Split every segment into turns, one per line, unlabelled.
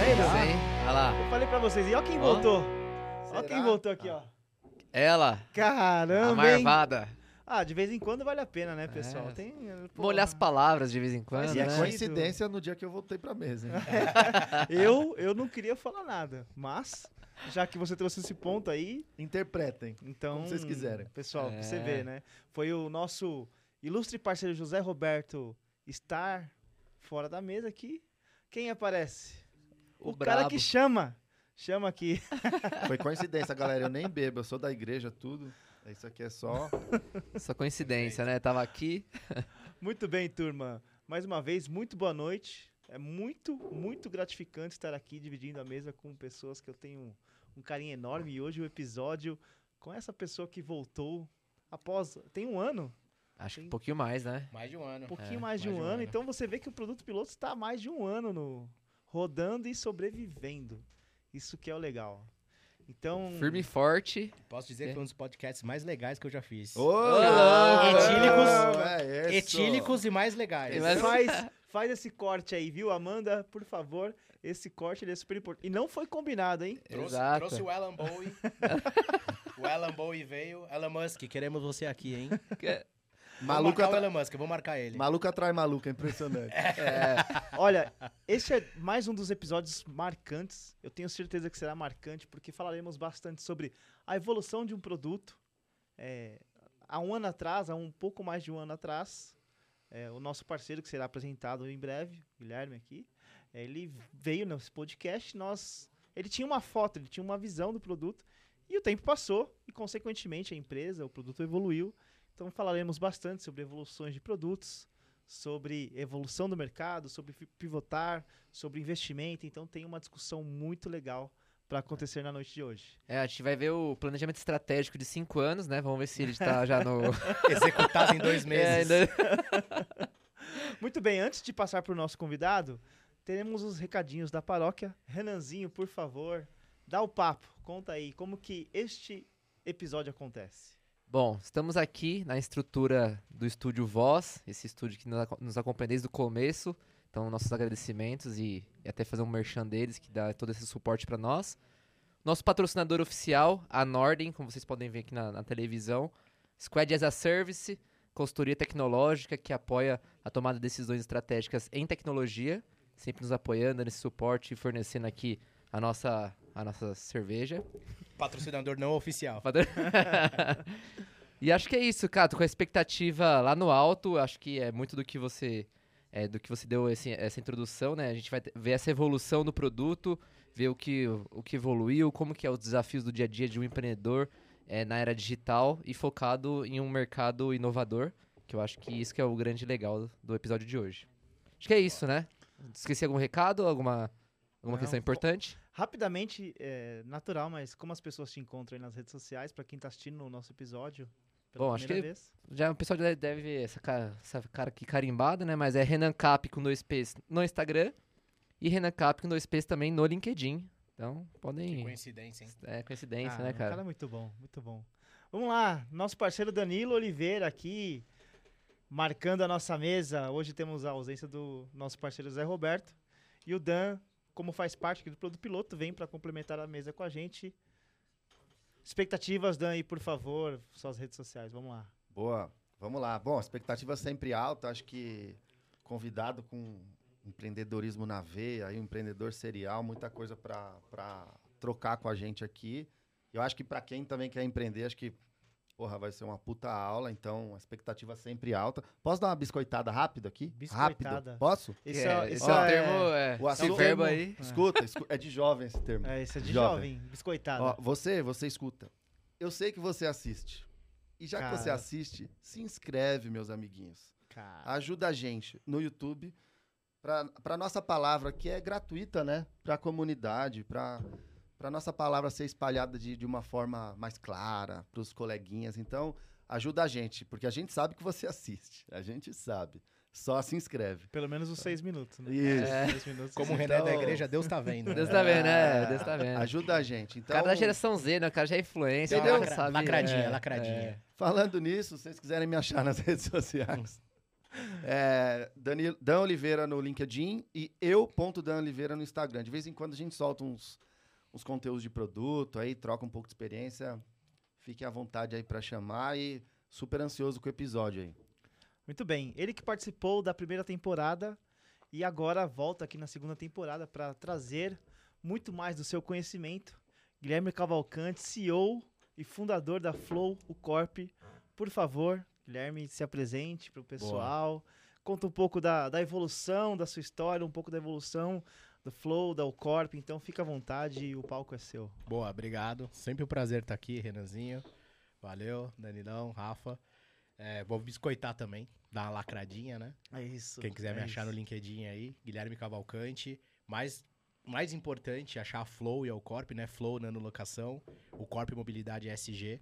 vendo?
Hein? Olha lá.
Eu falei pra vocês, e ó quem
Ó.
voltou. Ó
Será?
quem voltou aqui, ó.
Ela, a
Caramba, hein?
marvada.
Ah, de vez em quando vale a pena, né, pessoal?
É.
Tem...
Molhar as palavras de vez em quando,
Faz
E é
né?
coincidência no dia que eu voltei pra mesa, hein?
Eu não queria falar nada, mas já que você trouxe esse ponto aí,
Interpretem.
então...
Como vocês quiserem.
Pessoal, pra você
É.
ver, né? Foi o nosso ilustre parceiro José Roberto estar fora da mesa aqui. Quem aparece? O cara
brabo.
que chama. Chama aqui.
Foi coincidência, galera. Eu nem bebo, eu sou da igreja, tudo. Isso aqui é só...
Só coincidência, né? Tava aqui.
Muito bem, turma. Mais uma vez, muito boa noite. É muito, muito gratificante estar aqui dividindo a mesa com pessoas que eu tenho um carinho enorme. E hoje o episódio com essa pessoa que voltou após... Tem um ano?
Acho que um pouquinho mais, né?
Mais de um ano.
Um pouquinho mais de um ano. Então você vê que o Produto Piloto está há mais de um ano rodando e sobrevivendo. Isso que é o legal. Então...
Firme e forte.
Posso dizer que foi um dos podcasts mais legais que eu já fiz.
Etílicos.
Etílicos e mais legais.
Mas-
Faz esse corte aí, viu, Amanda? Por favor, esse corte ele é super importante. E não foi combinado, hein?
Exato.
Trouxe o Alan Bowie. O Alan Bowie veio. Elon Musk, queremos você aqui, hein?
Maluco,
Vou marcar o Elon Musk, eu vou marcar ele.
Maluco atrai maluco, é impressionante.
Olha, esse é mais um dos episódios marcantes. Eu tenho certeza que será marcante, porque falaremos bastante sobre a evolução de um produto. Há um ano atrás, há um pouco mais de um ano atrás, o nosso parceiro, que será apresentado em breve, Guilherme aqui, ele veio nesse podcast, ele tinha uma foto, ele tinha uma visão do produto, e o tempo passou, e consequentemente a empresa, o produto evoluiu. Então falaremos bastante sobre evoluções de produtos, sobre evolução do mercado, sobre pivotar, sobre investimento. Então tem uma discussão muito legal para acontecer na noite de hoje.
A gente vai ver o planejamento estratégico de 5 anos, né? Vamos ver se ele tá já no...
Executado em 2 meses.
Muito bem, antes de passar para o nosso convidado, teremos os recadinhos da paróquia. Renanzinho, por favor, dá o papo. Conta aí como que este episódio acontece.
Bom, estamos aqui na estrutura do Estúdio Voz, esse estúdio que nos acompanha desde o começo. Então, nossos agradecimentos e até fazer um merchan deles, que dá todo esse suporte para nós. Nosso patrocinador oficial, a Nordem, como vocês podem ver aqui na televisão. Squad as a Service, consultoria tecnológica que apoia a tomada de decisões estratégicas em tecnologia, sempre nos apoiando nesse suporte e fornecendo aqui a nossa cerveja.
Patrocinador não oficial.
E acho que é isso, cara. Tô com a expectativa lá no alto. Acho que é muito do que você deu essa introdução, né? A gente vai ver essa evolução do produto, ver o que evoluiu, como que é os desafios do dia a dia de um empreendedor na era digital e focado em um mercado inovador, que eu acho que isso que é o grande legal do episódio de hoje. Acho que é isso, né? Esqueci algum recado, alguma questão importante?
Rapidamente, natural, mas como as pessoas te encontram aí nas redes sociais, para quem tá assistindo o nosso episódio pela
Bom, acho
primeira
que
vez?
já o pessoal já deve ver essa cara aqui carimbada, né? Mas é Renan Cap com 2 P's no Instagram e Renan Cap com 2 P's também no LinkedIn. Então, podem...
Que coincidência, hein?
É coincidência,
Ah,
né,
O cara
cara?
é muito bom, muito bom. Vamos lá, nosso parceiro Danilo Oliveira aqui, marcando a nossa mesa. Hoje temos a ausência do nosso parceiro Zé Roberto. E o Dan, como faz parte aqui do Produto Piloto, vem para complementar a mesa com a gente. Expectativas, Dan, aí, por favor, suas redes sociais, vamos lá.
Boa, vamos lá. Bom, expectativa sempre alta. Acho que convidado com empreendedorismo na veia, aí um empreendedor serial, muita coisa para trocar com a gente aqui. Eu acho que para quem também quer empreender, acho que vai ser uma puta aula, então a expectativa sempre alta. Posso dar uma biscoitada rápido aqui?
Biscoitada.
Rápido. Posso?
Esse
Esse termo,
o
esse
assunto-
verbo aí.
Escuta, é de jovem esse termo.
Esse é de jovem, biscoitada.
Ó, você escuta. Eu sei que você assiste. E já que você
Cara.
assiste, se inscreve, meus amiguinhos.
Cara,
Ajuda a gente no YouTube para nossa palavra, que é gratuita, né? Para a comunidade, para nossa palavra ser espalhada de uma forma mais clara para os coleguinhas. Então, ajuda a gente, porque a gente sabe que você assiste. A gente sabe. Só se inscreve.
pelo menos os 6 minutos, né?
Isso.
6 minutos.
Como o René da igreja, Deus tá vendo.
Deus tá vendo, né? Deus tá vendo.
Ajuda a gente.
O
Então,
cara da geração Z, né? O cara já é influência,
Entendeu?
já sabe.
Lacradinha, lacradinha.
falando nisso, se vocês quiserem me achar nas redes sociais, Dan Oliveira no LinkedIn e eu.danoliveira no Instagram. De vez em quando a gente solta uns conteúdos de produto, aí troca um pouco de experiência. Fiquem à vontade aí para chamar e super ansioso com o episódio aí.
Muito bem. Ele que participou da primeira temporada e agora volta aqui na segunda temporada para trazer muito mais do seu conhecimento. Guilherme Cavalcante, CEO e fundador da Flow, o Corp. Por favor, Guilherme, se apresente para o pessoal. Boa. Conta um pouco da evolução da sua história, um pouco da evolução do Flow, da Corp. Então, fica à vontade, o palco é seu.
Boa, obrigado. Sempre um prazer estar aqui, Renanzinho. Valeu, Danilão, Rafa. Vou biscoitar também, dar uma lacradinha, né?
É isso.
Quem quiser me achar no LinkedIn aí, Guilherme Cavalcante. Mais importante, achar a Flow e o Corp, né? Flow Nanolocação, o Corp Mobilidade SG.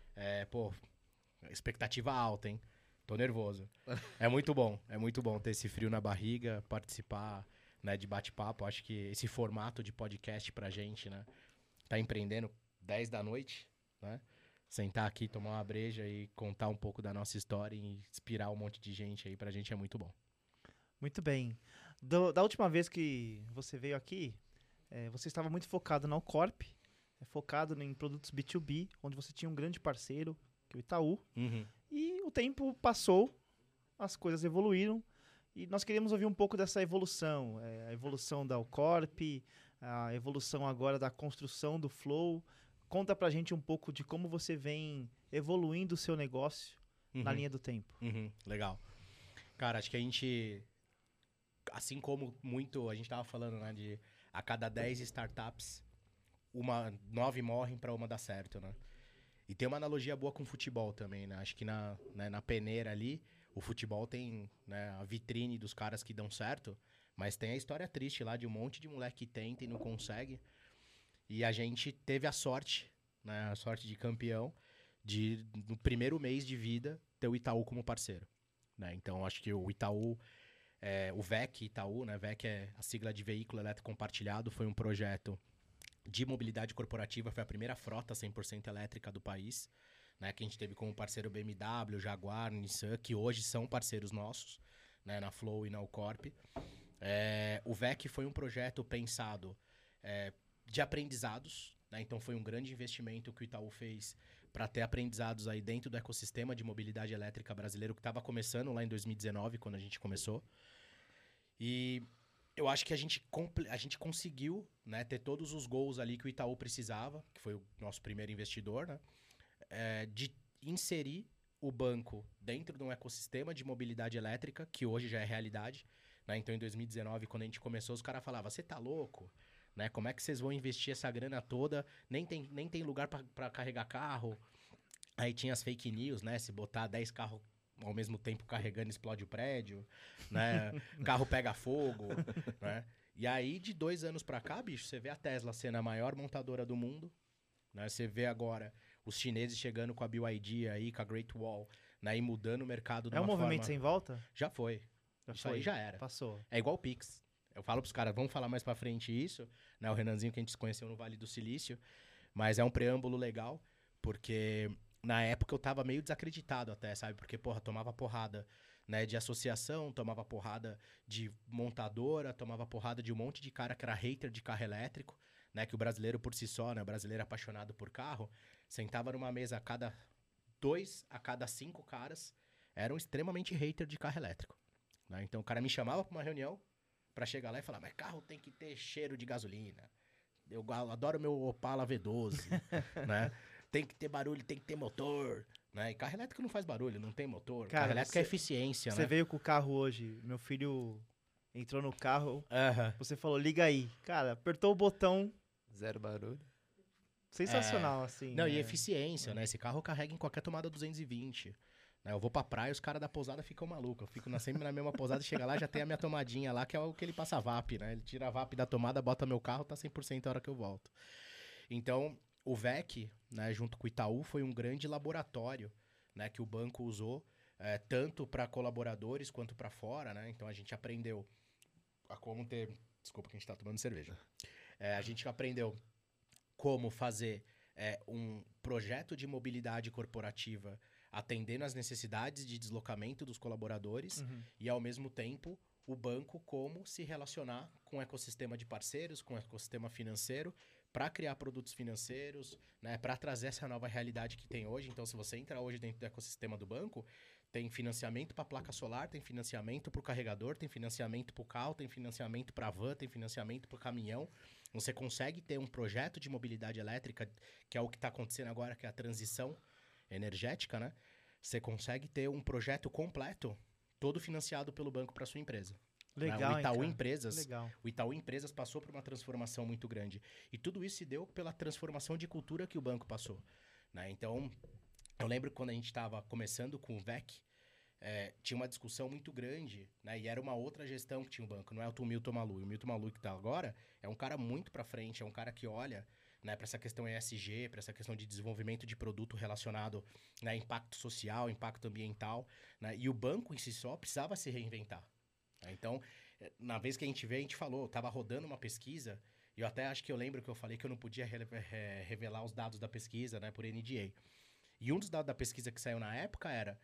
Expectativa alta, hein? Tô nervoso. É muito bom ter esse frio na barriga, participar, né, de bate-papo. Acho que esse formato de podcast pra gente, né? Tá empreendendo 10 da noite, né? Sentar aqui, tomar uma breja e contar um pouco da nossa história e inspirar um monte de gente aí pra gente é muito bom.
Muito bem. Da última vez que você veio aqui, você estava muito focado na Corp, focado em produtos B2B, onde você tinha um grande parceiro, que é o Itaú.
Uhum.
E o tempo passou, as coisas evoluíram, e nós queríamos ouvir um pouco dessa evolução. A evolução da Corp, a evolução agora da construção do Flow. Conta pra gente um pouco de como você vem evoluindo o seu negócio na linha do tempo.
Legal. Cara, acho que a gente, assim como a gente tava falando, né, de a cada 10 startups, 9 morrem pra uma dar certo, né? E tem uma analogia boa com o futebol também, né? Acho que na peneira ali, o futebol tem, né, a vitrine dos caras que dão certo, mas tem a história triste lá de um monte de moleque que tenta e não consegue. E a gente teve a sorte, né, a sorte de campeão, de no primeiro mês de vida ter o Itaú como parceiro, né? Então acho que o Itaú, o VEC Itaú, né? VEC é a sigla de Veículo Elétrico Compartilhado, foi um projeto de mobilidade corporativa, foi a primeira frota 100% elétrica do país, né? Que a gente teve como parceiro BMW, Jaguar, Nissan, que hoje são parceiros nossos, né, na Flow e na Corp. O VEC foi um projeto pensado de aprendizados, né? Então foi um grande investimento que o Itaú fez para ter aprendizados aí dentro do ecossistema de mobilidade elétrica brasileiro que estava começando lá em 2019, quando a gente começou. E eu acho que a gente conseguiu, né, ter todos os gols ali que o Itaú precisava, que foi o nosso primeiro investidor, né, de inserir o banco dentro de um ecossistema de mobilidade elétrica, que hoje já é realidade, né? Então, em 2019, quando a gente começou, os caras falavam, você tá louco? Né? Como é que vocês vão investir essa grana toda? Nem tem lugar para carregar carro. Aí tinha as fake news, né? Se botar 10 carros ao mesmo tempo carregando, explode o prédio, né? Carro pega fogo, né? E aí, de 2 anos pra cá, bicho, você vê a Tesla sendo a maior montadora do mundo, né? Você vê agora os chineses chegando com a BYD aí, com a Great Wall, né? E mudando o mercado de uma forma...
É um movimento sem volta?
Já foi. Isso aí já era.
Passou.
É igual o Pix. Eu falo pros caras, vamos falar mais pra frente isso, né? O Renanzinho que a gente se conheceu no Vale do Silício. Mas é um preâmbulo legal, porque na época eu tava meio desacreditado até, sabe? Porque, porra, tomava porrada, né, de associação, tomava porrada de montadora, tomava porrada de um monte de cara que era hater de carro elétrico, né? Que o brasileiro por si só, né? O brasileiro apaixonado por carro, sentava numa mesa a cada 2 a cada 5 caras eram extremamente hater de carro elétrico, né? Então o cara me chamava pra uma reunião pra chegar lá e falar, mas carro tem que ter cheiro de gasolina. Eu adoro meu Opala V12, né? Tem que ter barulho, tem que ter motor, né? E carro elétrico não faz barulho, não tem motor.
Cara,
carro elétrico é eficiência,
Você
né?
veio com o carro hoje, meu filho entrou no carro,
Aham.
você falou, liga aí. Cara, apertou o botão,
Zero barulho.
sensacional, assim.
Não,
né?
e eficiência, né? Esse carro carrega em qualquer tomada 220. Né? Eu vou pra praia, os caras da pousada ficam malucos. Eu fico sempre na mesma pousada, chega lá, já tem a minha tomadinha lá, que é o que ele passa a VAP, né? Ele tira a VAP da tomada, bota meu carro, tá 100% a hora que eu volto. Então, o VEC, né, junto com o Itaú, foi um grande laboratório, né, que o banco usou, tanto para colaboradores quanto para fora, né? Então, a gente aprendeu a como ter... Desculpa que a gente tá tomando cerveja. A gente aprendeu como fazer um projeto de mobilidade corporativa atendendo às necessidades de deslocamento dos colaboradores e, ao mesmo tempo, o banco como se relacionar com o ecossistema de parceiros, com o ecossistema financeiro, para criar produtos financeiros, né, para trazer essa nova realidade que tem hoje. Então, se você entrar hoje dentro do ecossistema do banco, tem financiamento para placa solar, tem financiamento para o carregador, tem financiamento para o carro, tem financiamento para a van, tem financiamento para o caminhão. Você consegue ter um projeto de mobilidade elétrica, que é o que está acontecendo agora, que é a transição energética, né? Você consegue ter um projeto completo, todo financiado pelo banco para sua empresa.
Legal,
O Itaú
hein, cara?
Empresas,
Legal.
o Itaú Empresas passou por uma transformação muito grande. E tudo isso se deu pela transformação de cultura que o banco passou, né? Então, eu lembro que quando a gente estava começando com o VEC, tinha uma discussão muito grande, né? E era uma outra gestão que tinha o banco, não é o Milton Malu. O Milton Malu que está agora é um cara muito para frente, é um cara que olha, né, para essa questão ESG, para essa questão de desenvolvimento de produto relacionado, né, impacto social, impacto ambiental, né? E o banco em si só precisava se reinventar. Né? Então, na vez que a gente veio, a gente falou, estava rodando uma pesquisa, e eu até acho que eu lembro que eu falei que eu não podia revelar os dados da pesquisa, né, por NDA. E um dos dados da pesquisa que saiu na época era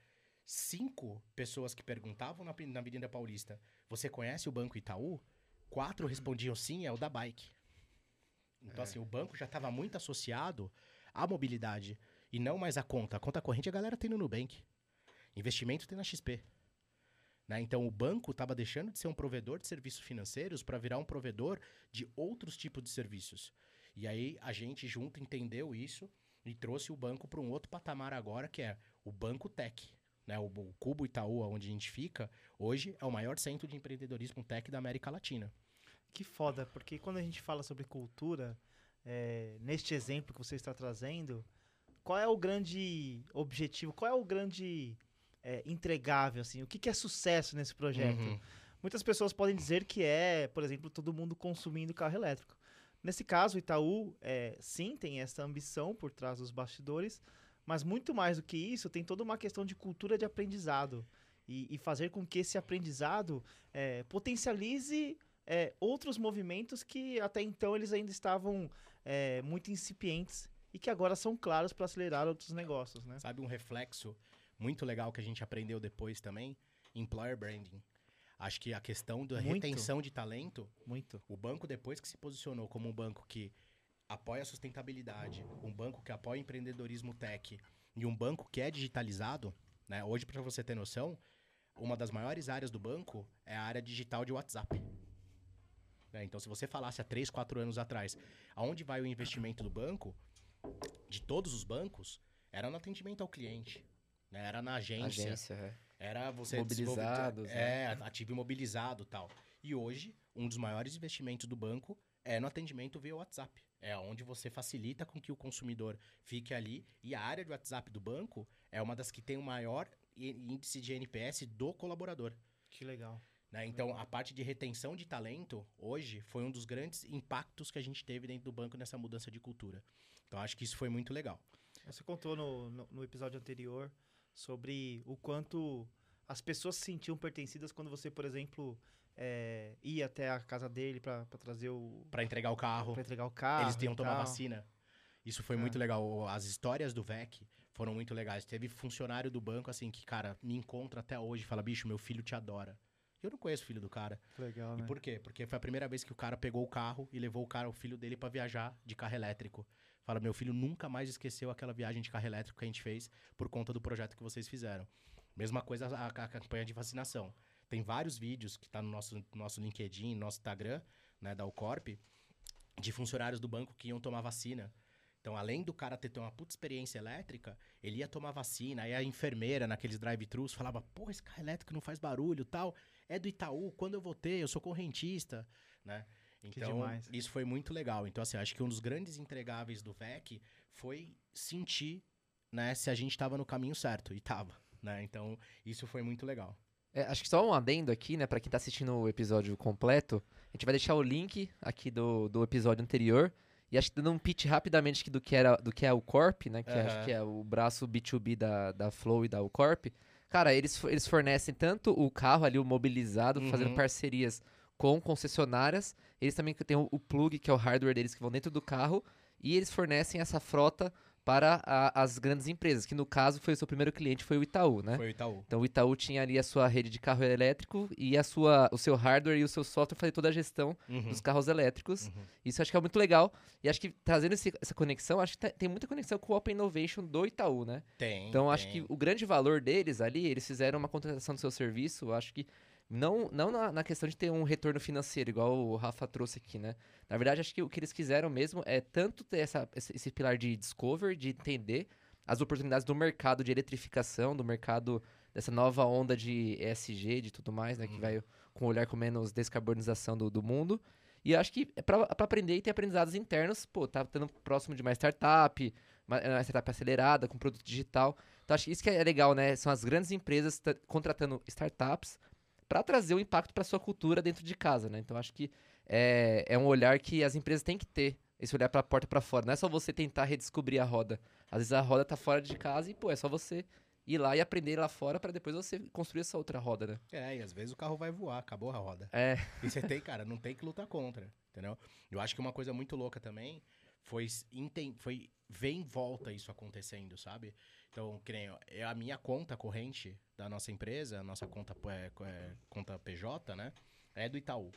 5 pessoas que perguntavam na Avenida Paulista, você conhece o Banco Itaú? 4 respondiam sim, é o da Bike. Então, assim, o banco já estava muito associado à mobilidade e não mais à conta. A conta corrente a galera tem no Nubank. Investimento tem na XP. Né? Então, o banco estava deixando de ser um provedor de serviços financeiros para virar um provedor de outros tipos de serviços. E aí, a gente junto entendeu isso e trouxe o banco para um outro patamar agora, que é o Banco Tech. Né? O Cubo Itaú, onde a gente fica, hoje é o maior centro de empreendedorismo tech da América Latina.
Que foda, porque quando a gente fala sobre cultura, neste exemplo que você está trazendo, qual é o grande objetivo, qual é o grande entregável, assim, o que é sucesso nesse projeto? Muitas pessoas podem dizer que por exemplo, todo mundo consumindo carro elétrico. Nesse caso, o Itaú, sim, tem essa ambição por trás dos bastidores, mas muito mais do que isso, tem toda uma questão de cultura de aprendizado e fazer com que esse aprendizado potencialize outros movimentos que até então eles ainda estavam muito incipientes e que agora são claros para acelerar outros negócios, né?
Sabe um reflexo muito legal que a gente aprendeu depois também? Employer branding. Acho que a questão da retenção de talento, o banco depois que se posicionou como um banco que apoia a sustentabilidade, um banco que apoia o empreendedorismo tech e um banco que é digitalizado, né? Hoje, para você ter noção, uma das maiores áreas do banco é a área digital de WhatsApp. Então, se você falasse há 3, 4 anos atrás, aonde vai o investimento do banco, de todos os bancos, era no atendimento ao cliente, né? Era na agência. Era você
mobilizados,
ativo e mobilizado e tal. E hoje, um dos maiores investimentos do banco é no atendimento via WhatsApp. É onde você facilita com que o consumidor fique ali. E a área de WhatsApp do banco é uma das que tem o maior índice de NPS do colaborador.
Que legal.
Né? Então, a parte de retenção de talento, hoje, foi um dos grandes impactos que a gente teve dentro do banco nessa mudança de cultura. Então, acho que isso foi muito legal.
Você contou no episódio anterior sobre o quanto as pessoas se sentiam pertencidas quando você, por exemplo, ia até a casa dele para trazer
para entregar o carro.
Para entregar o carro.
Eles iam tomar vacina. Isso foi muito legal. As histórias do VEC foram muito legais. Teve funcionário do banco, assim, que, cara, me encontra até hoje e fala, bicho, meu filho te adora. Eu não conheço o filho do cara.
Legal, né?
E por quê? Porque foi a primeira vez que o cara pegou o carro e levou o filho dele pra viajar de carro elétrico. Fala, meu filho nunca mais esqueceu aquela viagem de carro elétrico que a gente fez por conta do projeto que vocês fizeram. Mesma coisa a campanha de vacinação. Tem vários vídeos que tá no nosso LinkedIn, no nosso Instagram, né, da Ucorp, de funcionários do banco que iam tomar vacina. Então, além do cara ter uma puta experiência elétrica, ele ia tomar vacina, aí a enfermeira naqueles drive-thrus falava, pô, esse carro elétrico não faz barulho e tal, é do Itaú, quando eu vou ter, eu sou correntista, né? Então, isso foi muito legal. Então, assim, acho que um dos grandes entregáveis do VEC foi sentir, né, se a gente estava no caminho certo, e tava, né? Então, isso foi muito legal.
Acho que só um adendo aqui, né, pra quem tá assistindo o episódio completo, a gente vai deixar o link aqui do episódio anterior. E acho que dando um pitch rapidamente aqui do que é o Corp, né? Que acho que é o braço B2B da Flow e da Ucorp. Cara, eles fornecem tanto o carro ali, o mobilizado, fazendo parcerias com concessionárias. Eles também têm o plug, que é o hardware deles, que vão dentro do carro. E eles fornecem essa frota para as grandes empresas, que no caso foi o seu primeiro cliente, foi o Itaú, né?
Foi o Itaú.
Então o Itaú tinha ali a sua rede de carro elétrico e o seu hardware e o seu software fazer toda a gestão dos carros elétricos. Isso acho que é muito legal. E acho que trazendo essa conexão, acho que tem muita conexão com o Open Innovation do Itaú, né? Então acho que o grande valor deles ali, eles fizeram uma contratação do seu serviço, acho que não na questão de ter um retorno financeiro, igual o Rafa trouxe aqui, né? Na verdade, acho que o que eles quiseram mesmo é tanto ter esse pilar de discover, de entender as oportunidades do mercado de eletrificação, do mercado dessa nova onda de ESG, de tudo mais, né? Que vai com um olhar com menos descarbonização do mundo. E acho que é pra aprender e ter aprendizados internos, pô, tá estando próximo de uma startup acelerada, com produto digital. Então, acho que isso que é legal, né? São as grandes empresas contratando startups para trazer o impacto para sua cultura dentro de casa, né? Então, acho que é um olhar que as empresas têm que ter, esse olhar para a porta para fora. Não é só você tentar redescobrir a roda. Às vezes a roda tá fora de casa e, pô, é só você ir lá e aprender lá fora para depois você construir essa outra roda, né?
E às vezes o carro vai voar, acabou a roda. E você tem, cara, não tem que lutar contra, entendeu? Eu acho que uma coisa muito louca também foi ver em volta isso acontecendo, sabe? Então, que nem a minha conta corrente da nossa empresa, a nossa conta PJ, né? É do Itaú.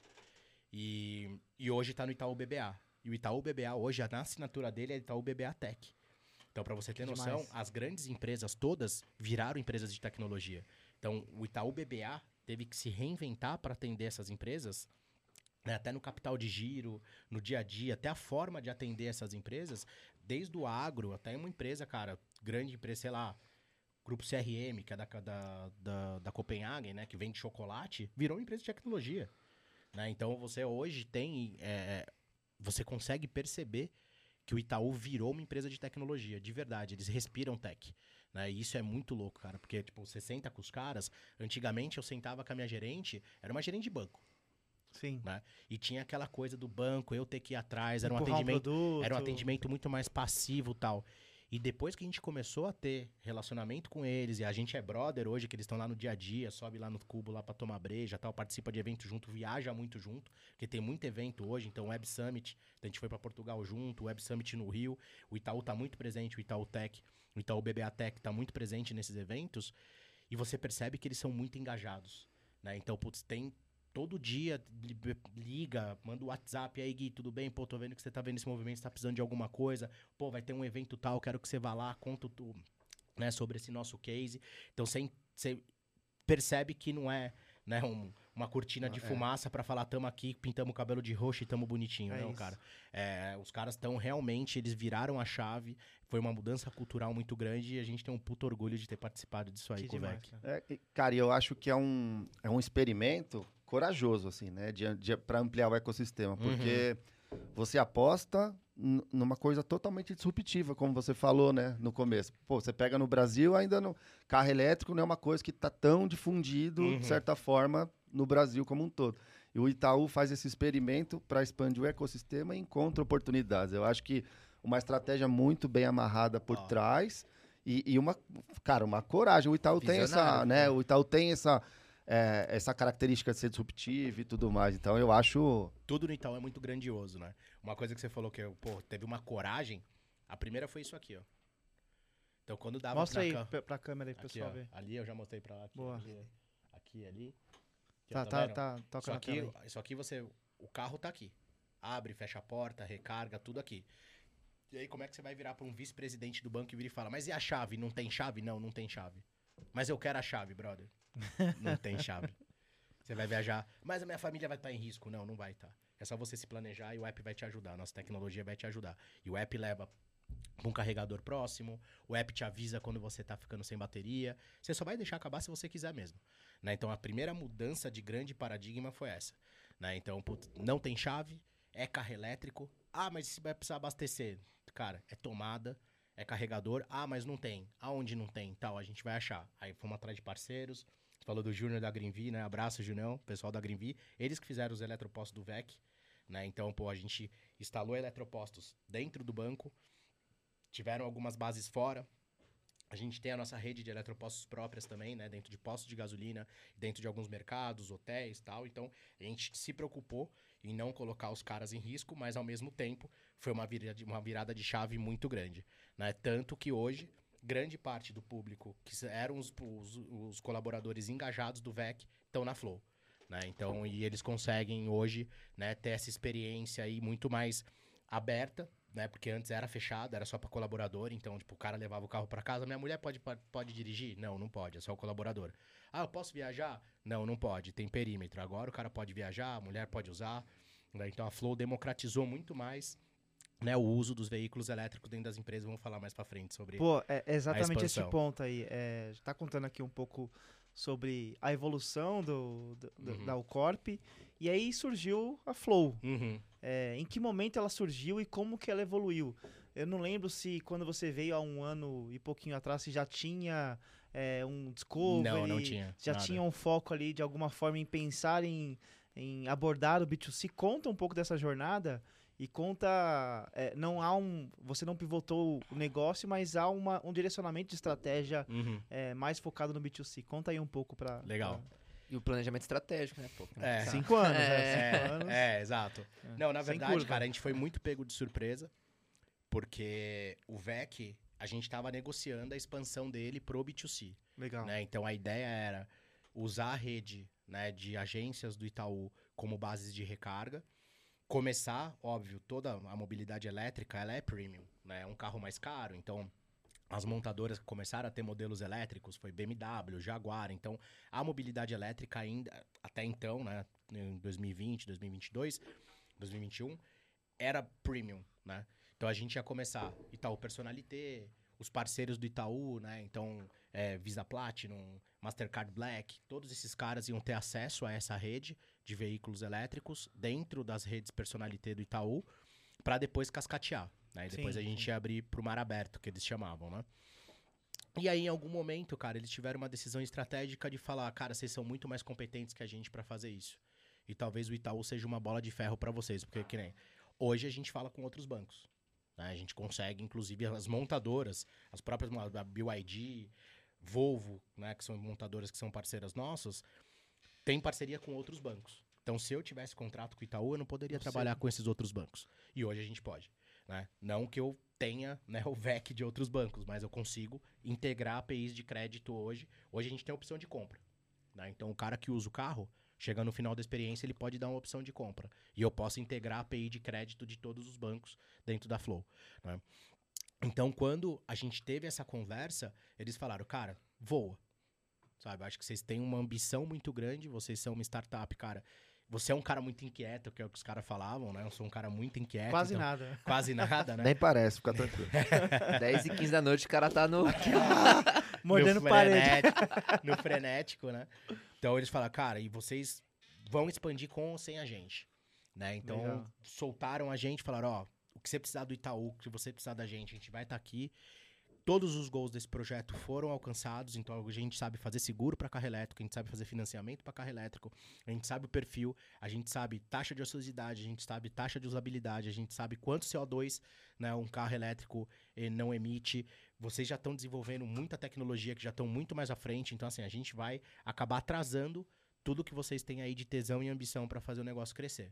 E hoje tá no Itaú BBA. E o Itaú BBA hoje, na assinatura dele, é Itaú BBA Tech. Então, para você ter noção, as grandes empresas todas viraram empresas de tecnologia. Então, o Itaú BBA teve que se reinventar para atender essas empresas, né, até no capital de giro, no dia a dia, até a forma de atender essas empresas, desde o agro até uma empresa, cara, grande empresa, sei lá, Grupo CRM, que é da Copenhagen, né, que vende chocolate, virou uma empresa de tecnologia. Né? Então, você hoje você consegue perceber que o Itaú virou uma empresa de tecnologia, de verdade. Eles respiram tech. Né? E isso é muito louco, cara. Porque, tipo, você senta com os caras. Antigamente, eu sentava com a minha gerente. Era uma gerente de banco.
Sim.
Né? E tinha aquela coisa do banco, eu ter que ir atrás. Era um atendimento muito mais passivo e tal. E depois que a gente começou a ter relacionamento com eles, e a gente é brother hoje, que eles estão lá no dia a dia, sobe lá no cubo lá pra tomar breja, tal, participa de evento junto, viaja muito junto, porque tem muito evento hoje, então o Web Summit, a gente foi pra Portugal junto, o Web Summit no Rio, o Itaú tá muito presente, o Itaú Tech, o Itaú BBA Tech tá muito presente nesses eventos, e você percebe que eles são muito engajados, né? Então, putz, tem... Todo dia liga, manda o WhatsApp, e aí Gui, tudo bem? Pô, tô vendo que você tá vendo esse movimento, você tá precisando de alguma coisa. Pô, vai ter um evento tal, quero que você vá lá, conta né, sobre esse nosso case. Então você percebe que não é, né, uma cortina de fumaça pra falar, tamo aqui, pintamos o cabelo de roxo e tamo bonitinho, não, cara. Os caras estão realmente, eles viraram a chave, foi uma mudança cultural muito grande e a gente tem um puto orgulho de ter participado disso aí com o VEC.
Cara, eu acho que é um experimento corajoso, assim, né, para ampliar o ecossistema, porque você aposta numa coisa totalmente disruptiva, como você falou, né, no começo. Pô, você pega no Brasil, ainda no carro elétrico não é uma coisa que tá tão difundido, de certa forma, no Brasil como um todo. E o Itaú faz esse experimento para expandir o ecossistema e encontra oportunidades. Eu acho que uma estratégia muito bem amarrada por trás e uma coragem. O Itaú tem essa, né, o Itaú tem essa característica de ser disruptivo e tudo mais. Então, eu acho...
Tudo no Itaú é muito grandioso, né? Uma coisa que você falou que, pô, teve uma coragem. A primeira foi isso aqui, ó. Então, quando dava...
Mostra aí pra câmera aí, pro pessoal ver.
Ali eu já mostrei pra lá. Aqui,
boa.
Ali.
Tá. Toca na tela aí.
Isso aqui o carro tá aqui. Abre, fecha a porta, recarga, tudo aqui. E aí, como é que você vai virar pra um vice-presidente do banco e vira e fala, mas e a chave? Não tem chave? Não tem chave. Mas eu quero a chave, brother. Não tem chave. Você vai viajar, mas a minha família vai estar em risco. Não vai estar. É só você se planejar e o app vai te ajudar. A nossa tecnologia vai te ajudar. E o app leva um carregador próximo, o app te avisa quando você tá ficando sem bateria. Você só vai deixar acabar se você quiser mesmo. Né? Então, a primeira mudança de grande paradigma foi essa. Né? Então, não tem chave, é carro elétrico. Ah, mas você vai precisar abastecer. Cara, é tomada, é carregador. Ah, mas não tem. Aonde não tem? Tal, a gente vai achar. Aí fomos atrás de parceiros. Você falou do Júnior da Greenvee, né? Abraço, Junião, pessoal da Greenvee. Eles que fizeram os eletropostos do VEC. Né? Então, a gente instalou eletropostos dentro do banco. Tiveram algumas bases fora. A gente tem a nossa rede de eletropostos próprias também, né? Dentro de postos de gasolina, dentro de alguns mercados, hotéis e tal. Então, a gente se preocupou em não colocar os caras em risco, mas, ao mesmo tempo, foi uma virada de chave muito grande, né? Tanto que hoje, grande parte do público, que eram os colaboradores engajados do VEC, estão na Flow, né? Então, e eles conseguem hoje, né, ter essa experiência aí muito mais aberta, né? Porque antes era fechado, era só para colaborador, então, tipo, o cara levava o carro para casa, minha mulher pode dirigir? Não, não pode, é só o colaborador. Ah, eu posso viajar? Não, não pode, tem perímetro. Agora o cara pode viajar, a mulher pode usar, né? Então a Flow democratizou muito mais, né, o uso dos veículos elétricos dentro das empresas. Vamos falar mais para frente sobre
Pô, é exatamente esse
expansão.
ponto aí. Tá contando aqui um pouco sobre a evolução da Ucorp, e aí surgiu a Flow.
Uhum.
Em que momento ela surgiu e como que ela evoluiu? Eu não lembro se quando você veio há um ano e pouquinho atrás, se já tinha um discovery,
Não tinha
já
nada.
tinha um foco ali de alguma forma em pensar em abordar o B2C. Conta um pouco dessa jornada e conta, você não pivotou o negócio, mas há um direcionamento de estratégia
Uhum.
mais focado no B2C. Conta aí um pouco para...
Legal.
E o planejamento estratégico, né, pô?
É.
5 anos, né? 5 anos.
Exato. Não, na
Sem
verdade,
curva.
cara, a gente foi muito pego de surpresa, porque o VEC, a gente tava negociando a expansão dele pro B2C.
Legal.
Né? Então a ideia era usar a rede, né, de agências do Itaú como bases de recarga. Começar, óbvio, toda a mobilidade elétrica, ela é premium, né? É um carro mais caro, então as montadoras que começaram a ter modelos elétricos foi BMW, Jaguar. Então a mobilidade elétrica ainda, até então, né, em 2020, 2022, 2021, era premium, né? Então a gente ia começar Itaú Personalité, os parceiros do Itaú, né? Então, Visa Platinum, Mastercard Black, todos esses caras iam ter acesso a essa rede de veículos elétricos dentro das redes Personalité do Itaú, para depois cascatear, né? E depois
Sim,
a gente
sim.
ia abrir pro mar aberto, que eles chamavam, né? E aí, em algum momento, cara, eles tiveram uma decisão estratégica de falar, cara, vocês são muito mais competentes que a gente para fazer isso. E talvez o Itaú seja uma bola de ferro para vocês, porque que nem hoje a gente fala com outros bancos. A gente consegue, inclusive, as montadoras, as próprias, a BYD, Volvo, né, que são montadoras que são parceiras nossas, tem parceria com outros bancos. Então, se eu tivesse contrato com o Itaú, eu não poderia trabalhar com esses outros bancos. E hoje a gente pode. Né? Não que eu tenha, né, o VEC de outros bancos, mas eu consigo integrar APIs de crédito hoje. Hoje a gente tem a opção de compra. Né? Então, o cara que usa o carro, chega no final da experiência, ele pode dar uma opção de compra. E eu posso integrar a API de crédito de todos os bancos dentro da Flow. Né? Então, quando a gente teve essa conversa, eles falaram, cara, voa. Sabe? Acho que vocês têm uma ambição muito grande, vocês são uma startup, cara. Você é um cara muito inquieto, que é o que os caras falavam, né? Eu sou um cara muito inquieto.
Quase
então,
nada.
Quase nada, né?
Nem parece, fica tranquilo.
10h15 da noite, o cara tá no...
Mordendo
no
parede.
no frenético, né? Então eles falam, cara, e vocês vão expandir com ou sem a gente, né? Então
Legal.
soltaram a gente, falaram, ó, o que você precisar do Itaú, o que você precisar da gente, a gente vai estar aqui. Todos os goals desse projeto foram alcançados, então a gente sabe fazer seguro para carro elétrico, a gente sabe fazer financiamento para carro elétrico, a gente sabe o perfil, a gente sabe taxa de ociosidade, a gente sabe taxa de usabilidade, a gente sabe quanto CO2, né, um carro elétrico não emite. Vocês já estão desenvolvendo muita tecnologia que já estão muito mais à frente, então assim, a gente vai acabar atrasando tudo que vocês têm aí de tesão e ambição para fazer o negócio crescer.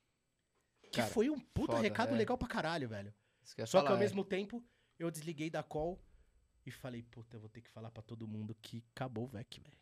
Que
Cara,
foi um puta
foda,
recado
é.
legal pra caralho, velho.
Isso que eu ia
Só que
falar,
ao mesmo tempo, eu desliguei da call e falei, puta, eu vou ter que falar pra todo mundo que acabou o VEC, velho.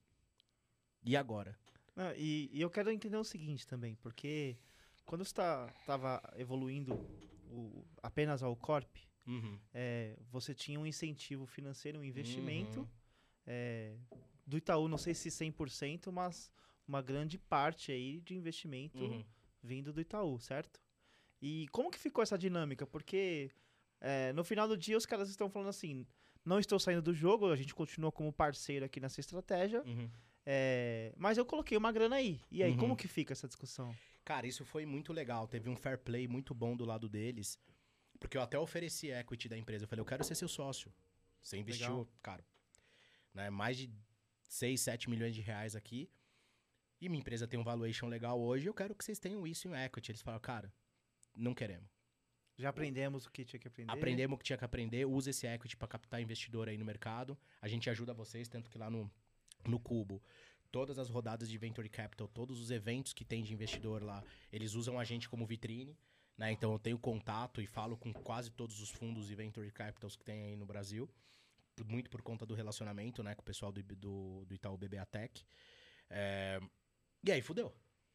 E agora?
Não, e eu quero entender o seguinte também, porque quando você estava evoluindo apenas ao Corp,
Uhum.
você tinha um incentivo financeiro, um investimento
Uhum.
do Itaú, não sei se 100%, mas uma grande parte aí de investimento
Uhum.
vindo do Itaú, certo? E como que ficou essa dinâmica? Porque no final do dia os caras estão falando assim, não estou saindo do jogo, a gente continua como parceiro aqui nessa estratégia,
Uhum.
mas eu coloquei uma grana aí. E aí,
Uhum.
como que fica essa discussão?
Cara, isso foi muito legal. Teve um fair play muito bom do lado deles. Porque eu até ofereci equity da empresa. Eu falei, eu quero ser seu sócio. Você investiu,
Legal.
cara, né, mais de 6, 7 milhões de reais aqui. E minha empresa tem um valuation legal hoje. Eu quero que vocês tenham isso em equity. Eles falaram, cara, não queremos.
Já aprendemos o que tinha que aprender.
Aprendemos o que tinha que aprender, usa esse equity para captar investidor aí no mercado. A gente ajuda vocês, tanto que lá no Cubo, todas as rodadas de Venture Capital, todos os eventos que tem de investidor lá, eles usam a gente como vitrine, né? Então eu tenho contato e falo com quase todos os fundos e Venture Capitals que tem aí no Brasil, muito por conta do relacionamento, né, com o pessoal do Itaú BBA Tech. E aí, fudeu.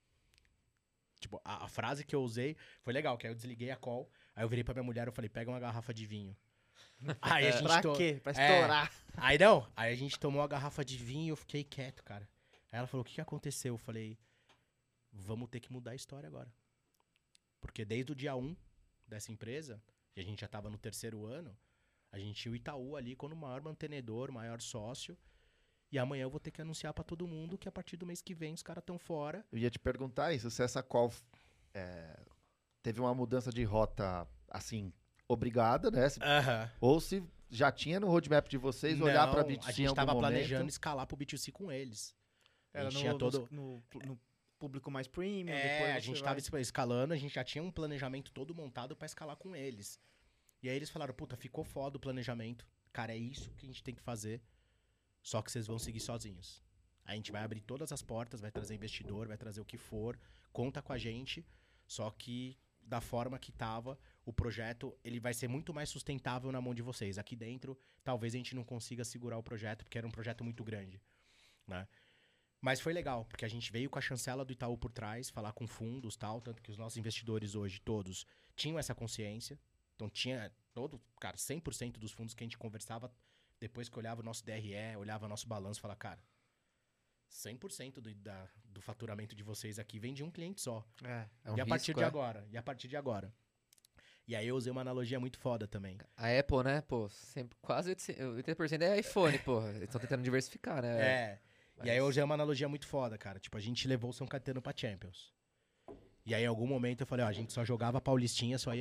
Tipo, a frase que eu usei foi legal, que aí eu desliguei a call, aí eu virei pra minha mulher e falei, pega uma garrafa de vinho. Aí a gente
Pra quê? Pra estourar.
Aí não, aí a gente tomou a garrafa de vinho e eu fiquei quieto, cara. Aí ela falou, o que aconteceu? Eu falei, vamos ter que mudar a história agora. Porque desde o dia 1 dessa empresa, e a gente já tava no 3º ano, a gente tinha o Itaú ali como o maior mantenedor, maior sócio. E amanhã eu vou ter que anunciar pra todo mundo que a partir do mês que vem os caras estão fora.
Eu ia te perguntar isso, se essa call teve uma mudança de rota, assim, obrigada, né? Ou se já tinha no roadmap de vocês olhar para B2C
a gente
em algum
tava
momento.
planejando escalar pro B2C com eles.
Era
tinha todo...
no público mais premium.
a gente tava escalando, a gente já tinha um planejamento todo montado pra escalar com eles. E aí eles falaram, puta, ficou foda o planejamento. Cara, é isso que a gente tem que fazer. Só que vocês vão seguir sozinhos. A gente vai abrir todas as portas, vai trazer investidor, vai trazer o que for. Conta com a gente. Só que da forma que tava, o projeto ele vai ser muito mais sustentável na mão de vocês. Aqui dentro, talvez a gente não consiga segurar o projeto, porque era um projeto muito grande, né? Mas foi legal, porque a gente veio com a chancela do Itaú por trás, falar com fundos e tal, tanto que os nossos investidores hoje, todos, tinham essa consciência. Então tinha cara, 100% dos fundos que a gente conversava, depois que olhava o nosso DRE, olhava o nosso balanço, falava, cara, 100% do faturamento de vocês aqui vem de um cliente só.
É um
E a partir
risco,
de agora? E a partir de agora? E aí eu usei uma analogia muito foda também.
A Apple, né, pô, sempre, quase 80% é iPhone, pô. Eles estão tentando diversificar, né?
E aí eu usei uma analogia muito foda, cara. Tipo, a gente levou o São Caetano pra Champions. E aí, em algum momento, eu falei, ó, a gente só jogava Paulistinha, só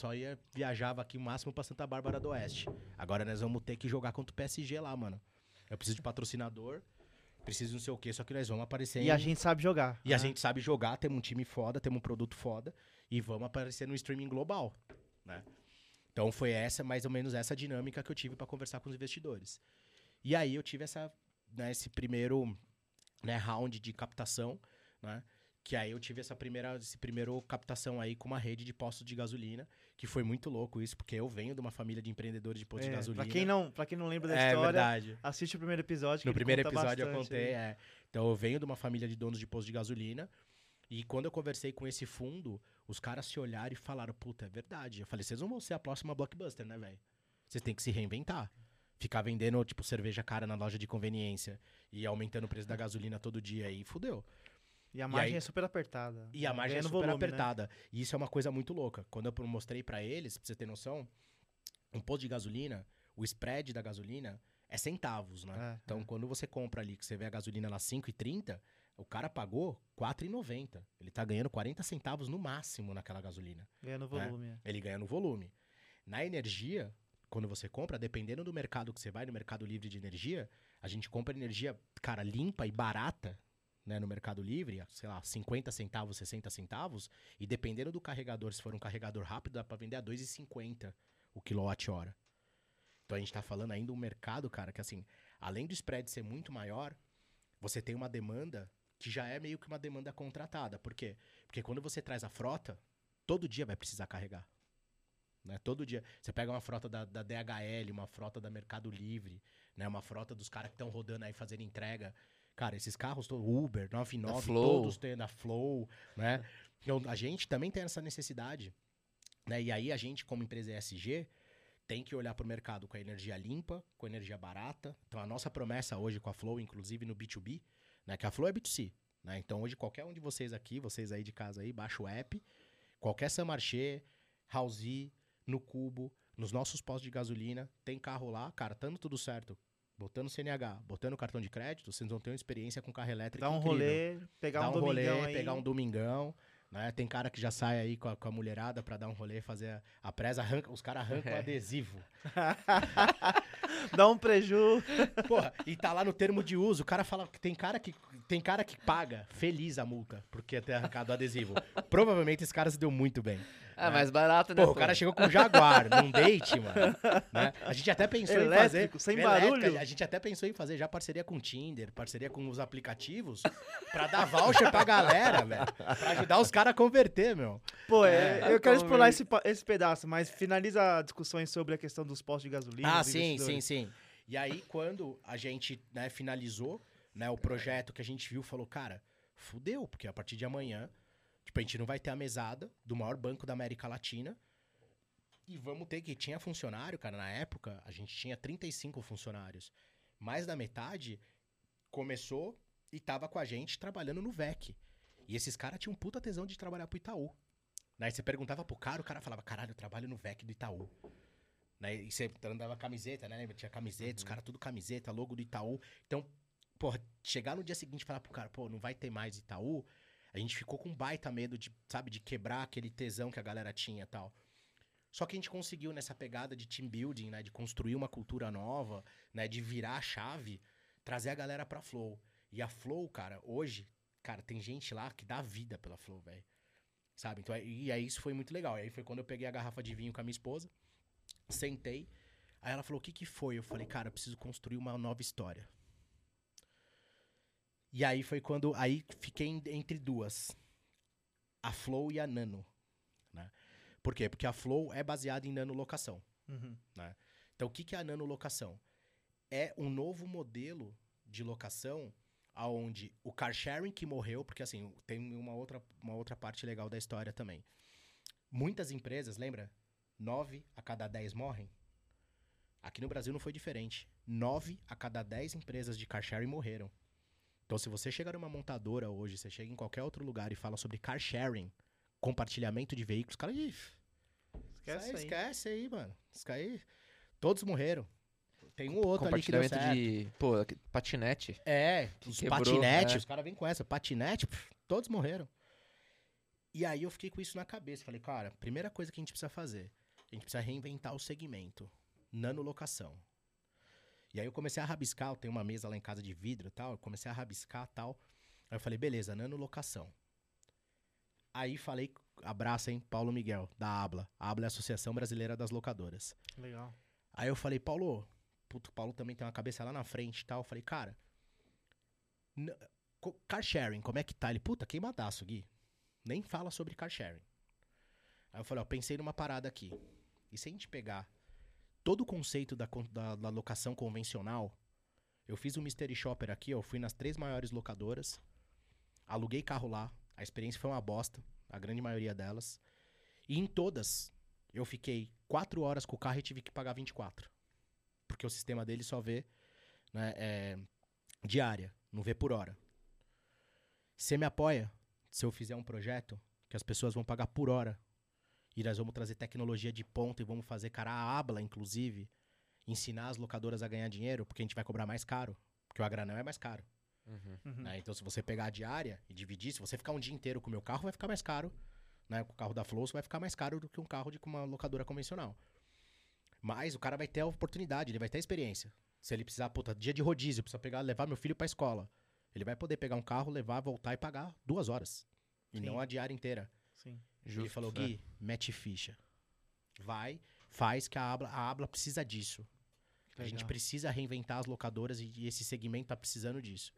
viajava aqui o máximo pra Santa Bárbara do Oeste. Agora nós vamos ter que jogar contra o PSG lá, mano. Eu preciso de patrocinador, preciso de não sei o quê, só que nós vamos aparecer
E a gente sabe jogar.
E a gente sabe jogar, temos um time foda, temos um produto foda, e vamos aparecer no streaming global, né? Então foi mais ou menos essa dinâmica que eu tive pra conversar com os investidores. E aí eu tive esse primeiro, né, round de captação, né? Que aí eu tive esse primeiro captação aí com uma rede de postos de gasolina, que foi muito louco isso, porque eu venho de uma família de empreendedores de postos de gasolina.
Pra quem não lembra da história,
verdade.
assiste o primeiro episódio.
No primeiro episódio eu contei, Então eu venho de uma família de donos de postos de gasolina, e quando eu conversei com esse fundo, os caras se olharam e falaram, puta, é verdade. Eu falei, vocês não vão ser a próxima Blockbuster, né, velho? Vocês têm que se reinventar. Ficar vendendo, tipo, cerveja cara na loja de conveniência e aumentando o preço da gasolina todo dia aí, fudeu.
E a margem é super apertada.
E a margem é super apertada. Né? E isso é uma coisa muito louca. Quando eu mostrei pra eles, pra você ter noção, um posto de gasolina, o spread da gasolina é centavos, né? Então, quando você compra ali, que você vê a gasolina lá 5,30, o cara pagou 4,90. Ele tá ganhando 40 centavos no máximo naquela gasolina.
Ganha no volume.
Né? Ele ganha no volume. Na energia, quando você compra, dependendo do mercado que você vai, no mercado livre de energia, a gente compra energia, cara, limpa e barata, né, no Mercado Livre, sei lá, 50 centavos, 60 centavos, e dependendo do carregador, se for um carregador rápido, dá pra vender a 2,50 o quilowatt-hora. Então a gente tá falando ainda um mercado, cara, que assim, além do spread ser muito maior, você tem uma demanda que já é meio que uma demanda contratada. Por quê? Porque quando você traz a frota, todo dia vai precisar carregar. Né? Todo dia. Você pega uma frota da DHL, uma frota da Mercado Livre, né? Uma frota dos caras que estão rodando aí fazendo entrega. Cara, esses carros, Uber, 99, todos têm da Flow, né? Então, a gente também tem essa necessidade, né? E aí a gente, como empresa ESG, tem que olhar para o mercado com a energia limpa, com a energia barata. Então, a nossa promessa hoje com a Flow, inclusive no B2B, né? Que a Flow é B2C, né? Então, hoje, qualquer um de vocês aqui, vocês aí de casa aí, baixa o app, qualquer Samarché, Housey, no Cubo, nos nossos postos de gasolina, tem carro lá, cara, estando tudo certo. Botando CNH, botando cartão de crédito, vocês vão ter uma experiência com carro elétrico
incrível. Dá um rolê, pegar um domingão aí.
Pegar um domingão, Né? Tem cara que já sai aí com a mulherada pra dar um rolê, fazer a presa, os caras arrancam o adesivo.
Dá um preju.
Porra, e tá lá no termo de uso, o cara fala que tem cara que paga feliz a multa porque ter arrancado o adesivo. Provavelmente esse cara se deu muito bem.
É mais barato, né?
Porra, o cara chegou com um Jaguar num date, mano. Né? A gente até pensou em fazer...
Elétrico, sem barulho.
A gente até pensou em fazer já parceria com o Tinder, parceria com os aplicativos, pra dar voucher pra galera, velho. Pra ajudar os caras a converter, meu.
Pô, eu quero explorar esse pedaço, mas finaliza discussões sobre a questão dos postos de gasolina.
Ah, sim. E aí, quando a gente, né, finalizou, né, o projeto que a gente viu, falou, cara, fudeu, porque a partir de amanhã, tipo, a gente não vai ter a mesada do maior banco da América Latina e vamos ter que... Tinha funcionário, cara, na época, a gente tinha 35 funcionários. Mais da metade começou e tava com a gente trabalhando no VEC. E esses caras tinham um puta tesão de trabalhar pro Itaú. Aí você perguntava pro cara, o cara falava, caralho, eu trabalho no VEC do Itaú. Né? E você andava camiseta, né? Tinha camiseta, os caras tudo camiseta, logo do Itaú. Então, porra, chegar no dia seguinte e falar pro cara, pô, não vai ter mais Itaú, a gente ficou com baita medo de, sabe, de quebrar aquele tesão que a galera tinha e tal. Só que a gente conseguiu nessa pegada de team building, né? De construir uma cultura nova, né? De virar a chave, trazer a galera pra Flow. E a Flow, cara, hoje, cara, tem gente lá que dá vida pela Flow, velho. Sabe? Então, e aí isso foi muito legal. E aí foi quando eu peguei a garrafa de vinho com a minha esposa, sentei, aí ela falou, o que foi? Eu falei, cara, eu preciso construir uma nova história. E aí foi quando, aí fiquei entre duas, a Flow e a Nano, né? Por quê? Porque a Flow é baseada em nanolocação, né? Então o que é a nanolocação? É um novo modelo de locação onde o car sharing que morreu, porque assim, tem uma outra parte legal da história também. Muitas empresas, lembra? 9 a cada 10 morrem. Aqui no Brasil não foi diferente. 9 a cada 10 empresas de car sharing morreram. Então, se você chegar numa montadora hoje, você chega em qualquer outro lugar e fala sobre car sharing, compartilhamento de veículos, cara, esquece aí, mano. Esquece aí. Todos morreram. Tem um outro ali que deu certo.
Compartilhamento de, pô, patinete.
Os
quebrou,
patinetes,
né?
os caras vêm com essa, patinete, todos morreram. E aí eu fiquei com isso na cabeça. Falei, cara, primeira coisa que a gente precisa fazer, a gente precisa reinventar o segmento, nanolocação. E aí eu comecei a rabiscar, eu tenho uma mesa lá em casa de vidro e tal, eu comecei a rabiscar e tal. Aí eu falei, beleza, nanolocação. Aí falei, abraço, hein, Paulo Miguel, da ABLA. A ABLA é a Associação Brasileira das Locadoras.
Legal.
Aí eu falei, Paulo, puto, o Paulo também tem uma cabeça lá na frente e tal. Eu falei, cara, car sharing, como é que tá? Ele, puta, queimadaço, Gui. Nem fala sobre car sharing. Aí eu falei, ó, pensei numa parada aqui. E se a gente pegar todo o conceito da locação convencional, eu fiz um mystery shopper aqui, eu fui nas 3 maiores locadoras, aluguei carro lá, a experiência foi uma bosta, a grande maioria delas. E em todas, eu fiquei 4 horas com o carro e tive que pagar 24. Porque o sistema dele só vê, né, diária, não vê por hora. Você me apoia se eu fizer um projeto que as pessoas vão pagar por hora? E nós vamos trazer tecnologia de ponta e vamos fazer, cara, a ABLA, inclusive, ensinar as locadoras a ganhar dinheiro, porque a gente vai cobrar mais caro, porque o agranão é mais caro. Né? Então, se você pegar a diária e dividir, se você ficar um dia inteiro com o meu carro, vai ficar mais caro. Né? Com o carro da Flow, vai ficar mais caro do que um carro de uma locadora convencional. Mas o cara vai ter a oportunidade, ele vai ter a experiência. Se ele precisar, puta, dia de rodízio, precisa levar meu filho pra escola. Ele vai poder pegar um carro, levar, voltar e pagar 2 horas. E não a diária inteira.
Sim.
Ele falou, Gui, mete ficha. Vai, faz que a ABLA precisa disso. A gente precisa reinventar as locadoras e esse segmento tá precisando disso.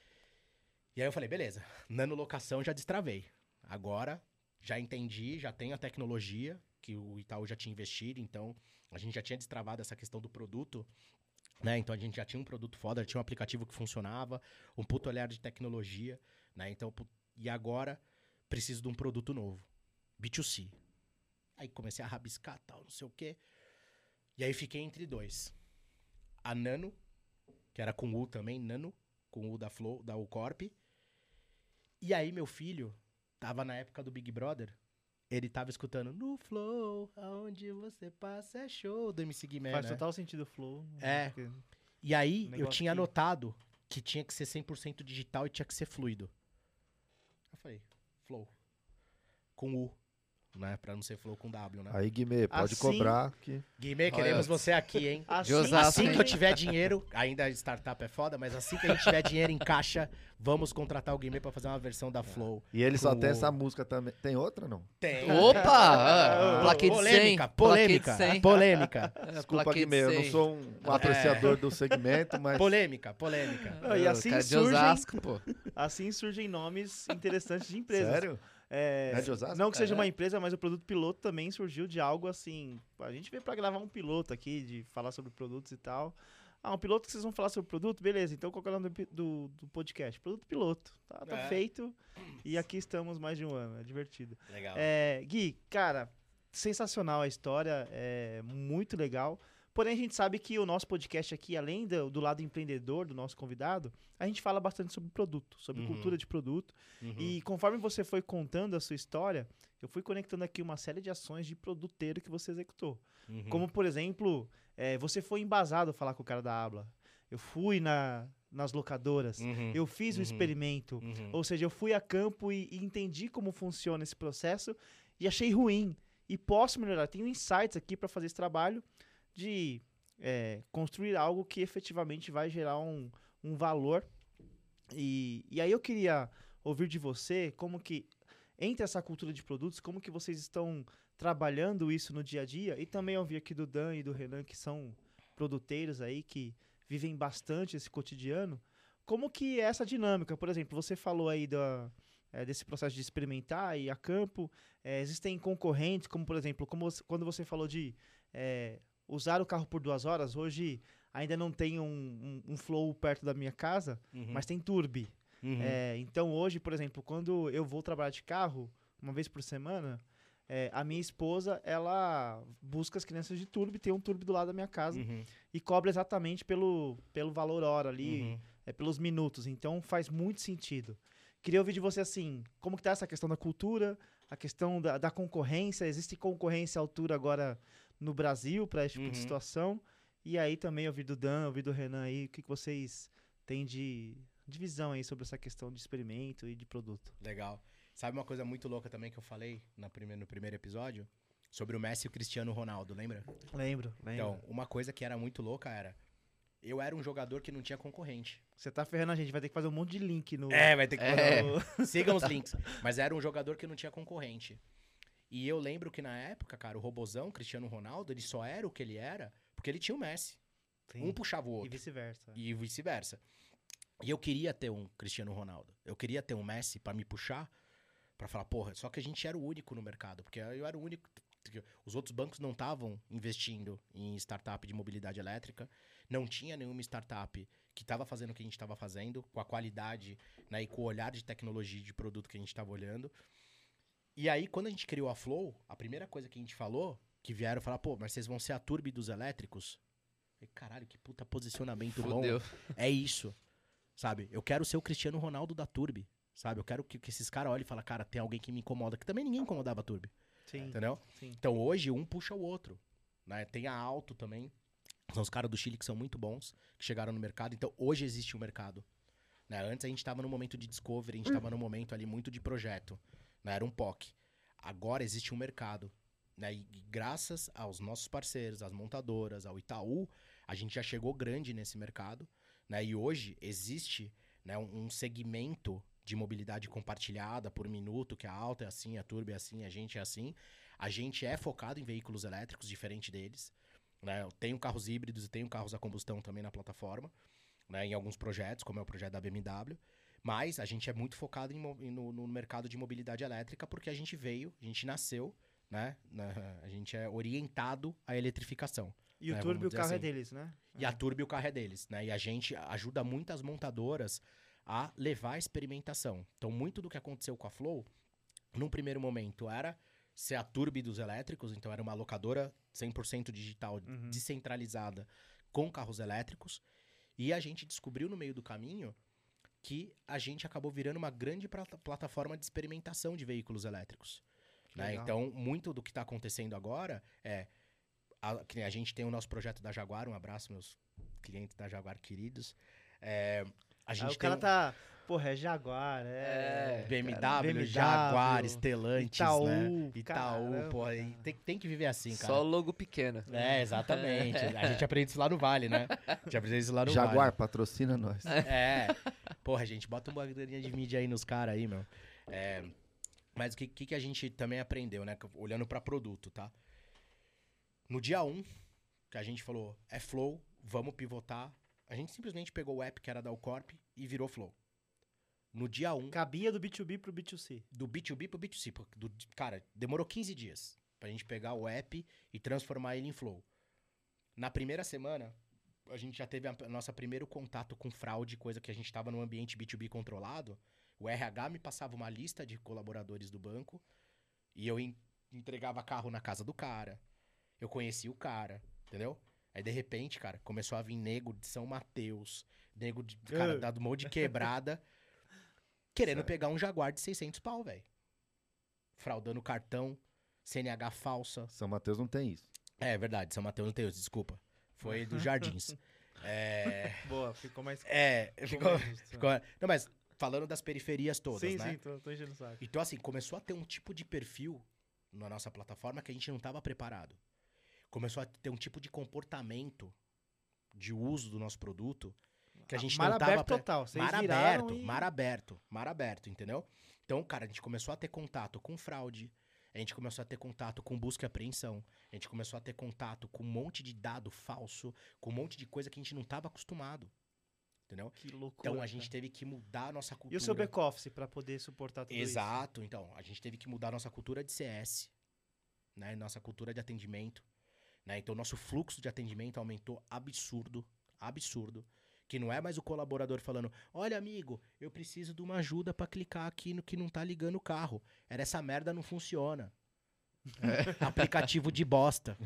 E aí eu falei, beleza, nanolocação já destravei. Agora já entendi, já tenho a tecnologia que o Itaú já tinha investido, então a gente já tinha destravado essa questão do produto, né? Então a gente já tinha um produto foda, já tinha um aplicativo que funcionava, um puto olhar de tecnologia, né? Então, e agora preciso de um produto novo. B2C. Aí comecei a rabiscar, tal, não sei o quê. E aí fiquei entre 2. A Nano, que era com U também, Nano, com U da Flow, da U Corp. E aí meu filho tava na época do Big Brother, ele tava escutando no Flow, aonde você passa é show, do MC Guimê,
Faz
né?
total sentido o flow.
É.
Porque
E aí eu
negócio
tinha
que-
anotado que tinha que ser 100% digital e tinha que ser fluido. Eu falei, Flow. com U, né? Pra não ser Flow com W, né?
Aí, Guimê, pode
Assim-
cobrar que...
Guimê, queremos
Olha.
você aqui, hein?
De Osasco,
Assim
hein?
que eu tiver dinheiro, ainda a startup é foda, mas assim que a gente tiver dinheiro em caixa, vamos contratar o Guimê pra fazer uma versão da Flow.
E ele só
Com
tem
o-
essa música também. Tem outra, não?
Tem.
Opa! Plaquete 100.
Polêmica,
plaquete
polêmica,
100.
polêmica,
Desculpa,
Plaquete
Guimê, eu não
100.
sou um apreciador do segmento, mas...
polêmica.
Não, e assim
Cara de
surgem,
Osasco, pô.
assim surgem nomes interessantes de empresas.
Sério?
É,
É de Osasco?
não que seja uma empresa, mas o produto piloto também surgiu de algo assim. A gente veio pra gravar um piloto aqui, de falar sobre produtos e tal. Um piloto que vocês vão falar sobre produto? Beleza, então qual que é o nome do podcast? Produto piloto. Tá
É.
feito. E aqui estamos mais de um ano. É divertido.
Legal.
Gui, cara, sensacional a história. É muito legal. Porém, a gente sabe que o nosso podcast aqui, além do lado empreendedor do nosso convidado, a gente fala bastante sobre produto, sobre
Uhum.
cultura de produto.
Uhum.
E conforme você foi contando a sua história, eu fui conectando aqui uma série de ações de produteiro que você executou.
Uhum.
Como, por exemplo, você foi embasado a falar com o cara da Habla. Eu fui nas locadoras.
Uhum.
Eu fiz o
Uhum.
experimento.
Uhum.
Ou seja, eu fui a campo e entendi como funciona esse processo e achei ruim. E posso melhorar. Tenho insights aqui para fazer esse trabalho de construir algo que efetivamente vai gerar um valor. E aí eu queria ouvir de você como que, entre essa cultura de produtos, como que vocês estão trabalhando isso no dia a dia. E também ouvir aqui do Dan e do Renan, que são produteiros aí, que vivem bastante esse cotidiano. Como que é essa dinâmica? Por exemplo, você falou aí desse processo de experimentar e ir a campo. Existem concorrentes, como por exemplo, quando você falou de usar o carro por 2 horas, hoje ainda não tem um Flow perto da minha casa,
Uhum.
mas tem Turbi.
Uhum.
Então hoje, por exemplo, quando eu vou trabalhar de carro, uma vez por semana, a minha esposa, ela busca as crianças de Turbi, tem um Turbi do lado da minha casa
Uhum.
e cobra exatamente pelo valor hora ali,
Uhum.
pelos minutos. Então faz muito sentido. Queria ouvir de você assim, como que tá essa questão da cultura, a questão da concorrência, existe concorrência à altura agora no Brasil para esse tipo de
Uhum.
situação? E aí também ouvir do Dan, ouvir do Renan aí, o que vocês têm de visão aí sobre essa questão de experimento e de produto?
Legal. Sabe uma coisa muito louca também que eu falei no primeiro episódio? Sobre o Messi e o Cristiano Ronaldo, lembra?
Lembro.
Então, uma coisa que era muito louca era... Eu era um jogador que não tinha concorrente.
Você tá ferrando a gente, vai ter que fazer um monte de link no...
Vai ter que
no-
Sigam os links. Mas era um jogador que não tinha concorrente. E eu lembro que na época, cara, o robozão, Cristiano Ronaldo, ele só era o que ele era porque ele tinha o Messi.
Sim.
Um puxava o
E
outro.
vice-versa.
E vice-versa. E eu queria ter um Cristiano Ronaldo. Eu queria ter um Messi pra me puxar, pra falar, porra, só que a gente era o único no mercado, porque eu era o único. Os outros bancos não estavam investindo em startup de mobilidade elétrica, não tinha nenhuma startup que estava fazendo o que a gente estava fazendo, com a qualidade, né, e com o olhar de tecnologia e de produto que a gente estava olhando. E aí, quando a gente criou a Flow, a primeira coisa que a gente falou, que vieram falar, pô, mas vocês vão ser a Turbi dos elétricos? Eu falei, caralho, que puta posicionamento
Fudeu.
bom. É isso, sabe? Eu quero ser o Cristiano Ronaldo da Turbi, sabe? Eu quero que esses caras olhem e falem, cara, tem alguém que me incomoda, que também ninguém incomodava a Turbi,
Sim,
entendeu?
sim.
Então hoje um puxa o outro, né? Tem a Alto também, são os caras do Chile que são muito bons, que chegaram no mercado, então hoje existe um mercado. Né? Antes a gente tava no momento de discovery, a gente tava no momento ali muito de projeto, né? Era um POC. Agora existe um mercado, né? E graças aos nossos parceiros, às montadoras, ao Itaú, a gente já chegou grande nesse mercado, né? E hoje existe, né, um segmento de mobilidade compartilhada por minuto, que a Alta é assim, a Turbo é assim, a gente é assim. A gente é focado em veículos elétricos, diferente deles. Né? Eu tenho carros híbridos e tenho carros a combustão também na plataforma, né, em alguns projetos, como é o projeto da BMW. Mas a gente é muito focado no mercado de mobilidade elétrica porque a gente nasceu, né? A gente é orientado à eletrificação.
E o
né,
Turbo,
vamos
o
dizer
carro é
assim.
deles, né?
E a Turbo o carro é deles, né? E a gente ajuda muitas montadoras a levar a experimentação. Então, muito do que aconteceu com a Flow, num primeiro momento, era ser a Turbo dos elétricos, então era uma locadora 100% digital, descentralizada, com carros elétricos. E a gente descobriu no meio do caminho que a gente acabou virando uma grande plataforma de experimentação de veículos elétricos. Né?
Legal.
Então, muito do que está acontecendo agora é... que a gente tem o nosso projeto da Jaguar, um abraço, meus clientes da Jaguar queridos. A gente
Aí o cara tá Porra, é Jaguar,
BMW, Jaguar, Stellantis,
Itaú,
né? Itaú,
caramba,
pô,
cara.
tem que viver assim, cara.
Só logo pequeno.
É, exatamente. A gente aprende isso lá no Vale, né? A gente aprende isso lá no
Jaguar,
Vale.
patrocina nós.
É. Porra, gente, bota uma graninha de mídia aí nos caras aí, meu. Mas o que a gente também aprendeu, né? Olhando pra produto, tá? No dia 1, que a gente falou, é Flow, vamos pivotar. A gente simplesmente pegou o app que era da Alcorp e virou Flow. No dia 1,
Cabia do B2B pro B2C.
do B2B pro B2C. Cara, demorou 15 dias pra gente pegar o app e transformar ele em Flow. Na primeira semana, a gente já teve a nosso primeiro contato com fraude, coisa que a gente tava num ambiente B2B controlado. O RH me passava uma lista de colaboradores do banco e eu entregava carro na casa do cara. Eu conhecia o cara, entendeu? Aí, de repente, cara, começou a vir nego de São Mateus, nego de, cara, dado um monte de quebrada, querendo pegar um Jaguar de 600 pau, velho. Fraudando cartão, CNH falsa.
São Mateus não tem isso.
É verdade, São Mateus não tem isso, desculpa. Foi dos Jardins.
Boa, ficou mais...
Ficou...
mais justo.
Não, mas falando das periferias todas,
Sim,
né?
sim, tô enchendo o saco.
Então, assim, começou a ter um tipo de perfil na nossa plataforma que a gente não estava preparado. Começou a ter um tipo de comportamento de uso do nosso produto que a gente
Mar
não tava...
aberto total. Vocês
Mar
viraram
aberto,
e...
mar aberto, entendeu? Então, cara, a gente começou a ter contato com fraude, a gente começou a ter contato com busca e apreensão, a gente começou a ter contato com um monte de dado falso, com um monte de coisa que a gente não estava acostumado, entendeu?
Que loucura.
Então, a gente
cara.
teve que mudar a nossa cultura.
E o seu back-office pra poder suportar tudo
Exato, então, a gente teve que mudar a nossa cultura de CS, né? Nossa cultura de atendimento, né? Então, nosso fluxo de atendimento aumentou absurdo, que não é mais o colaborador falando, olha, amigo, eu preciso de uma ajuda pra clicar aqui no que não tá ligando o carro. Era essa merda não funciona. Aplicativo de bosta.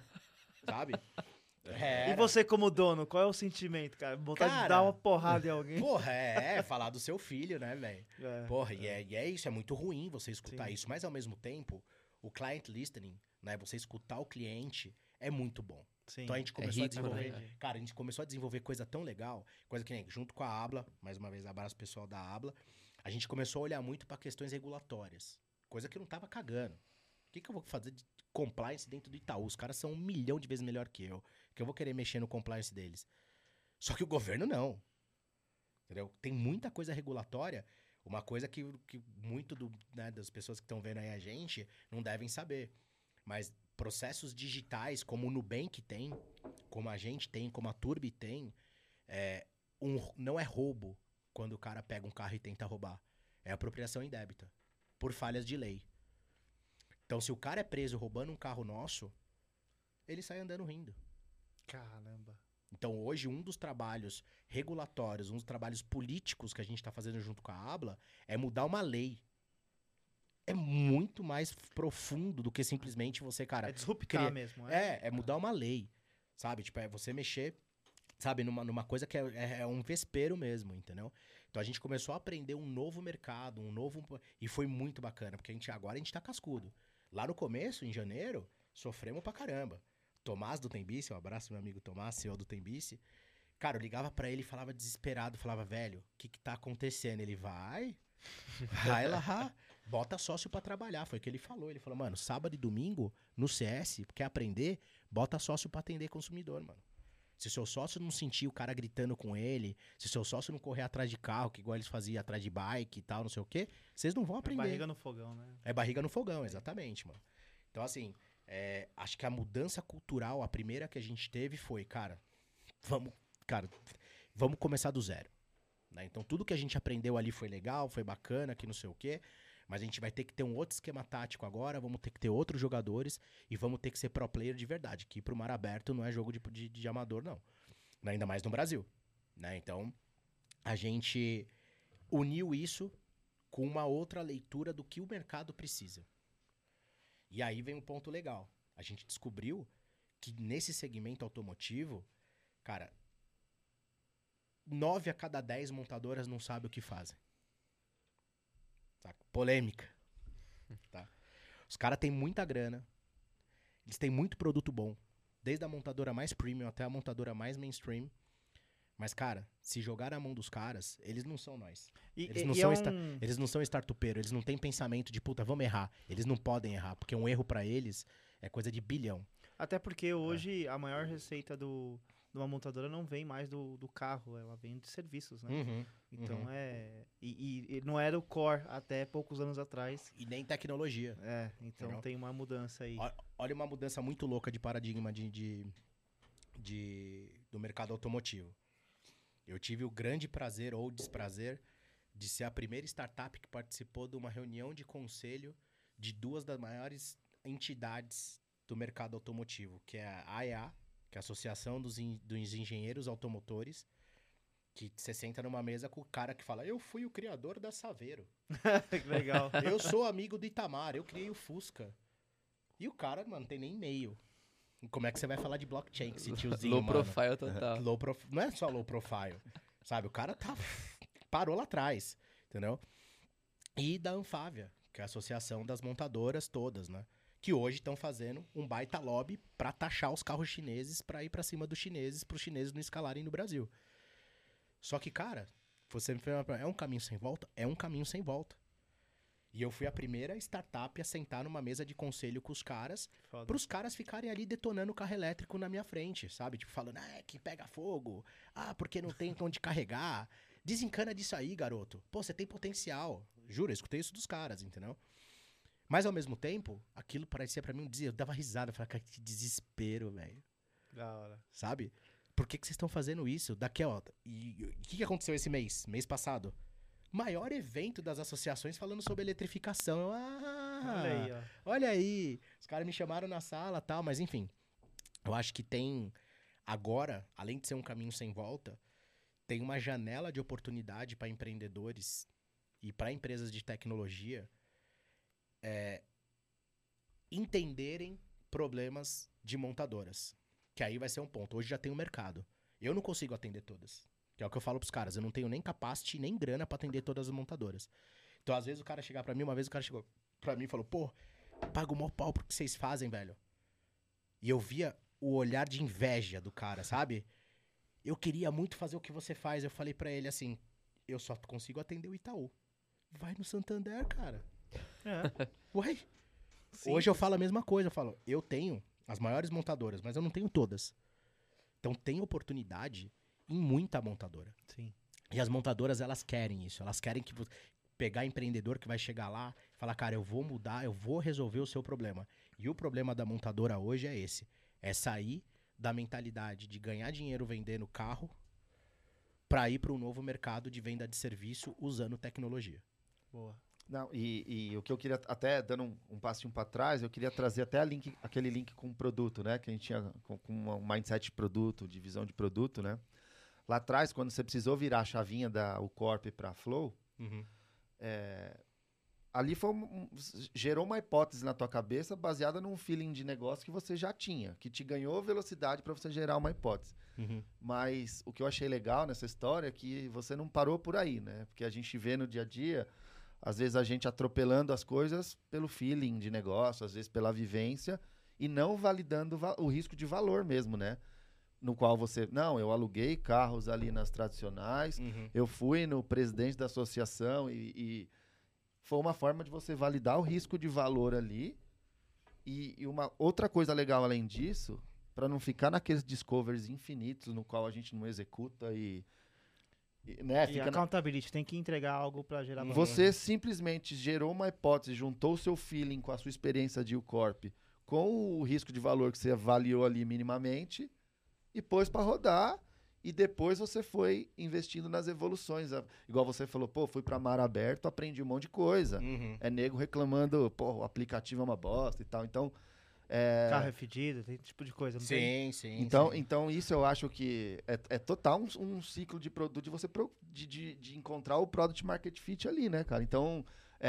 Sabe?
isso? E você como dono, qual é o sentimento, cara? Vontade
Cara,
de dar uma porrada em alguém?
Porra, falar do seu filho, né, velho?
É.
Porra, e é isso, é muito ruim você escutar
Sim.
isso, mas ao mesmo tempo, o client listening, né, você escutar o cliente, é muito bom.
Sim.
Então a gente começou a
rico,
desenvolver,
né?
cara, a gente começou a desenvolver coisa tão legal, coisa que nem junto com a Abla, mais uma vez abraço pessoal da Abla, a gente começou a olhar muito pra questões regulatórias, coisa que eu não tava cagando. O que eu vou fazer de compliance dentro do Itaú? Os caras são 1 milhão de vezes melhor que eu vou querer mexer no compliance deles. Só que o governo não. Entendeu? Tem muita coisa regulatória, uma coisa que muito das pessoas que estão vendo aí a gente não devem saber. Mas processos digitais, como o Nubank tem, como a gente tem, como a Turbi tem, não é roubo quando o cara pega um carro e tenta roubar. É apropriação indébita, por falhas de lei. Então, se o cara é preso roubando um carro nosso, ele sai andando rindo.
Caramba.
Então, hoje, um dos trabalhos regulatórios, um dos trabalhos políticos que a gente está fazendo junto com a Abla é mudar uma lei. É muito mais profundo do que simplesmente você, cara...
É disruptar mesmo,
É mudar uma lei, sabe? Tipo, é você mexer, sabe, numa coisa que é um vespeiro mesmo, entendeu? Então, a gente começou a aprender um novo mercado, e foi muito bacana, porque agora a gente tá cascudo. Lá no começo, em janeiro, sofremos pra caramba. Tomás do Tembice, um abraço meu amigo Tomás, CEO do Tembice. Cara, eu ligava pra ele e falava desesperado, falava, velho, o que tá acontecendo? Ele vai lá, bota sócio pra trabalhar, foi o que ele falou. Ele falou, mano, sábado e domingo, no CS, quer aprender? Bota sócio pra atender consumidor, mano. Se seu sócio não sentir o cara gritando com ele, se seu sócio não correr atrás de carro, que igual eles faziam atrás de bike e tal, não sei o quê, vocês não vão aprender.
É barriga no fogão, né?
É barriga no fogão, exatamente, mano. Então, assim, acho que a mudança cultural, a primeira que a gente teve foi, cara, vamos começar do zero. Né? Então, tudo que a gente aprendeu ali foi legal, foi bacana, que não sei o quê, mas a gente vai ter que ter um outro esquema tático agora, vamos ter que ter outros jogadores e vamos ter que ser pro player de verdade, que ir pro mar aberto não é jogo de amador, não. Ainda mais no Brasil. Né? Então, a gente uniu isso com uma outra leitura do que o mercado precisa. E aí vem um ponto legal. A gente descobriu que nesse segmento automotivo, cara, 9 a cada 10 montadoras não sabem o que fazem. Saca? Polêmica. Tá? Os caras têm muita grana, eles têm muito produto bom, desde a montadora mais premium até a montadora mais mainstream, Mas, cara, se jogar na mão dos caras, eles não são nós.
E,
Eles não
e
são
é
esta-
um...
Eles não são startupeiros, eles não têm pensamento de, puta, vamos errar. Eles não podem errar, porque um erro pra eles é coisa de bilhão.
Até porque hoje a maior receita de uma montadora não vem mais do carro, ela vem de serviços, né? Então
uhum.
E não era o core até poucos anos atrás.
E nem tecnologia.
Então
Entendeu?
tem uma mudança aí.
Olha uma mudança muito louca de paradigma do mercado automotivo. Eu tive o grande prazer ou desprazer de ser a primeira startup que participou de uma reunião de conselho de duas das maiores entidades do mercado automotivo, que é a AEA, que é a Associação dos Engenheiros Automotores, que você senta numa mesa com o cara que fala, eu fui o criador da Saveiro.
Que legal.
Eu sou amigo do Itamar, eu criei o Fusca. E o cara, mano, não tem nem e-mail. Como é que você vai falar de blockchain com esse tiozinho,
Low
mano?
profile total.
Não é só low profile, sabe? O cara parou lá atrás, entendeu? E da Anfávia, que é a associação das montadoras todas, né? Que hoje estão fazendo um baita lobby pra taxar os carros chineses pra ir pra cima dos chineses, pros chineses não escalarem no Brasil. Só que, cara, você me pergunta, é um caminho sem volta? É um caminho sem volta. E eu fui a primeira startup a sentar numa mesa de conselho com os caras,
Foda.
pros caras ficarem ali detonando o carro elétrico na minha frente, sabe? Tipo, falando, que pega fogo, porque não tem onde carregar. Desencana disso aí, garoto. Pô, você tem potencial. Juro, eu escutei isso dos caras, entendeu? Mas, ao mesmo tempo, aquilo parecia pra mim um desespero. Eu dava risada, eu falava, cara, que desespero, velho.
Da hora.
Sabe? Por que vocês estão fazendo isso? Daqui, ó. E o que aconteceu esse mês? Mês passado? Maior evento das associações falando sobre eletrificação.
Olha aí, ó.
Olha aí. Os caras me chamaram na sala e tal, mas enfim. Eu acho que tem agora, além de ser um caminho sem volta, tem uma janela de oportunidade para empreendedores e para empresas de tecnologia entenderem problemas de montadoras. Que aí vai ser um ponto. Hoje já tem um mercado. Eu não consigo atender todas. Que é o que eu falo pros caras. Eu não tenho nem capacity, nem grana pra atender todas as montadoras. Então, às vezes, o cara chegar pra mim, uma vez o cara chegou pra mim e falou, pô, pago o maior pau pro que vocês fazem, velho. E eu via o olhar de inveja do cara, sabe? Eu queria muito fazer o que você faz. Eu falei pra ele assim, eu só consigo atender o Itaú. Vai no Santander, cara. Ué?
Sim.
Hoje eu falo a mesma coisa. Eu falo, eu tenho as maiores montadoras, mas eu não tenho todas. Então tem oportunidade em muita montadora.
Sim.
E as montadoras, elas querem isso. Elas querem que pegar empreendedor que vai chegar lá e falar, cara, eu vou mudar, eu vou resolver o seu problema. E o problema da montadora hoje é esse. É sair da mentalidade de ganhar dinheiro vendendo carro para ir para um novo mercado de venda de serviço usando tecnologia.
Boa.
Não, e o que eu queria, até dando um passinho para trás, eu queria trazer até aquele link com o produto, né? Que a gente tinha com um mindset de produto, de visão de produto, né? Lá atrás, quando você precisou virar a chavinha da Ucorp para a Flow, ali gerou uma hipótese na tua cabeça baseada num feeling de negócio que você já tinha, que te ganhou velocidade para você gerar uma hipótese. Mas o que eu achei legal nessa história é que você não parou por aí, né? Porque a gente vê no dia a dia, às vezes a gente atropelando as coisas pelo feeling de negócio, às vezes pela vivência, e não validando o risco de valor mesmo, né? No qual você... Não, eu aluguei carros ali nas tradicionais, eu fui no presidente da associação e foi uma forma de você validar o risco de valor ali. E uma outra coisa legal além disso, para não ficar naqueles discovers infinitos no qual a gente não executa né,
E accountability, tem que entregar algo para gerar valor.
Você simplesmente gerou uma hipótese, juntou o seu feeling com a sua experiência de Ucorp, com o risco de valor que você avaliou ali minimamente, e pôs para rodar, e depois você foi investindo nas evoluções. Igual você falou, pô, fui para mar aberto, aprendi um monte de coisa. É nego reclamando, pô, o aplicativo é uma bosta e tal. Então,
carro é fedido, tem esse tipo de coisa. Não tem?
Sim.
Então isso eu acho que é total um ciclo de produto de você de encontrar o product market fit ali, né, cara? Então,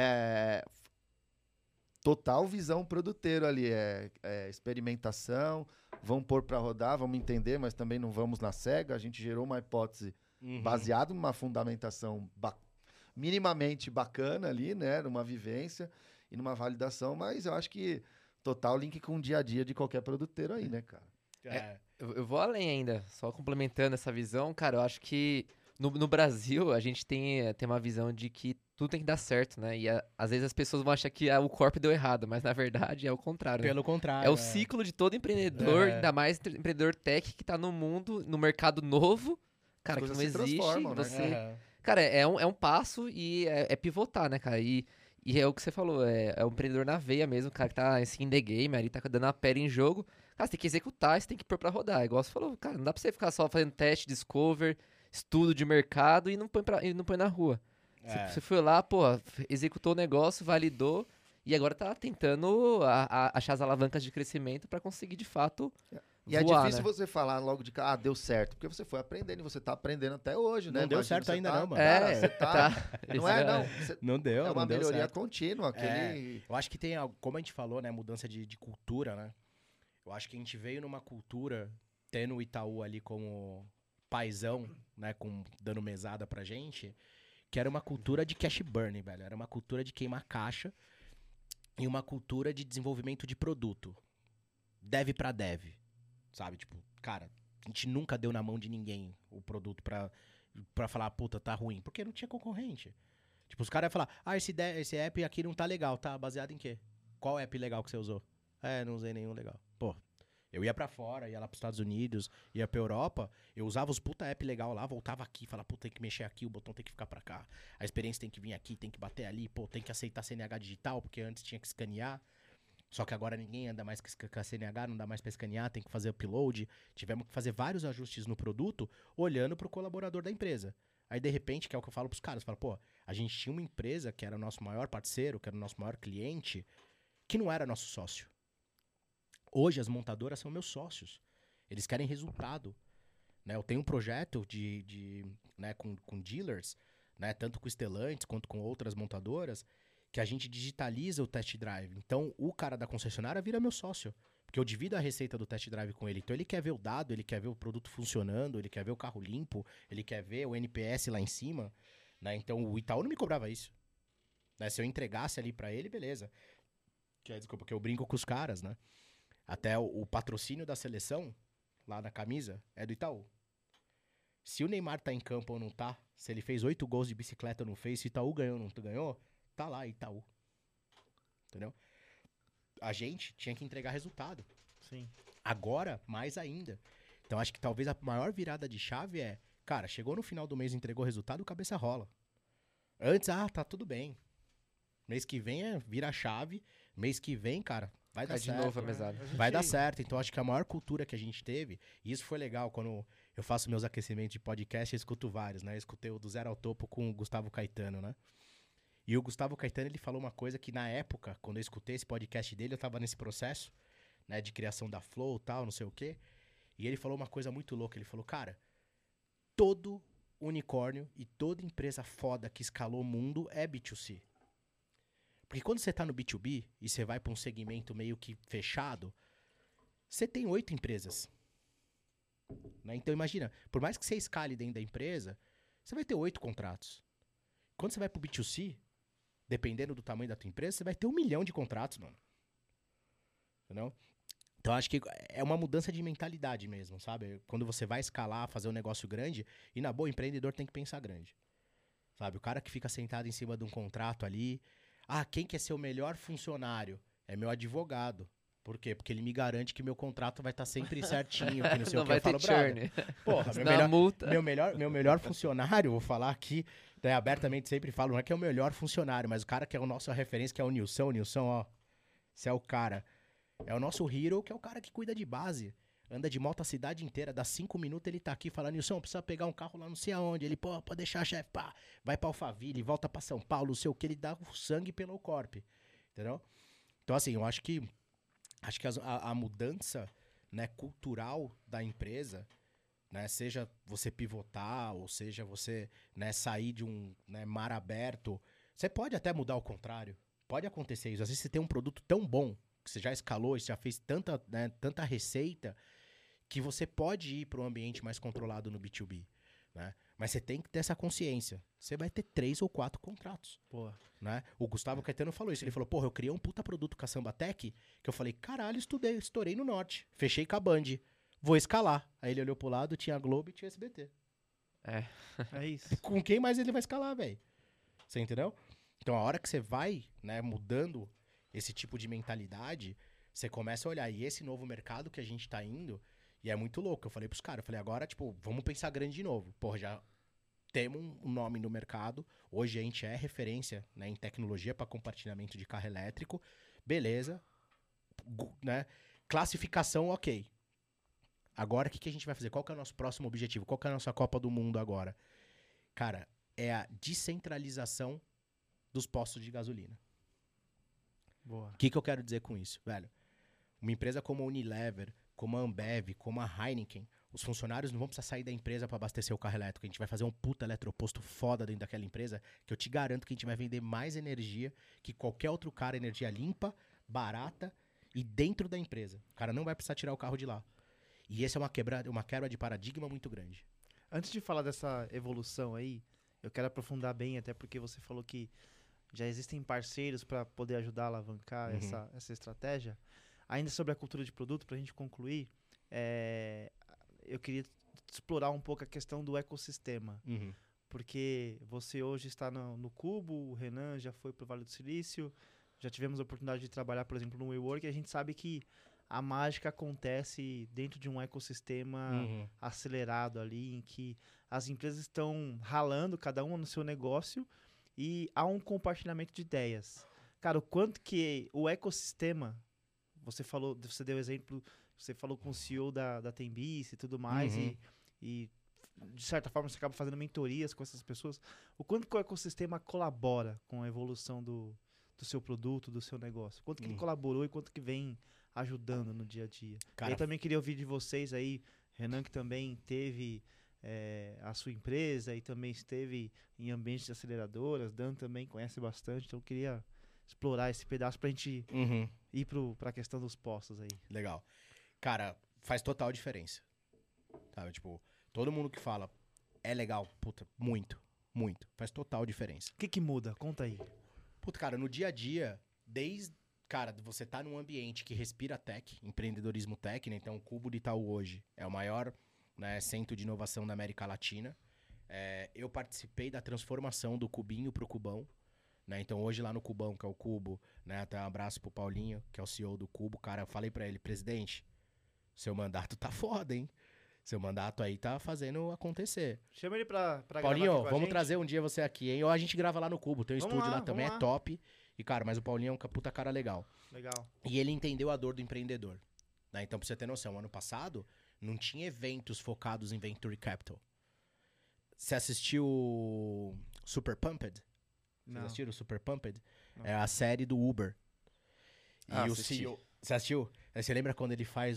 total visão produteiro ali, experimentação, vamos pôr para rodar, vamos entender, mas também não vamos na cega. A gente gerou uma hipótese baseada numa fundamentação minimamente bacana ali, né, numa vivência e numa validação, mas eu acho que total link com o dia a dia de qualquer produteiro aí, né, cara?
Eu vou além ainda, só complementando essa visão, cara, eu acho que no Brasil a gente tem uma visão de que tudo tem que dar certo, né? E às vezes as pessoas vão achar que o corp deu errado, mas na verdade é o contrário, né?
Pelo contrário.
É o ciclo de todo empreendedor, ainda mais empreendedor tech que tá no mundo, no mercado novo, cara, que não existe.
Né?
Cara, é um passo e é pivotar, né, cara? E é o que você falou, é um empreendedor na veia mesmo, cara, que tá assim, in the game, ali tá dando a pele em jogo. Cara, você tem que executar, você tem que pôr pra rodar. Igual você falou, cara, não dá pra você ficar só fazendo teste, discover, estudo de mercado e não põe na rua. Você foi lá, pô, executou o negócio, validou e agora tá tentando achar as alavancas de crescimento pra conseguir, de fato,
e
voar,
é difícil
né?
você falar logo de cara, deu certo, porque você foi aprendendo e você tá aprendendo até hoje, né?
Não deu certo ainda não, mano.
Cara, você tá... Não é, não.
Não deu,
É uma
não deu
melhoria
certo.
contínua.
Eu acho que tem, como a gente falou, né, mudança de cultura, né? Eu acho que a gente veio numa cultura, tendo o Itaú ali como paizão, né, dando mesada pra gente, que era uma cultura de cash burn, velho. Era uma cultura de queimar caixa e uma cultura de desenvolvimento de produto. Dev pra dev, sabe? Tipo, cara, a gente nunca deu na mão de ninguém o produto pra falar, puta, tá ruim, porque não tinha concorrente. Tipo, os caras iam falar, esse app aqui não tá legal, tá baseado em quê? Qual app legal que você usou? Não usei nenhum legal. Pô, eu ia pra fora, ia lá pros Estados Unidos, ia pra Europa, eu usava os puta app legal lá, voltava aqui, falava, pô, tem que mexer aqui, o botão tem que ficar pra cá, a experiência tem que vir aqui, tem que bater ali, pô, tem que aceitar CNH digital, porque antes tinha que escanear, só que agora ninguém anda mais com a CNH, não dá mais pra escanear, tem que fazer upload, tivemos que fazer vários ajustes no produto, olhando pro colaborador da empresa. Aí, de repente, que é o que eu falo pros caras, falo, pô, a gente tinha uma empresa que era o nosso maior parceiro, que era o nosso maior cliente, que não era nosso sócio. Hoje as montadoras são meus sócios. Eles querem resultado. Né? Eu tenho um projeto né, com dealers, né, tanto com Stellantis quanto com outras montadoras, que a gente digitaliza o test drive. Então o cara da concessionária vira meu sócio. Porque eu divido a receita do test drive com ele. Então ele quer ver o dado, ele quer ver o produto funcionando, ele quer ver o carro limpo, ele quer ver o NPS lá em cima. Né? Então o Itaú não me cobrava isso. Né? Se eu entregasse ali pra ele, beleza. Desculpa, porque eu brinco com os caras, né? Até o patrocínio da seleção, lá na camisa, é do Itaú. Se o Neymar tá em campo ou não tá, se ele fez 8 gols de bicicleta ou não fez, se o Itaú ganhou ou não ganhou, tá lá, Itaú. Entendeu? A gente tinha que entregar resultado.
Sim.
Agora, mais ainda. Então, acho que talvez a maior virada de chave é, cara, chegou no final do mês, entregou resultado, o cabeça rola. Antes, tá tudo bem. Mês que vem vira a chave. Mês que vem, cara, vai dar certo.
De novo a mesada.
Vai dar certo. Então, acho que a maior cultura que a gente teve, e isso foi legal, quando eu faço meus aquecimentos de podcast, eu escuto vários, né? Eu escutei o do Zero ao Topo com o Gustavo Caetano, né? E o Gustavo Caetano, ele falou uma coisa que na época, quando eu escutei esse podcast dele, eu tava nesse processo, né, de criação da Flow e tal, não sei o quê. E ele falou uma coisa muito louca. Ele falou, cara, todo unicórnio e toda empresa foda que escalou o mundo é B2C. Porque quando você tá no B2B e você vai pra um segmento meio que fechado, você tem 8 empresas. Né? Então imagina, por mais que você escale dentro da empresa, você vai ter 8 contratos. Quando você vai pro B2C, dependendo do tamanho da tua empresa, você vai ter 1 milhão de contratos, mano. Entendeu? Então acho que é uma mudança de mentalidade mesmo, sabe? Quando você vai escalar, fazer um negócio grande, e na boa, o empreendedor tem que pensar grande. Sabe? O cara que fica sentado em cima de um contrato ali, quem quer ser o melhor funcionário? É meu advogado. Por quê? Porque ele me garante que meu contrato vai estar sempre certinho, que não sei o que.
Vai
eu
ter
falo,
churn.
Porra, meu melhor funcionário, vou falar aqui, né, abertamente sempre falo, não é que é o melhor funcionário, mas o cara que é a nossa referência, que é o Nilson. Nilson, ó, você é o cara. É o nosso hero, que é o cara que cuida de base. Anda de moto a cidade inteira, dá 5 minutos ele tá aqui falando, Nilson, precisa pegar um carro lá não sei aonde. Ele, pode deixar, chefe, pá. Vai pra Alphaville, volta pra São Paulo, não sei o que, ele dá o sangue pelo corp. Entendeu? Então, assim, eu acho que a mudança, né, cultural da empresa, né, seja você pivotar, ou seja você, né, sair de um, né, mar aberto, você pode até mudar ao contrário. Pode acontecer isso. Às vezes você tem um produto tão bom, que você já escalou, você já fez tanta receita, que você pode ir para um ambiente mais controlado no B2B, né? Mas você tem que ter essa consciência. Você vai ter 3 ou 4 contratos.
Porra.
Né? O Gustavo Caetano falou isso. Ele falou, porra, eu criei um puta produto com a Sambatec, que eu falei, caralho, estourei no norte. Fechei com a Band. vou escalar. Aí ele olhou pro lado, tinha a Globo e tinha SBT.
É isso.
Com quem mais ele vai escalar, velho? Você entendeu? Então, a hora que você vai, né, mudando esse tipo de mentalidade, você começa a olhar. E esse novo mercado que a gente tá indo, e é muito louco. Eu falei pros caras, agora, tipo, vamos pensar grande de novo. Porra, já temos um nome no mercado. Hoje a gente é referência, né, em tecnologia para compartilhamento de carro elétrico. Beleza. Né? Classificação, ok. Agora, o que a gente vai fazer? Qual que é o nosso próximo objetivo? Qual que é a nossa Copa do Mundo agora? Cara, é a descentralização dos postos de gasolina.
Boa.
O que eu quero dizer com isso, velho? Uma empresa como a Unilever, como a Ambev, como a Heineken, os funcionários não vão precisar sair da empresa para abastecer o carro elétrico. A gente vai fazer um puta eletroposto foda dentro daquela empresa, que eu te garanto que a gente vai vender mais energia que qualquer outro cara, energia limpa, barata e dentro da empresa. O cara não vai precisar tirar o carro de lá. E essa é uma quebra de paradigma muito grande.
Antes de falar dessa evolução aí, eu quero aprofundar bem, até porque você falou que já existem parceiros para poder ajudar a alavancar essa estratégia. Ainda sobre a cultura de produto, para a gente concluir, eu queria explorar um pouco a questão do ecossistema. Porque você hoje está no Cubo, o Renan já foi para o Vale do Silício, já tivemos a oportunidade de trabalhar, por exemplo, no WeWork, e a gente sabe que a mágica acontece dentro de um ecossistema acelerado ali, em que as empresas estão ralando, cada uma no seu negócio, e há um compartilhamento de ideias. Cara, o quanto que o ecossistema, você deu exemplo, você falou com o CEO da Tembice e tudo mais, e de certa forma você acaba fazendo mentorias com essas pessoas. O quanto que o ecossistema colabora com a evolução do seu produto, do seu negócio? Quanto que ele colaborou e quanto que vem ajudando no dia a dia?
Cara,
eu também queria ouvir de vocês aí, Renan, que também teve a sua empresa e também esteve em ambientes de aceleradoras, Dan também conhece bastante, então eu queria explorar esse pedaço pra gente ir pra questão dos postos aí.
Legal. Cara, faz total diferença. Sabe, tipo, todo mundo que fala é legal, puta, muito, muito. Faz total diferença.
O que muda? Conta aí.
Puta, cara, no dia a dia, cara, você tá num ambiente que respira tech, empreendedorismo tech, né? Então, o Cubo de Itaú hoje é o maior, né, centro de inovação da América Latina. Eu participei da transformação do Cubinho pro Cubão, né? Então, hoje lá no Cubão, que é o Cubo, né? Até um abraço pro Paulinho, que é o CEO do Cubo. Cara, eu falei pra ele, presidente, seu mandato tá foda, hein? Seu mandato aí tá fazendo acontecer.
Chama ele pra
Paulinho,
gravar aqui com a
vamos
gente.
trazer um dia você aqui, hein? Ou a gente grava lá no Cubo, tem um
Vamos
estúdio
lá,
lá também,
vamos
é
lá.
top. E, cara, mas o Paulinho é um puta cara legal.
Legal.
E ele entendeu a dor do empreendedor. Né? Então, pra você ter noção, ano passado, não tinha eventos focados em Venture Capital. Você assistiu Super Pumped?
Não.
Vocês assistiram Super Pumped?
Não.
É a série do Uber. E o
assisti.
CEO... Você assistiu? Aí você lembra quando ele faz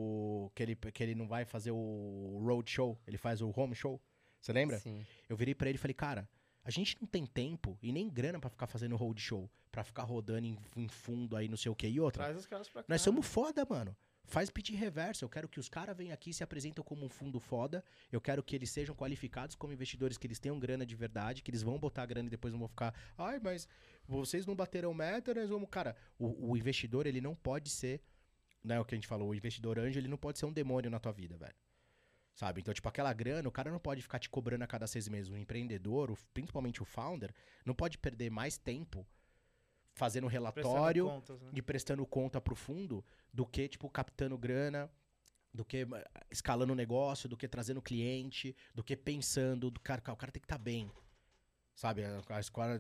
que ele não vai fazer o road show? Ele faz o home show? Você lembra?
Sim.
Eu virei pra ele e falei, cara, a gente não tem tempo e nem grana pra ficar fazendo road show. Pra ficar rodando em fundo aí, não sei o que. E outra,
Traz os caras pra cá.
nós somos foda, mano. Faz pitch reverso. Eu quero que os caras venham aqui e se apresentem como um fundo foda. Eu quero que eles sejam qualificados como investidores, que eles tenham grana de verdade, que eles vão botar grana e depois não vão ficar... Ai, mas vocês não bateram meta, nós vamos... Cara, o investidor, ele não pode ser... Né, o que a gente falou, o investidor anjo, ele não pode ser um demônio na tua vida, velho. Sabe? Então, tipo, aquela grana, o cara não pode ficar te cobrando a cada 6 meses. O empreendedor, principalmente o founder, não pode perder mais tempo fazendo relatório
Prestando contas, né?
e prestando conta pro fundo do que, tipo, captando grana, do que escalando o negócio, do que trazendo cliente, do que pensando, o cara tem que estar bem. Sabe? A escola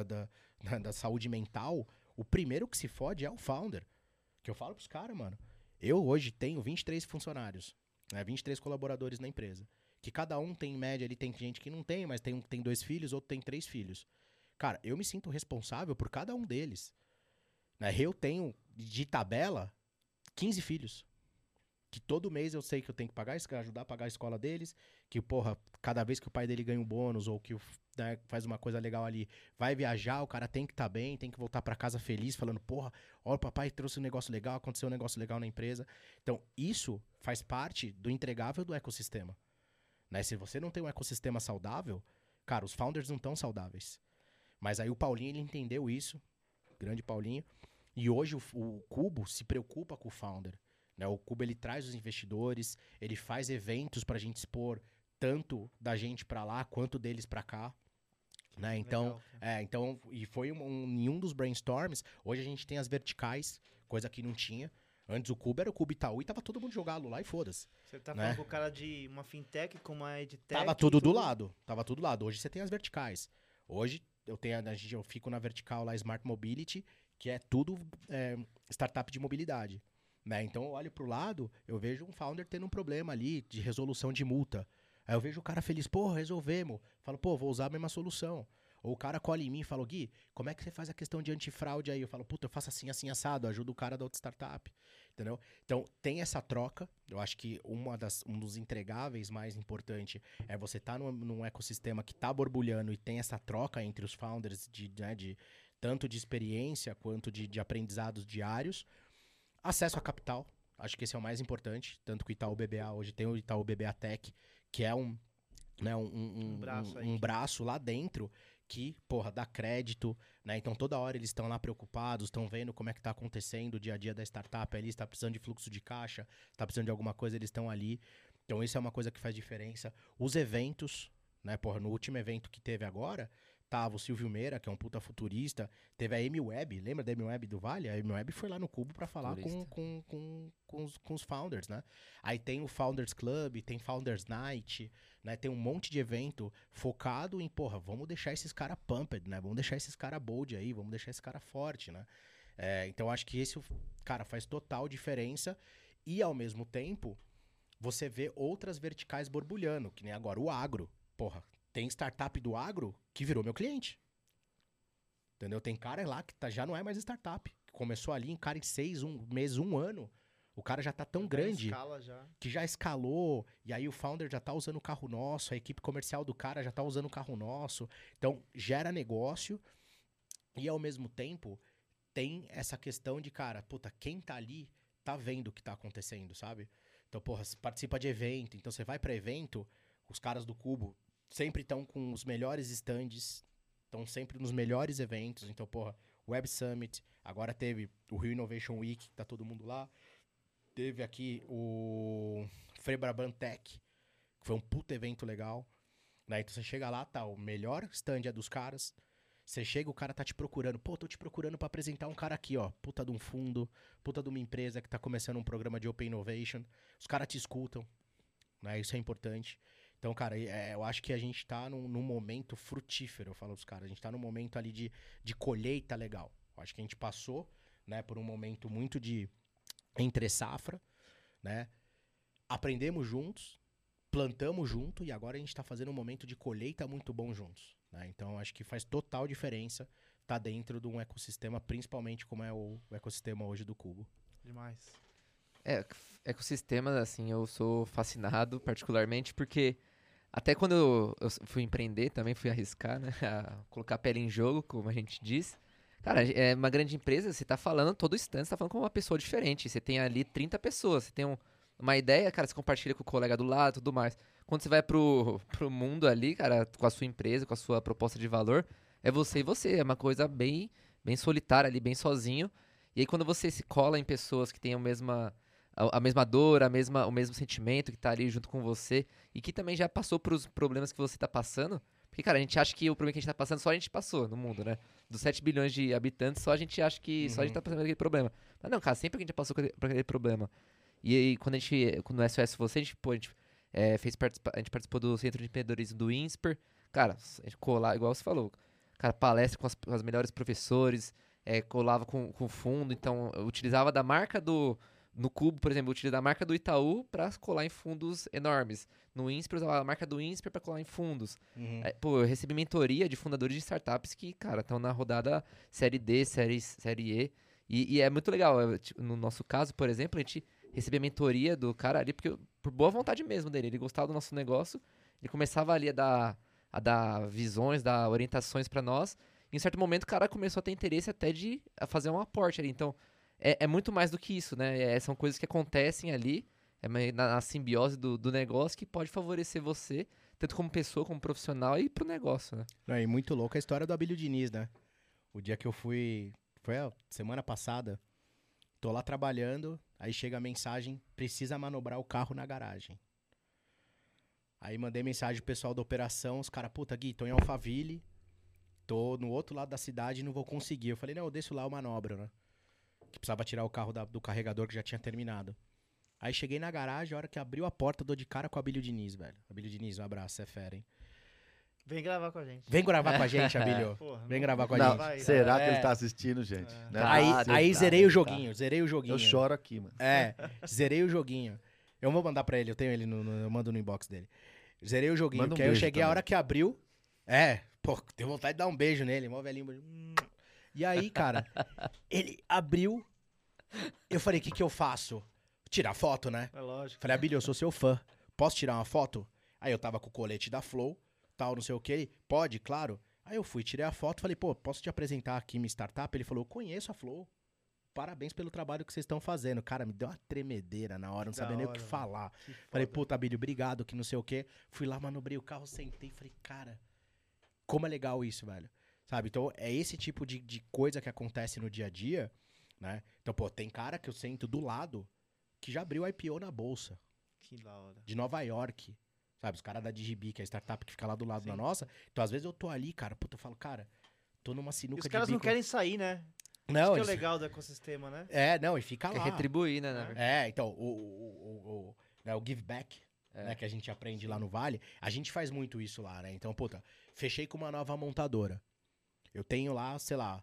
da saúde mental, o primeiro que se fode é o founder. Que eu falo pros caras, mano. Eu hoje tenho 23 funcionários, né? 23 colaboradores na empresa. Que cada um tem, em média, ali tem gente que não tem, mas tem 2 filhos, outro tem 3 filhos. Cara, eu me sinto responsável por cada um deles. Né? Eu tenho, de tabela, 15 filhos. Que todo mês eu sei que eu tenho que pagar, ajudar a pagar a escola deles. Que, porra, cada vez que o pai dele ganha um bônus ou que né, faz uma coisa legal ali, vai viajar, o cara tem que estar bem, tem que voltar pra casa feliz, falando, porra, olha, o papai trouxe um negócio legal, aconteceu um negócio legal na empresa. Então, isso faz parte do entregável do ecossistema. Né? Se você não tem um ecossistema saudável, cara, os founders não estão saudáveis. Mas aí o Paulinho, ele entendeu isso, grande Paulinho, e hoje o Cubo se preocupa com o founder. né? O Cubo, ele traz os investidores, ele faz eventos pra gente expor tanto da gente pra lá, quanto deles pra cá. Né? Então,
Legal,
e foi em um dos brainstorms. Hoje a gente tem as verticais, coisa que não tinha. Antes o Cubo era o Cubo Itaú e tava todo mundo jogado lá e foda-se.
Você tá
né?
falando com o cara de uma fintech com uma edtech.
Tava tudo do lado. Tava tudo do lado. Hoje você tem as verticais. Hoje eu fico na vertical lá Smart Mobility, que é tudo startup de mobilidade. Né? Então eu olho pro lado, eu vejo um founder tendo um problema ali de resolução de multa. Aí eu vejo o cara feliz, pô, resolvemos. Falo, pô, vou usar a mesma solução. Ou o cara colhe em mim e fala, Gui, como é que você faz a questão de antifraude aí? Eu falo, puta, eu faço assim, assim, assado, ajudo o cara da outra startup. Entendeu? Então, tem essa troca. Eu acho que um dos entregáveis mais importantes é você estar num ecossistema que tá borbulhando e tem essa troca entre os founders de tanto de experiência quanto de aprendizados diários. Acesso a capital. Acho que esse é o mais importante. Tanto que o Itaú BBA hoje tem o Itaú BBA Tech, que é um braço lá dentro que, porra, dá crédito, né? Então toda hora eles estão lá preocupados, estão vendo como é que tá acontecendo o dia a dia da startup ali, está precisando de fluxo de caixa, está precisando de alguma coisa, eles estão ali. Então isso é uma coisa que faz diferença. Os eventos, né? Porra, no último evento que teve agora, tava o Silvio Meira, que é um puta futurista, teve a Amy Webb, lembra da Amy Webb do Vale? A Amy Webb foi lá no Cubo pra falar com os founders, né? Aí tem o Founders Club, tem Founders Night, né? Tem um monte de evento focado em, porra, vamos deixar esses caras pumped, né? Vamos deixar esses caras bold aí, vamos deixar esse cara forte, né? Então acho que esse, cara, faz total diferença e ao mesmo tempo você vê outras verticais borbulhando, que nem agora o agro, porra. Tem startup do agro que virou meu cliente. Entendeu? Tem cara lá que já não é mais startup. Que começou ali, cara, em 6 meses, 1 ano. O cara já tá tão grande que já escalou. E aí o founder já tá usando o carro nosso. A equipe comercial do cara já tá usando o carro nosso. Então, gera negócio. E ao mesmo tempo, tem essa questão de, cara, puta, quem tá ali tá vendo o que tá acontecendo, sabe? Então, porra, você participa de evento. Então, você vai pra evento, os caras do Cubo sempre estão com os melhores stands, estão sempre nos melhores eventos. Então, porra, Web Summit, agora teve o Rio Innovation Week, que tá todo mundo lá. Teve aqui o Febraban Tech, que foi um puta evento legal. Né? Então você chega lá, tá, o melhor stand é dos caras. Você chega, o cara tá te procurando. Pô, tô te procurando pra apresentar um cara aqui, ó. Puta de um fundo, puta de uma empresa que tá começando um programa de Open Innovation. Os caras te escutam, né? Isso é importante. Então, cara, eu acho que a gente tá num momento frutífero, eu falo pros caras. A gente tá num momento ali de colheita legal. Eu acho que a gente passou, né, por um momento muito de entre safra, né? Aprendemos juntos, plantamos junto e agora a gente tá fazendo um momento de colheita muito bom juntos, né? Então, acho que faz total diferença tá dentro de um ecossistema, principalmente como é o ecossistema hoje do Cubo.
Demais.
Ecossistema, assim, eu sou fascinado particularmente porque até quando eu fui empreender, também fui arriscar, né? A colocar a pele em jogo, como a gente diz. Cara, é uma grande empresa, você tá falando, todo instante, você tá falando com uma pessoa diferente. Você tem ali 30 pessoas, você tem uma ideia, cara, você compartilha com o colega do lado e tudo mais. Quando você vai pro mundo ali, cara, com a sua empresa, com a sua proposta de valor, é você e você. É uma coisa bem solitária ali, bem sozinho. E aí quando você se cola em pessoas que têm a mesma dor, o mesmo sentimento que tá ali junto com você e que também já passou pros problemas que você tá passando. Porque, cara, a gente acha que o problema que a gente tá passando só a gente passou no mundo, né? Dos 7 bilhões de habitantes, só a gente acha que só a gente tá passando por aquele problema. Mas não, cara, sempre que a gente já passou por aquele problema. E aí, quando no SOS Você, a gente participou do Centro de Empreendedorismo do INSPER. Cara, a gente colava, igual você falou, cara, palestra com os melhores professores, colava com fundo, então eu utilizava da marca no Cubo, por exemplo, eu utilizava a marca do Itaú para colar em fundos enormes. No INSPER, eu usava a marca do INSPER para colar em fundos. Eu recebi mentoria de fundadores de startups que, cara, estão na rodada Série D, Série E. E é muito legal. No nosso caso, por exemplo, a gente recebia mentoria do cara ali por boa vontade mesmo dele. Ele gostava do nosso negócio, ele começava ali a dar visões, dar orientações para nós. E em certo momento o cara começou a ter interesse até de fazer um aporte ali. Então, é muito mais do que isso, né? São coisas que acontecem ali, na simbiose do negócio, que pode favorecer você, tanto como pessoa, como profissional, e pro negócio, né?
E muito louco a história do Abílio Diniz, né? O dia que eu fui... Foi a semana passada. Tô lá trabalhando, Aí chega a mensagem, precisa manobrar o carro na garagem. Aí mandei mensagem pro pessoal da operação, os caras, puta, Gui, tô em Alphaville, tô no outro lado da cidade e não vou conseguir. Eu falei, não, eu desço lá, eu manobro, né? Que precisava tirar o carro do carregador que já tinha terminado. Aí cheguei na garagem, a hora que abriu a porta, dou de cara com a Abílio Diniz, velho. Abílio Diniz, um abraço, você é fera, hein?
Vem gravar com a gente.
Vem gravar com a gente, Abílio.
Porra,
Vem gravar com a
Não,
gente.
vai,
será que
É.
ele tá assistindo, gente? Né?
Aí zerei o joguinho,
Eu choro aqui, mano.
É, zerei o joguinho. Eu vou mandar pra ele, eu tenho ele, eu mando no inbox dele. Zerei o joguinho,
Manda um
que aí eu
beijo
cheguei a
também.
hora que abriu. Pô, tenho vontade de dar um beijo nele, mó velhinho. E aí, cara, ele abriu. Eu falei, o que eu faço? Tirar foto, né?
É lógico.
Falei, Abílio, eu sou seu fã. Posso tirar uma foto? Aí eu tava com o colete da Flow, tal, não sei o que. Ele, pode, claro. Aí eu fui, tirei a foto, falei, pô, posso te apresentar aqui minha startup? Ele falou, eu conheço a Flow. Parabéns pelo trabalho que vocês estão fazendo. Cara, me deu uma tremedeira na hora, não
Da
sabia nem o
hora,
que
mano.
falar.
Que
Falei,
foda.
puta, Abílio, obrigado, que não sei o quê. Fui lá, manobrei o carro, sentei, falei, cara, como é legal isso, velho. Sabe? Então, é esse tipo de coisa que acontece no dia a dia, né? Então, pô, tem cara que eu sento do lado que já abriu IPO na bolsa
Que da hora.
de Nova York. Sabe? Os caras da Digibi, que é a startup que fica lá do lado
Sim.
da nossa. Então, às vezes eu tô ali, cara, puta, eu falo, cara, tô numa
E
sinuca
os
de
caras não
bico.
querem sair, né? Isso
Não,
que é o
eles-
legal do ecossistema, né?
não, e fica
Quer
lá.
retribuir, né, na verdade.
Então, o give back, né, que a gente aprende lá no Vale, a gente faz muito isso lá, né? Então, puta, fechei com uma nova montadora. Eu tenho lá, sei lá,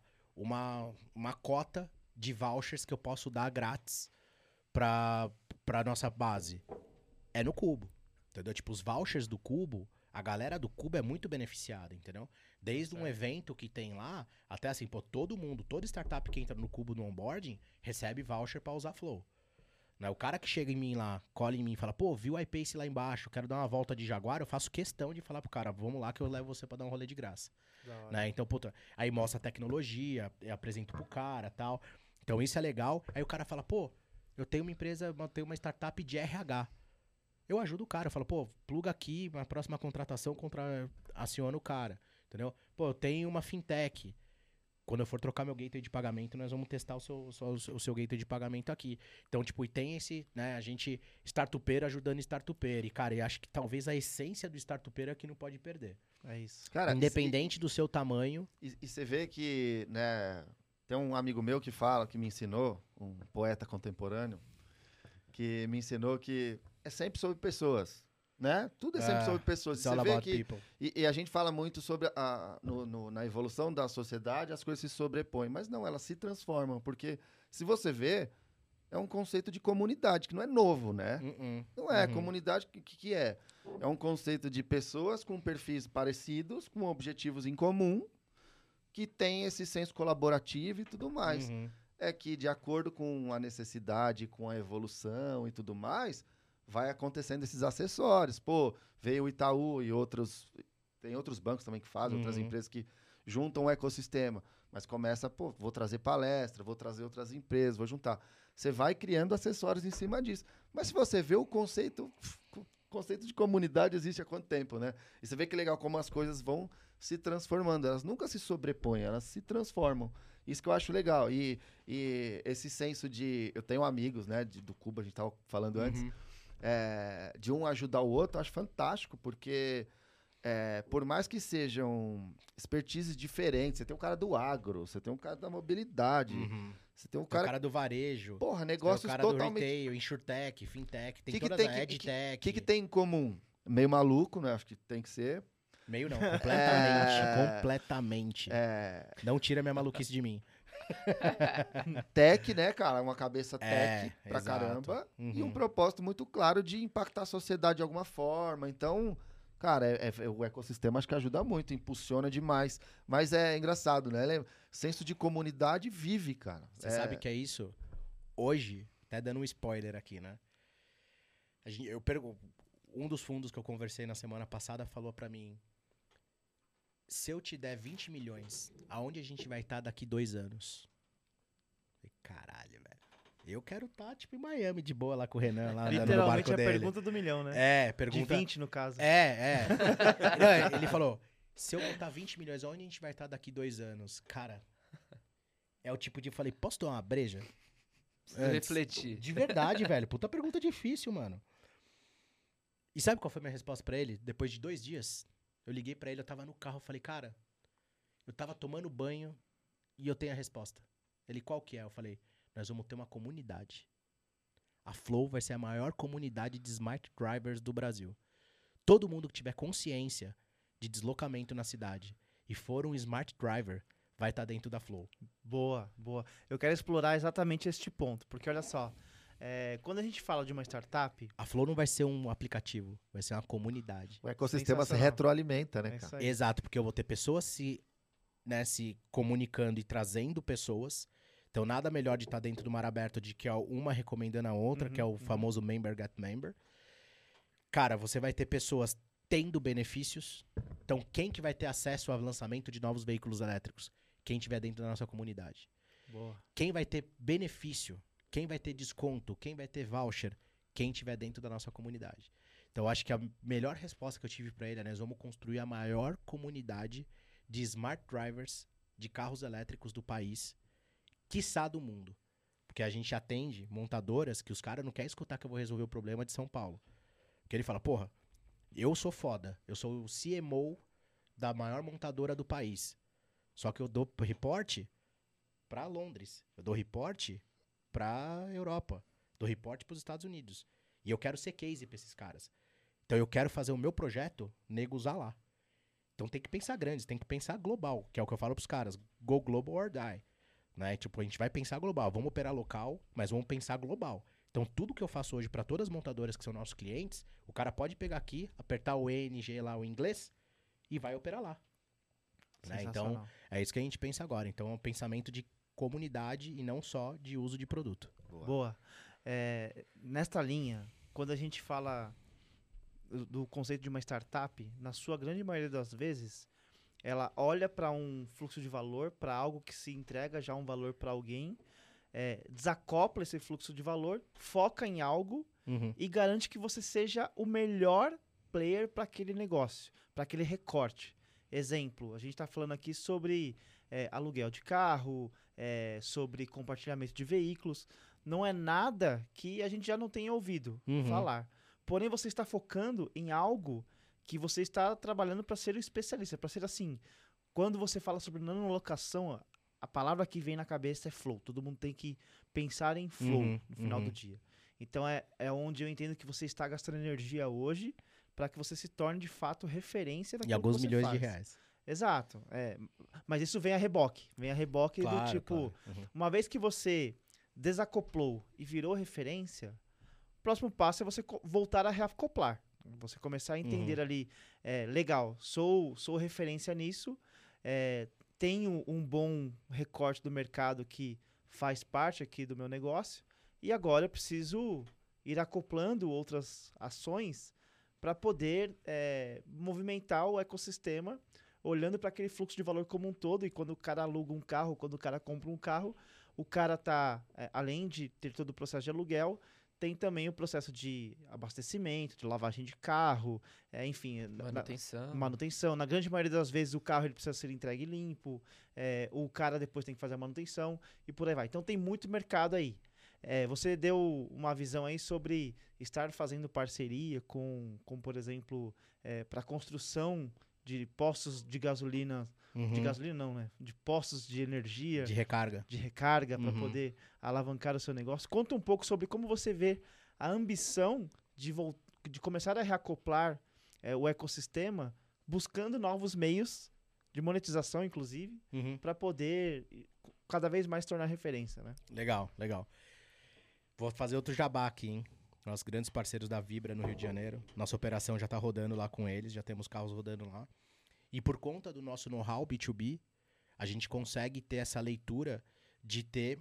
uma cota de vouchers que eu posso dar grátis pra nossa base. É no Cubo, entendeu? Tipo, os vouchers do Cubo, a galera do Cubo é muito beneficiada, entendeu? Desde um evento que tem lá, até assim, pô, todo mundo, toda startup que entra no Cubo no onboarding, recebe voucher pra usar Flow. Né? O cara que chega em mim lá, cola em mim e fala, pô, viu o iPace lá embaixo, quero dar uma volta de Jaguar, eu faço questão de falar pro cara, vamos lá que eu levo você pra dar um rolê de graça.
Da hora.
Né? Então, puta, aí mostra a tecnologia, eu apresento pro cara e tal. Então isso é legal. Aí o cara fala, pô, eu tenho uma empresa, eu tenho uma startup de RH. Eu ajudo o cara, eu falo, pô, pluga aqui, na próxima contratação, aciona o cara, entendeu? Pô, eu tenho uma fintech. Quando eu for trocar meu gateway de pagamento, nós vamos testar o seu gateway de pagamento aqui. Então, tipo, e tem esse, né, a gente, startupeiro ajudando startupeiro. E, cara, eu acho que talvez a essência do startupeiro é que não pode perder.
É isso.
Cara,
Independente do seu tamanho.
E você vê que, né, tem um amigo meu que fala, que me ensinou, um poeta contemporâneo, que me ensinou que é sempre sobre pessoas, né? Tudo é sempre
É,
sobre pessoas.
It's
Você
all
vê
about
que
people.
e a gente fala muito sobre na evolução da sociedade, as coisas se sobrepõem, mas não, elas se transformam, porque se você vê, é um conceito de comunidade, que não é novo, né? Não é,
Uhum.
comunidade, o que é? É um conceito de pessoas com perfis parecidos, com objetivos em comum, que tem esse senso colaborativo e tudo mais.
Uhum.
É que, de acordo com a necessidade, com a evolução e tudo mais, vai acontecendo esses acessórios. Pô, veio o Itaú e outros... Tem outros bancos também que fazem, outras
Uhum.
empresas que juntam o ecossistema. Mas começa, pô, vou trazer palestra, vou trazer outras empresas, vou juntar. Você vai criando acessórios em cima disso. Mas se você vê o conceito de comunidade existe há quanto tempo, né? E você vê que legal como as coisas vão se transformando. Elas nunca se sobrepõem, elas se transformam. Isso que eu acho legal. E esse senso de... Eu tenho amigos, né, do Cuba, a gente estava falando antes,
Uhum.
de um ajudar o outro, eu acho fantástico, porque por mais que sejam expertises diferentes, você tem um cara do agro, você tem um cara da mobilidade,
Uhum.
você tem um
Tem o
cara...
cara do varejo.
Porra,
Tem o
negócios
cara do
totalmente...
retail, insurtech, fintech, tem
Que
todas
tem
as edtech.
O que tem em comum? Meio maluco, né? Acho que tem que ser.
Meio não, completamente,
É.
completamente.
É,
Não tira minha maluquice de mim.
tech, né, cara? Uma cabeça
É,
tech pra
exato.
caramba. E um
Uhum.
propósito muito claro de impactar a sociedade de alguma forma. Então, cara, o ecossistema acho que ajuda muito, impulsiona demais. Mas é engraçado, né? Senso de comunidade vive, cara.
Você sabe que é isso? Hoje, até dando um spoiler aqui, né? Um dos fundos que eu conversei na semana passada falou pra mim: se eu te der 20 milhões, aonde a gente vai estar daqui 2 anos? Eu falei, caralho, velho. Eu quero estar, tipo, em Miami, de boa, lá com o Renan, lá andando no
Literalmente
barco
é a
dele.
pergunta do milhão, né?
É,
De
pergunta...
20, no caso.
Não, ele falou, se eu botar 20 milhões, aonde a gente vai estar daqui 2 anos? Cara, é o tipo de... Eu falei, posso tomar uma breja?
Preciso refletir.
De verdade, velho. Puta pergunta difícil, mano. E sabe qual foi a minha resposta pra ele? Depois de 2 dias, eu liguei pra ele, eu tava no carro, eu falei, cara, eu tava tomando banho e eu tenho a resposta. Ele, qual que é? Eu falei, nós vamos ter uma comunidade. A Flow vai ser a maior comunidade de smart drivers do Brasil. Todo mundo que tiver consciência de deslocamento na cidade e for um smart driver, vai estar dentro da Flow.
Boa, boa. Eu quero explorar exatamente este ponto, porque olha só, quando a gente fala de uma startup,
A Flow não vai ser um aplicativo, vai ser uma comunidade.
O ecossistema se
Sensacional.
retroalimenta, né,
é isso
cara?
aí.
Exato, porque eu vou ter pessoas se comunicando e trazendo pessoas. Então, nada melhor de estar dentro do mar aberto de que é uma recomendando a outra, que é o famoso member get member. Cara, você vai ter pessoas tendo benefícios. Então, quem que vai ter acesso ao lançamento de novos veículos elétricos? Quem estiver dentro da nossa comunidade.
Boa.
Quem vai ter benefício? Quem vai ter desconto? Quem vai ter voucher? Quem estiver dentro da nossa comunidade. Então, eu acho que a melhor resposta que eu tive pra ele é: nós vamos construir a maior comunidade de smart drivers de carros elétricos do país, quiçá do mundo. Porque a gente atende montadoras que os caras não querem escutar que eu vou resolver o problema de São Paulo. Porque ele fala, porra, eu sou foda, eu sou o CMO da maior montadora do país. Só que eu dou reporte pra Londres, eu dou reporte pra Europa, dou reporte pros Estados Unidos. E eu quero ser case pra esses caras. Então eu quero fazer o meu projeto, nego usar lá. Então tem que pensar grande, tem que pensar global, que é o que eu falo pros caras, go global or die. Né? Tipo, a gente vai pensar global, vamos operar local, mas vamos pensar global. Então tudo que eu faço hoje para todas as montadoras que são nossos clientes, o cara pode pegar aqui, apertar o ENG lá, o inglês, e vai operar lá. Né? Então
Sensacional.
é isso que a gente pensa agora. Então é um pensamento de comunidade e não só de uso de produto.
Boa. Nesta linha, quando a gente fala do conceito de uma startup, na sua grande maioria das vezes, ela olha para um fluxo de valor, para algo que se entrega já um valor para alguém, desacopla esse fluxo de valor, foca em algo e garante que você seja o melhor player para aquele negócio, para aquele recorte. Exemplo, a gente está falando aqui sobre aluguel de carro, sobre compartilhamento de veículos. Não é nada que a gente já não tenha ouvido falar. Porém, você está focando em algo que você está trabalhando para ser um especialista, para ser assim. Quando você fala sobre nanolocação, a palavra que vem na cabeça é flow. Todo mundo tem que pensar em flow no final do dia. Então é onde eu entendo que você está gastando energia hoje para que você se torne de fato referência daquilo
E alguns
que você
milhões
faz.
de reais.
Exato. Mas isso vem a reboque. Vem a reboque
Claro,
do tipo,
claro.
uma vez que você desacoplou e virou referência, o próximo passo é você voltar a reacoplar. Você começar a entender ali, legal, sou referência nisso, tenho um bom recorte do mercado que faz parte aqui do meu negócio, e agora eu preciso ir acoplando outras ações para poder movimentar o ecossistema, olhando para aquele fluxo de valor como um todo. E quando o cara aluga um carro, quando o cara compra um carro, o cara tá, além de ter todo o processo de aluguel, tem também o processo de abastecimento, de lavagem de carro, enfim, manutenção. Na grande maioria das vezes o carro ele precisa ser entregue limpo, o cara depois tem que fazer a manutenção e por aí vai. Então tem muito mercado aí. Você deu uma visão aí sobre estar fazendo parceria com por exemplo, para construção de postos de gasolina, de gasolina não, né? De postos de energia.
De recarga.
De recarga para poder alavancar o seu negócio. Conta um pouco sobre como você vê a ambição de começar a reacoplar o ecossistema, buscando novos meios de monetização, inclusive, para poder cada vez mais tornar referência, né?
Legal, legal. Vou fazer outro jabá aqui, hein? Nossos grandes parceiros da Vibra no Rio de Janeiro. Nossa operação já tá rodando lá com eles, já temos carros rodando lá. E por conta do nosso know-how B2B, a gente consegue ter essa leitura de ter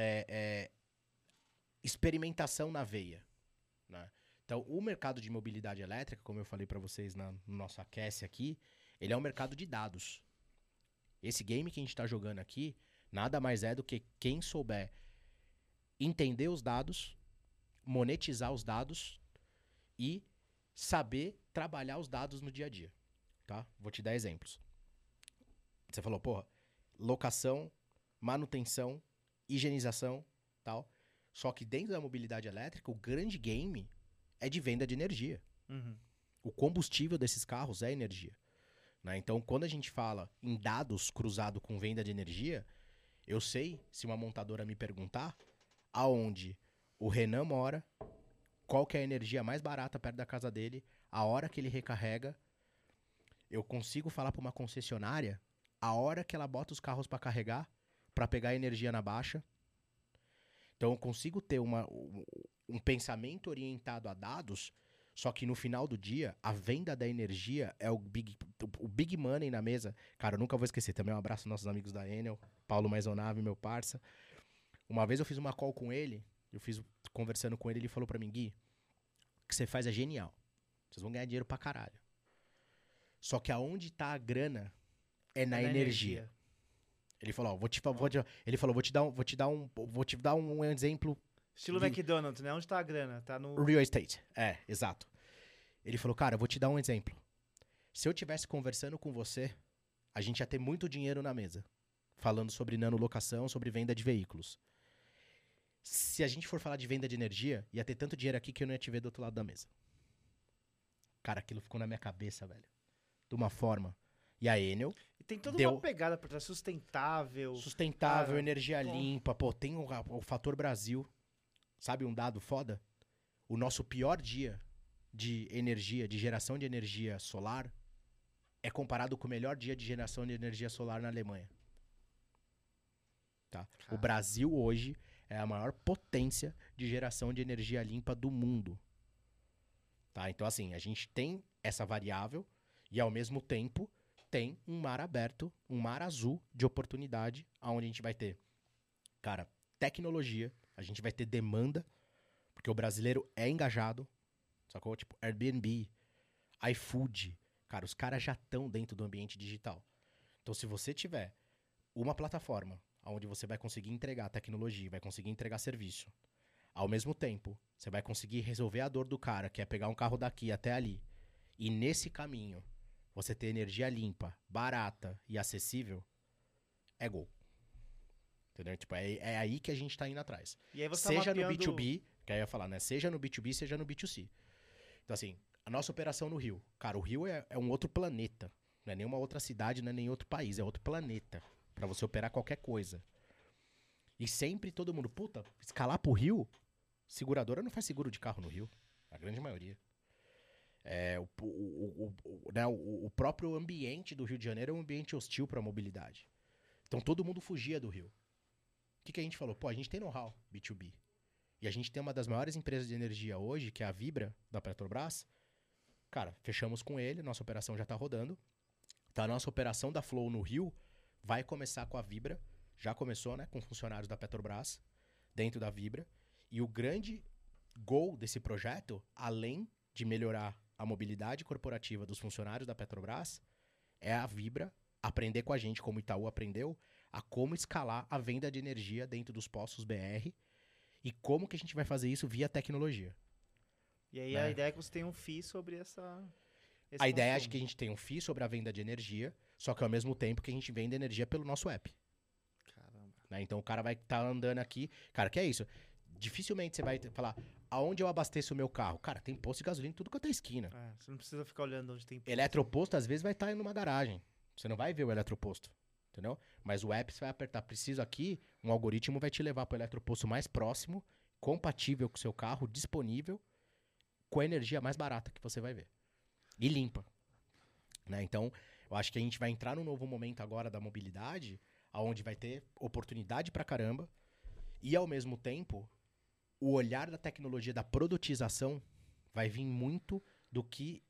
experimentação na veia. Né? Então, o mercado de mobilidade elétrica, como eu falei para vocês no nosso aquece aqui, ele é um mercado de dados. Esse game que a gente está jogando aqui, nada mais é do que quem souber entender os dados, monetizar os dados e saber trabalhar os dados no dia a dia. Tá? Vou te dar exemplos. Você falou, porra, locação, manutenção, higienização, tal. Só que dentro da mobilidade elétrica, o grande game é de venda de energia.
Uhum.
O combustível desses carros é energia. Né? Então, quando a gente fala em dados cruzado com venda de energia, eu sei, se uma montadora me perguntar, aonde o Renan mora, qual que é a energia mais barata perto da casa dele, a hora que ele recarrega, eu consigo falar para uma concessionária a hora que ela bota os carros para carregar, para pegar energia na baixa. Então, eu consigo ter um pensamento orientado a dados, só que no final do dia, a venda da energia é o big money na mesa. Cara, eu nunca vou esquecer. Também um abraço aos nossos amigos da Enel, Paulo Maisonave, meu parça. Uma vez eu fiz uma call com ele, conversando com ele, ele falou pra mim, Gui, o que você faz é genial. Vocês vão ganhar dinheiro pra caralho. Só que aonde tá a grana é na energia. Ele falou, ó, vou te dar um exemplo.
Estilo McDonald's, né? Onde tá a grana? Tá no...
Real estate. É, exato. Ele falou, cara, eu vou te dar um exemplo. Se eu tivesse conversando com você, a gente ia ter muito dinheiro na mesa. Falando sobre nanolocação, sobre venda de veículos. Se a gente for falar de venda de energia, ia ter tanto dinheiro aqui que eu não ia te ver do outro lado da mesa. Cara, aquilo ficou na minha cabeça, velho. De uma forma. E a Enel...
E tem toda uma pegada por trás, sustentável.
Sustentável, energia limpa. Pô, tem o fator Brasil. Sabe um dado foda? O nosso pior dia de energia, de geração de energia solar, é comparado com o melhor dia de geração de energia solar na Alemanha. Tá? O Brasil hoje é a maior potência de geração de energia limpa do mundo. Tá? Então, assim, a gente tem essa variável e, ao mesmo tempo, tem um mar aberto, um mar azul de oportunidade, onde a gente vai ter, cara, tecnologia, a gente vai ter demanda, porque o brasileiro é engajado, sacou? Tipo, Airbnb, iFood, cara, os caras já estão dentro do ambiente digital. Então, se você tiver uma plataforma onde você vai conseguir entregar tecnologia, vai conseguir entregar serviço, ao mesmo tempo, você vai conseguir resolver a dor do cara, que é pegar um carro daqui até ali, e nesse caminho, você ter energia limpa, barata e acessível, é gol. Entendeu? Tipo, é aí que a gente tá indo atrás.
E aí você
seja
tá mapeando...
no B2B, que aí eu ia falar, né? Seja no B2B, seja no B2C. Então, assim, a nossa operação no Rio. Cara, o Rio é um outro planeta. Não é nenhuma outra cidade, não é nem outro país. É outro planeta. Pra você operar qualquer coisa. E sempre todo mundo, puta, escalar pro Rio, seguradora não faz seguro de carro no Rio. A grande maioria. O próprio ambiente do Rio de Janeiro é um ambiente hostil para a mobilidade. Então todo mundo fugia do Rio. O que a gente falou? Pô, a gente tem know-how B2B. E a gente tem uma das maiores empresas de energia hoje, que é a Vibra, da Petrobras. Cara, fechamos com ele, nossa operação já tá rodando. Tá, a nossa operação da Flow no Rio vai começar com a Vibra. Já começou, né? Com funcionários da Petrobras, dentro da Vibra. E o grande goal desse projeto, além de melhorar a mobilidade corporativa dos funcionários da Petrobras, é a Vibra aprender com a gente, como o Itaú aprendeu, a como escalar a venda de energia dentro dos postos BR e como que a gente vai fazer isso via tecnologia.
E aí
né?
A ideia é que você tem um FII sobre essa...
A ideia é que a gente tem um FII sobre a venda de energia, só que ao mesmo tempo que a gente vende energia pelo nosso app.
Caramba.
Né? Então o cara vai estar andando aqui... Cara, que é isso? Dificilmente você vai falar, aonde eu abasteço o meu carro? Cara, tem posto de gasolina em tudo quanto é esquina.
Você não precisa ficar olhando onde tem posto.
Eletroposto, às vezes, vai estar em uma garagem. Você não vai ver o eletroposto, entendeu? Mas o app, você vai apertar, preciso aqui, um algoritmo vai te levar para o eletroposto mais próximo, compatível com o seu carro, disponível, com a energia mais barata que você vai ver. E limpa. Né? Então, eu acho que a gente vai entrar num novo momento agora da mobilidade, onde vai ter oportunidade pra caramba, e ao mesmo tempo... O olhar da tecnologia, da produtização, vai vir muito do que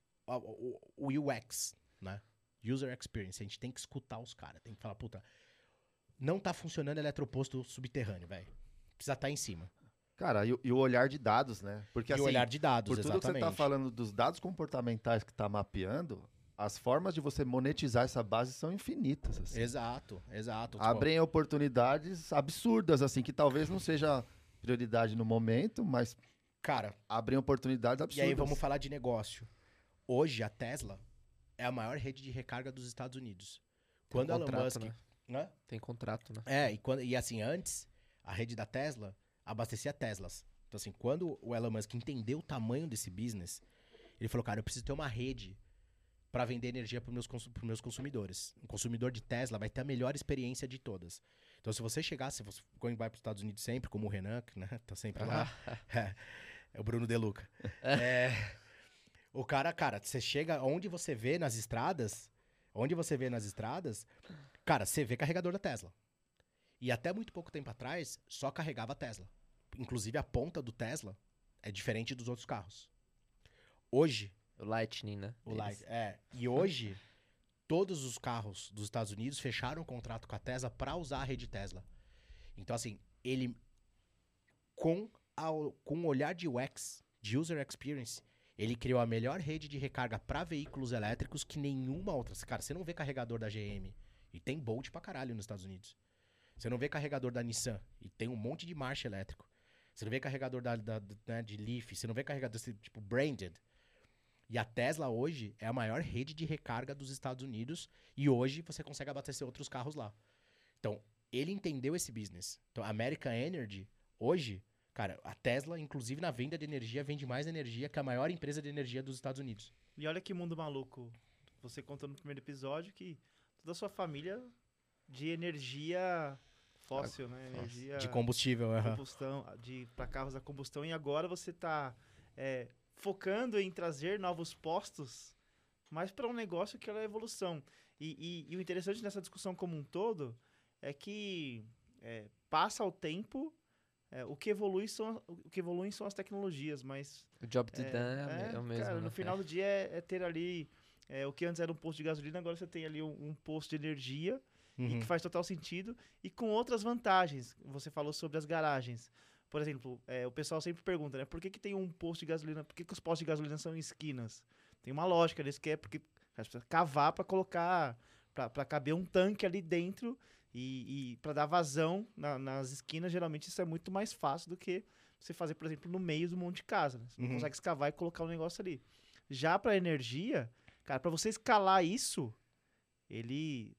o UX, né? User Experience. A gente tem que escutar os caras. Tem que falar, puta, não tá funcionando eletroposto subterrâneo, velho. Precisa estar em cima.
Cara, e o olhar de dados, né? Porque,
E
assim,
o olhar de dados,
por tudo
exatamente.
que você tá falando dos dados comportamentais que tá mapeando, as formas de você monetizar essa base são infinitas, assim.
Exato, exato.
Abrem oportunidades absurdas, assim, que talvez não seja... prioridade no momento, mas,
cara,
abrem oportunidades absurdas.
E aí vamos falar de negócio. Hoje, a Tesla é a maior rede de recarga dos Estados Unidos. Quando a Elon Musk...
né?
Né?
Tem contrato, né?
E assim, antes, a rede da Tesla, abastecia Teslas. Então, assim, quando o Elon Musk entendeu o tamanho desse business, ele falou, cara, eu preciso ter uma rede para vender energia para os meus consumidores. Um consumidor de Tesla vai ter a melhor experiência de todas. Então, se você chegar, se você vai para os Estados Unidos sempre, como o Renan, que, né, tá sempre lá, é o Bruno De Luca. O cara, você chega onde você vê nas estradas, cara, você vê carregador da Tesla. E até muito pouco tempo atrás, só carregava a Tesla. Inclusive, a ponta do Tesla é diferente dos outros carros. Hoje...
O Lightning, né?
E hoje, todos os carros dos Estados Unidos fecharam um contrato com a Tesla para usar a rede Tesla. Então, assim, ele... Com o olhar de UX, de User Experience, ele criou a melhor rede de recarga para veículos elétricos que nenhuma outra. Cara, você não vê carregador da GM. E tem Bolt pra caralho nos Estados Unidos. Você não vê carregador da Nissan. E tem um monte de marcha elétrico. Você não vê carregador né, de Leaf. Você não vê carregador tipo branded. E a Tesla hoje é a maior rede de recarga dos Estados Unidos. E hoje você consegue abastecer outros carros lá. Então, ele entendeu esse business. Então, a American Energy, hoje, cara, a Tesla, inclusive na venda de energia, vende mais energia que a maior empresa de energia dos Estados Unidos.
E olha que mundo maluco. Você contou no primeiro episódio que toda a sua família de energia fóssil, né? Energia
de combustível,
combustão, para carros a combustão. E agora você está focando em trazer novos postos, mas para um negócio que é a evolução. E o interessante nessa discussão como um todo é que passa o tempo, o que evoluem são as tecnologias, mas...
O job to done é o mesmo,
cara,
né?
no final do dia é ter ali... o que antes era um posto de gasolina, agora você tem ali um posto de energia, e que faz total sentido, e com outras vantagens. Você falou sobre as garagens. Por exemplo, o pessoal sempre pergunta, né? Por que tem um posto de gasolina? Por que os postos de gasolina são em esquinas? Tem uma lógica nisso, que é porque você precisa cavar para colocar, para caber um tanque ali dentro e para dar vazão nas esquinas. Geralmente isso é muito mais fácil do que você fazer, por exemplo, no meio do monte de casa. Né? Você não consegue escavar e colocar um negócio ali. Já para energia, cara, para você escalar isso, ele...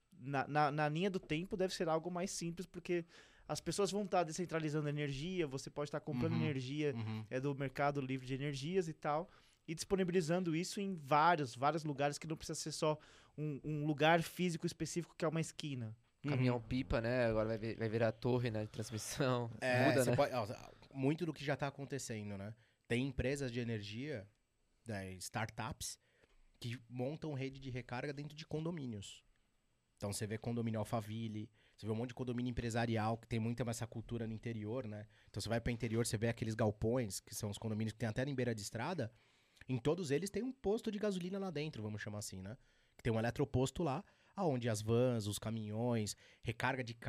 Na linha do tempo deve ser algo mais simples, porque as pessoas vão estar descentralizando energia, você pode estar comprando energia do mercado livre de energias e tal, e disponibilizando isso em vários lugares, que não precisa ser só um lugar físico específico que é uma esquina.
Caminhão-pipa, né? Agora vai virar torre, né, de transmissão. Muda, né?
Muito do que já está acontecendo, né? Tem empresas de energia, startups, que montam rede de recarga dentro de condomínios. Então, você vê condomínio Alphaville, você vê um monte de condomínio empresarial, que tem muita essa cultura no interior, né? Então, você vai para o interior, você vê aqueles galpões, que são os condomínios que tem até em beira de estrada. Em todos eles tem um posto de gasolina lá dentro, vamos chamar assim, né? Que tem um eletroposto lá, onde as vans, os caminhões, recarga de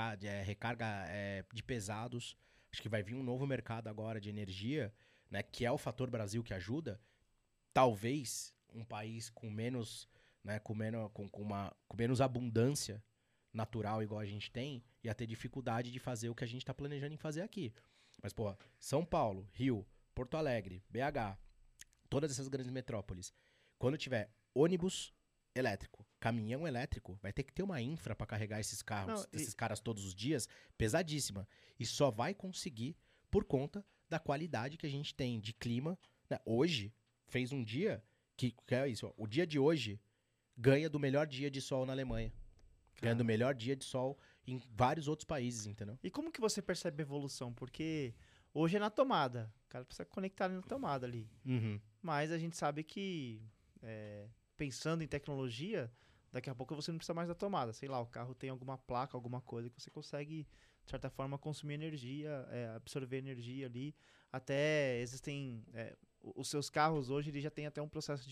pesados. Acho que vai vir um novo mercado agora de energia, né? Que é o fator Brasil que ajuda. Talvez um país com menos... Né, com menos abundância natural igual a gente tem, ia ter dificuldade de fazer o que a gente está planejando em fazer aqui. Mas, pô, São Paulo, Rio, Porto Alegre, BH, todas essas grandes metrópoles, quando tiver ônibus elétrico, caminhão elétrico, vai ter que ter uma infra para carregar esses carros, esses caras todos os dias, pesadíssima. E só vai conseguir por conta da qualidade que a gente tem de clima. Né? Hoje, fez um dia que é isso, ó, o dia de hoje ganha do melhor dia de sol na Alemanha. Ganha do melhor dia de sol em vários outros países, entendeu?
E como que você percebe a evolução? Porque hoje é na tomada. O cara precisa conectar na tomada ali. Mas a gente sabe que, pensando em tecnologia, daqui a pouco você não precisa mais da tomada. Sei lá, o carro tem alguma placa, alguma coisa que você consegue, de certa forma, consumir energia, absorver energia ali. Até existem... os seus carros hoje, ele já tem até um processo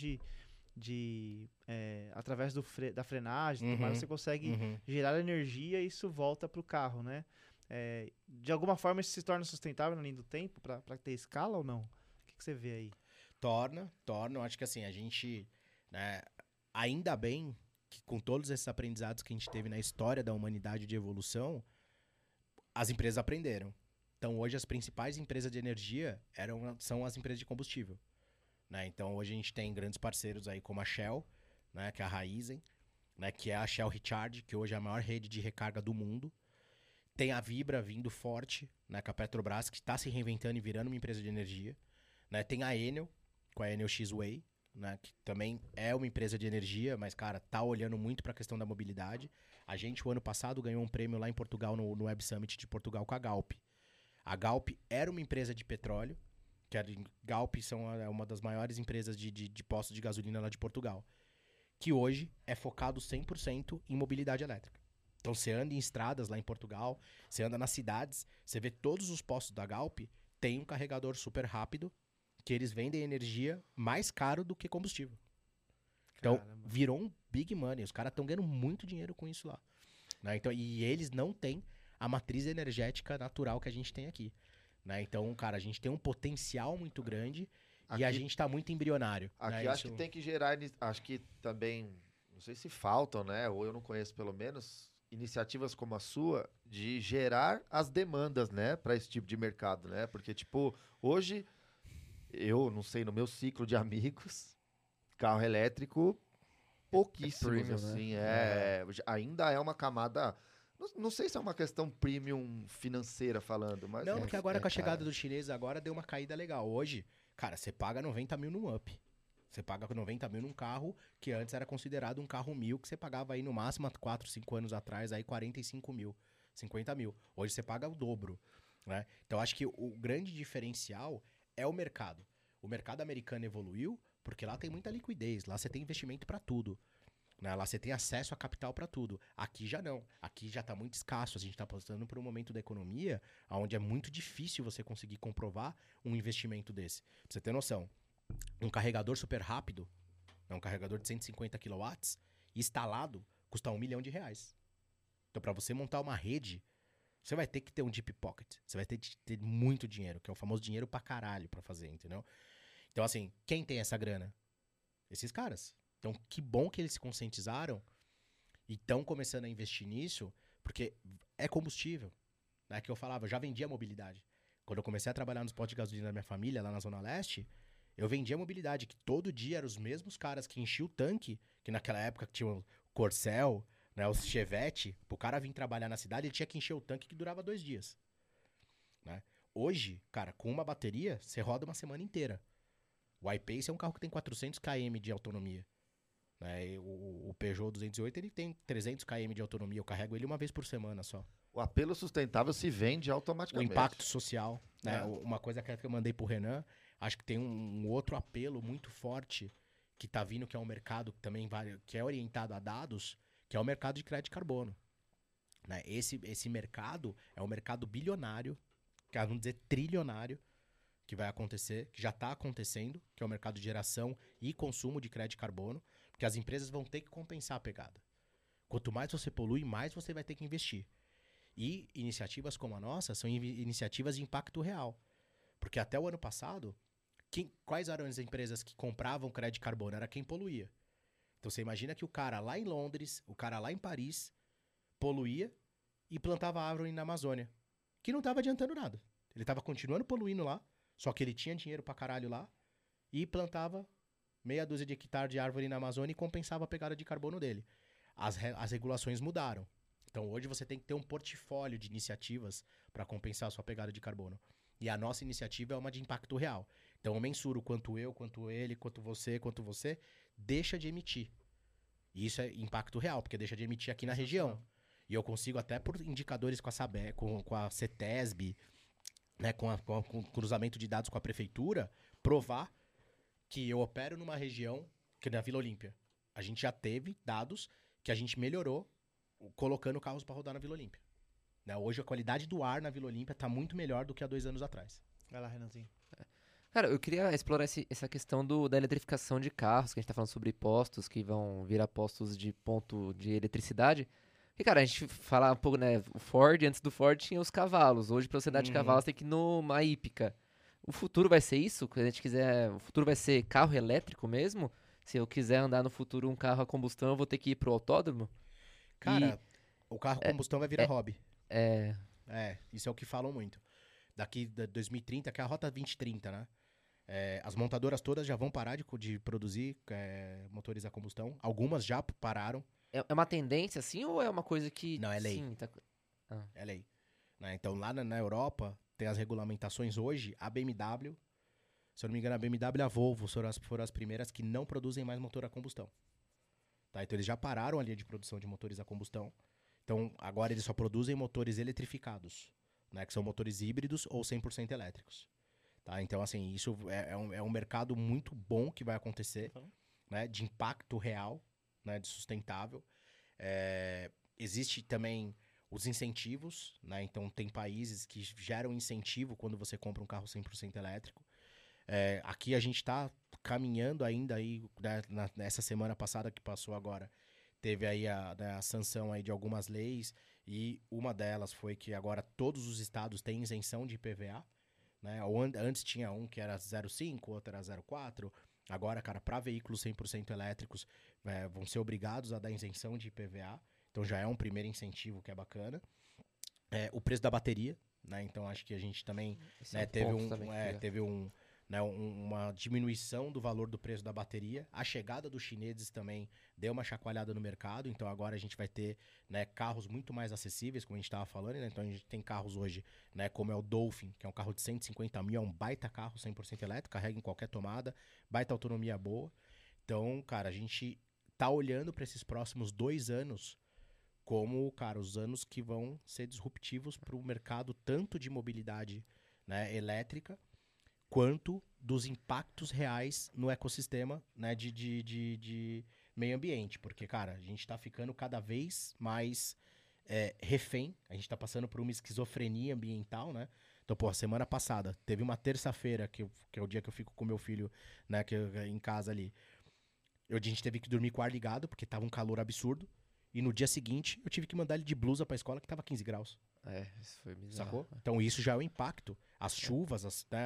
através da frenagem, você consegue gerar energia e isso volta para o carro, né? De alguma forma isso se torna sustentável na linha do tempo para ter escala ou não? O que você vê aí?
Torna. Eu acho que assim, a gente, né, ainda bem que com todos esses aprendizados que a gente teve na história da humanidade de evolução, as empresas aprenderam. Então hoje as principais empresas de energia são as empresas de combustível. Né? Então, hoje a gente tem grandes parceiros aí como a Shell, né? Que é a Raízen, né? Que é a Shell Recharge, que hoje é a maior rede de recarga do mundo. Tem a Vibra vindo forte, né, com a Petrobras, que está se reinventando e virando uma empresa de energia. Né? Tem a Enel, com a Enel X-Way, né, que também é uma empresa de energia, mas, cara, tá olhando muito para a questão da mobilidade. A gente, o ano passado, ganhou um prêmio lá em Portugal, no Web Summit de Portugal, com a Galp. A Galp era uma empresa de petróleo, Galp é uma das maiores empresas de postos de gasolina lá de Portugal, que hoje é focado 100% em mobilidade elétrica. Então, você anda em estradas lá em Portugal, você anda nas cidades, você vê todos os postos da Galp, tem um carregador super rápido, que eles vendem energia mais caro do que combustível. Então,
Caramba.
virou um big money. Os caras estão ganhando muito dinheiro com isso lá. Né? Então, e eles não têm a matriz energética natural que a gente tem aqui. Né? Então, cara, a gente tem um potencial muito grande e a
Aqui-
gente tá muito embrionário.
Aqui
né?
acho que tem que gerar, acho que também, não sei se faltam, né? Ou eu não conheço pelo menos, iniciativas como a sua de gerar as demandas, né? Para esse tipo de mercado, né? Porque, tipo, hoje, eu não sei, no meu ciclo de amigos, carro elétrico, pouquíssimos,
premium, né?
assim, ainda é uma camada... Não sei se é uma questão premium financeira falando, mas...
Não, porque agora com a chegada
cara.
do chinês, agora deu uma caída legal. Hoje, cara, você paga 90 mil num Up. Você paga 90 mil num carro que antes era considerado um carro 1.000, que você pagava aí no máximo há 4, 5 anos atrás, aí 45 mil, 50 mil. Hoje você paga o dobro. Né? Então, acho que o grande diferencial é o mercado. O mercado americano evoluiu porque lá tem muita liquidez, lá você tem investimento para tudo. Né? Lá você tem acesso a capital para tudo. Aqui já não. Aqui já está muito escasso. A gente está passando por um momento da economia onde é muito difícil você conseguir comprovar um investimento desse. Pra você ter noção, um carregador super rápido, um carregador de 150 kW, instalado, custa R$1 milhão. Então, para você montar uma rede, você vai ter que ter um deep pocket. Você vai ter que ter muito dinheiro, que é o famoso dinheiro pra caralho pra fazer, entendeu? Então, assim, quem tem essa grana? Esses caras. Então, que bom que eles se conscientizaram e estão começando a investir nisso, porque é combustível. Né? Que eu falava, eu já vendia mobilidade. Quando eu comecei a trabalhar nos postos de gasolina da minha família, lá na Zona Leste, eu vendia mobilidade, que todo dia eram os mesmos caras que enchiam o tanque, que naquela época tinha o Corcel, né, os Chevette, pro cara vir trabalhar na cidade, ele tinha que encher o tanque que durava 2 dias. Né? Hoje, cara, com uma bateria, você roda uma semana inteira. O iPace é um carro que tem 400 km de autonomia. Né? O Peugeot 208 ele tem 300 km de autonomia. Eu carrego ele uma vez por semana só.
O apelo sustentável se vende
O
automaticamente.
impacto social. Né?
É.
Uma coisa que eu mandei pro Renan, acho que tem um outro apelo muito forte que tá vindo, que é um mercado que também que é orientado a dados, que é o mercado de crédito de carbono. Né? Esse mercado é um mercado bilionário, que vamos dizer trilionário, que vai acontecer, que já está acontecendo, que é o mercado de geração e consumo de crédito de carbono, porque as empresas vão ter que compensar a pegada. Quanto mais você polui, mais você vai ter que investir. E iniciativas como a nossa são iniciativas de impacto real. Porque até o ano passado, quais eram as empresas que compravam crédito de carbono? Era quem poluía. Então você imagina que o cara lá em Londres, o cara lá em Paris, poluía e plantava árvore na Amazônia, que não estava adiantando nada. Ele estava continuando poluindo lá, só que ele tinha dinheiro pra caralho lá e plantava meia dúzia de hectares de árvore na Amazônia e compensava a pegada de carbono dele. As regulações mudaram. Então hoje você tem que ter um portfólio de iniciativas para compensar a sua pegada de carbono. E a nossa iniciativa é uma de impacto real. Então eu mensuro quanto eu, quanto ele, quanto você deixa de emitir. E isso é impacto real, porque deixa de emitir aqui na região. E eu consigo até por indicadores com a SABE, com a CETESB, né, com o cruzamento de dados com a prefeitura, provar que eu opero numa região, que na Vila Olímpia. A gente já teve dados que a gente melhorou colocando carros para rodar na Vila Olímpia. Né? Hoje a qualidade do ar na Vila Olímpia está muito melhor do que há 2 anos atrás.
Vai lá, Renanzinho.
Cara, eu queria explorar essa questão da eletrificação de carros, que a gente tá falando sobre postos que vão virar postos de ponto de eletricidade. E, cara, a gente fala um pouco, né? O Ford, antes do Ford, tinha os cavalos. Hoje, pra você dar de cavalos, tem que ir numa hípica. O futuro vai ser isso? Se a gente quiser. O futuro vai ser carro elétrico mesmo? Se eu quiser andar no futuro um carro a combustão, eu vou ter que ir pro autódromo?
Cara, o carro combustão vai virar hobby.
É.
Isso é o que falam muito. Daqui de 2030, que é a Rota 2030, né? As montadoras todas já vão parar de produzir motores a combustão. Algumas já pararam.
É uma tendência, assim, ou é uma coisa que...
Não, é lei.
Sim, tá...
É lei. né? Então, lá na Europa, tem as regulamentações hoje, a BMW, se eu não me engano, a BMW e a Volvo foram as primeiras que não produzem mais motor a combustão. Tá? Então, eles já pararam a linha de produção de motores a combustão. Então, agora eles só produzem motores eletrificados, né? Que são motores híbridos ou 100% elétricos. Tá? Então, assim, isso é um mercado muito bom que vai acontecer, né? De impacto real, né? De sustentável. Existe também os incentivos, né? Então, tem países que geram incentivo quando você compra um carro 100% elétrico. Aqui a gente está caminhando ainda aí, né, nessa semana passada que passou agora, teve aí a sanção aí de algumas leis, e uma delas foi que agora todos os estados têm isenção de IPVA, né? Antes tinha um que era 0,5, outro era 0,4. Agora, cara, para veículos 100% elétricos, vão ser obrigados a dar isenção de IPVA. Então já é um primeiro incentivo que é bacana. O preço da bateria, né? Então acho que a gente também, né, teve uma diminuição do valor do preço da bateria. A chegada dos chineses também deu uma chacoalhada no mercado. Então agora a gente vai ter, né, carros muito mais acessíveis, como a gente estava falando, né? Então a gente tem carros hoje, né, como é o Dolphin, que é um carro de 150 mil, é um baita carro 100% elétrico, carrega em qualquer tomada, baita autonomia boa. Então, cara, a gente tá olhando para esses próximos 2 anos como, cara, os anos que vão ser disruptivos para o mercado tanto de mobilidade, né, elétrica, quanto dos impactos reais no ecossistema, né, de meio ambiente. Porque, cara, a gente tá ficando cada vez mais refém, a gente tá passando por uma esquizofrenia ambiental, né? Então, pô, semana passada, teve uma terça-feira, que é o dia que eu fico com meu filho, né, em casa ali. A gente teve que dormir com o ar ligado, porque tava um calor absurdo. E no dia seguinte, eu tive que mandar ele de blusa pra escola, que tava 15 graus.
Isso foi bizarro.
Sacou? Então isso já é o impacto. As chuvas,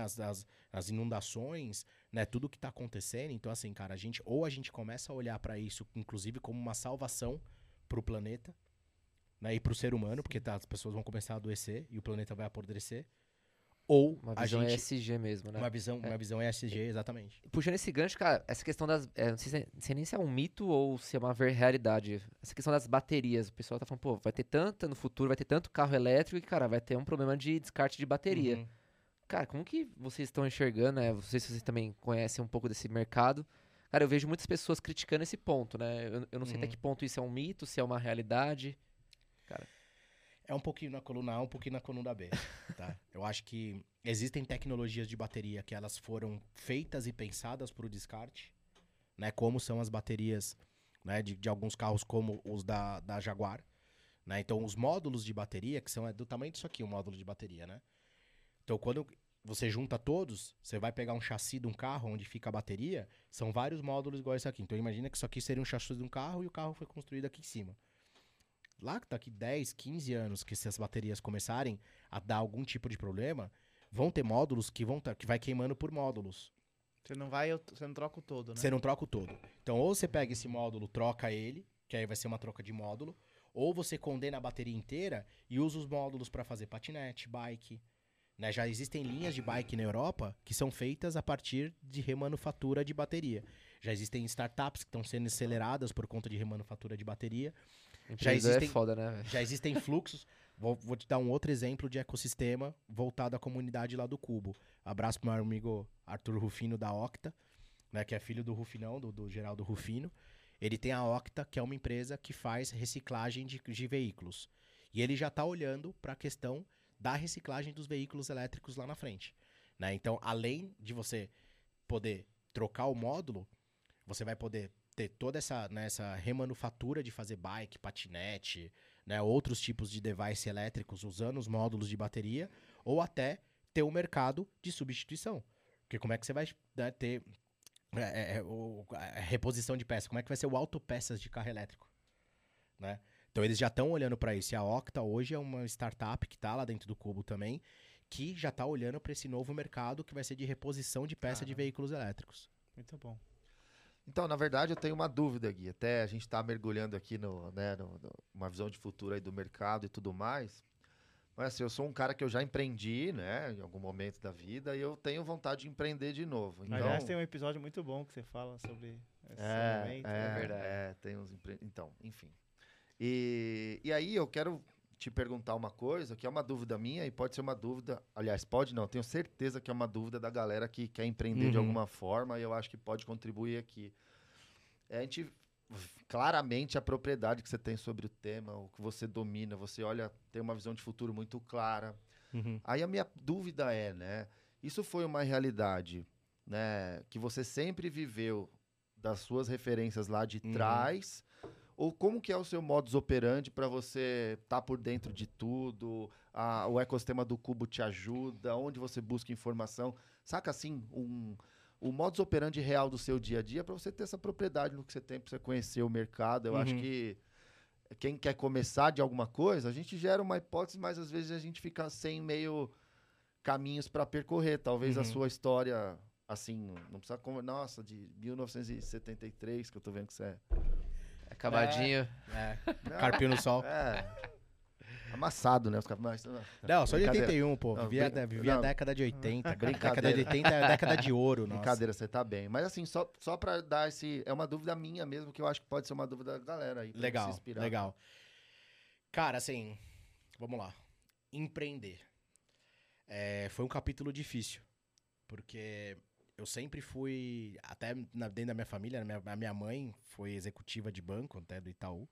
as inundações, né? Tudo que tá acontecendo. Então, assim, cara, a gente começa a olhar pra isso, inclusive, como uma salvação pro planeta, né? E pro ser humano, porque as pessoas vão começar a adoecer e o planeta vai apodrecer. Ou
uma visão ESG mesmo, né?
Uma visão ESG, exatamente.
Puxando esse gancho, cara, essa questão das... não sei nem se é um mito ou se é uma realidade. Essa questão das baterias. O pessoal tá falando, pô, vai ter no futuro vai ter tanto carro elétrico que, cara, vai ter um problema de descarte de bateria.
Uhum.
Cara, como que vocês estão enxergando, né? Não sei se vocês também conhecem um pouco desse mercado. Cara, eu vejo muitas pessoas criticando esse ponto, né? Eu não sei até que ponto isso é um mito, se é uma realidade. Cara...
É um pouquinho na coluna A, um pouquinho na coluna B, tá? Eu acho que existem tecnologias de bateria que elas foram feitas e pensadas para o descarte, né? Como são as baterias, né, de alguns carros como os da Jaguar, né? Então, os módulos de bateria, que são do tamanho disso aqui, o módulo de bateria, né? Então, quando você junta todos, você vai pegar um chassi de um carro onde fica a bateria, são vários módulos igual esse aqui. Então, imagina que isso aqui seria um chassi de um carro e o carro foi construído aqui em cima. Lá que daqui 10, 15 anos que se as baterias começarem a dar algum tipo de problema, vão ter módulos que vai queimando por módulos.
Você não troca o todo, né?
Você não troca o todo. Então, ou você pega esse módulo, troca ele, que aí vai ser uma troca de módulo, ou você condena a bateria inteira e usa os módulos para fazer patinete, bike, né? Já existem linhas de bike na Europa que são feitas a partir de remanufatura de bateria. Já existem startups que estão sendo aceleradas por conta de remanufatura de bateria.
Foda, né?
Já existem fluxos. Vou te dar um outro exemplo de ecossistema voltado à comunidade lá do Cubo. Abraço pro meu amigo Arthur Rufino da Octa, né, que é filho do Rufinão, do Geraldo Rufino. Ele tem a Octa, que é uma empresa que faz reciclagem de veículos. E ele já está olhando para a questão da reciclagem dos veículos elétricos lá na frente, né? Então, além de você poder trocar o módulo, você vai poder ter toda essa remanufatura de fazer bike, patinete, né, outros tipos de device elétricos usando os módulos de bateria, ou até ter um mercado de substituição. Porque como é que você vai, né, ter a reposição de peças? Como é que vai ser o autopeças de carro elétrico? Né? Então eles já estão olhando para isso. E a Octa hoje é uma startup que está lá dentro do Cubo também, que já está olhando para esse novo mercado que vai ser de reposição de peça de veículos elétricos.
Muito bom.
Então, na verdade, eu tenho uma dúvida, Gui. Até a gente está mergulhando aqui numa visão de futuro aí do mercado e tudo mais. Mas assim, eu sou um cara que eu já empreendi, né, em algum momento da vida, e eu tenho vontade de empreender de novo. Então,
aliás, tem um episódio muito bom que você fala sobre esse momento.
É verdade.
Tem uns Então, enfim. E aí eu quero te perguntar uma coisa que é uma dúvida minha e pode ser uma dúvida... Aliás, pode não, tenho certeza que é uma dúvida da galera que quer empreender de alguma forma e eu acho que pode contribuir aqui. A gente... Claramente a propriedade que você tem sobre o tema, o que você domina, você olha, tem uma visão de futuro muito clara. Aí a minha dúvida é, né? Isso foi uma realidade, né? Que você sempre viveu das suas referências lá de trás? Ou como que é o seu modus operandi para você estar por dentro de tudo? O ecossistema do Cubo te ajuda? Onde você busca informação? Saca assim, o modus operandi real do seu dia a dia para você ter essa propriedade no que você tem, para você conhecer o mercado. Eu acho que quem quer começar de alguma coisa, a gente gera uma hipótese, mas às vezes a gente fica sem meio caminhos para percorrer. Talvez a sua história, assim, não precisa... Nossa, de 1973, que eu tô vendo que você é...
Acabadinho.
Carpinho no sol.
Amassado, né? Os caras...
Não, sou de
Brincadeira.
81, pô.
Não,
Vivi a década de 80.
Brincadeira.
Década de 80 é a década de ouro, nossa.
Brincadeira, você tá bem. Mas assim, só pra dar esse... É uma dúvida minha mesmo, que eu acho que pode ser uma dúvida da galera aí. Pra
Legal,
se inspirar.
legal. Cara, assim, vamos lá. Empreender. Foi um capítulo difícil. Porque eu sempre fui, até dentro da minha família, a minha mãe foi executiva de banco, até do Itaú.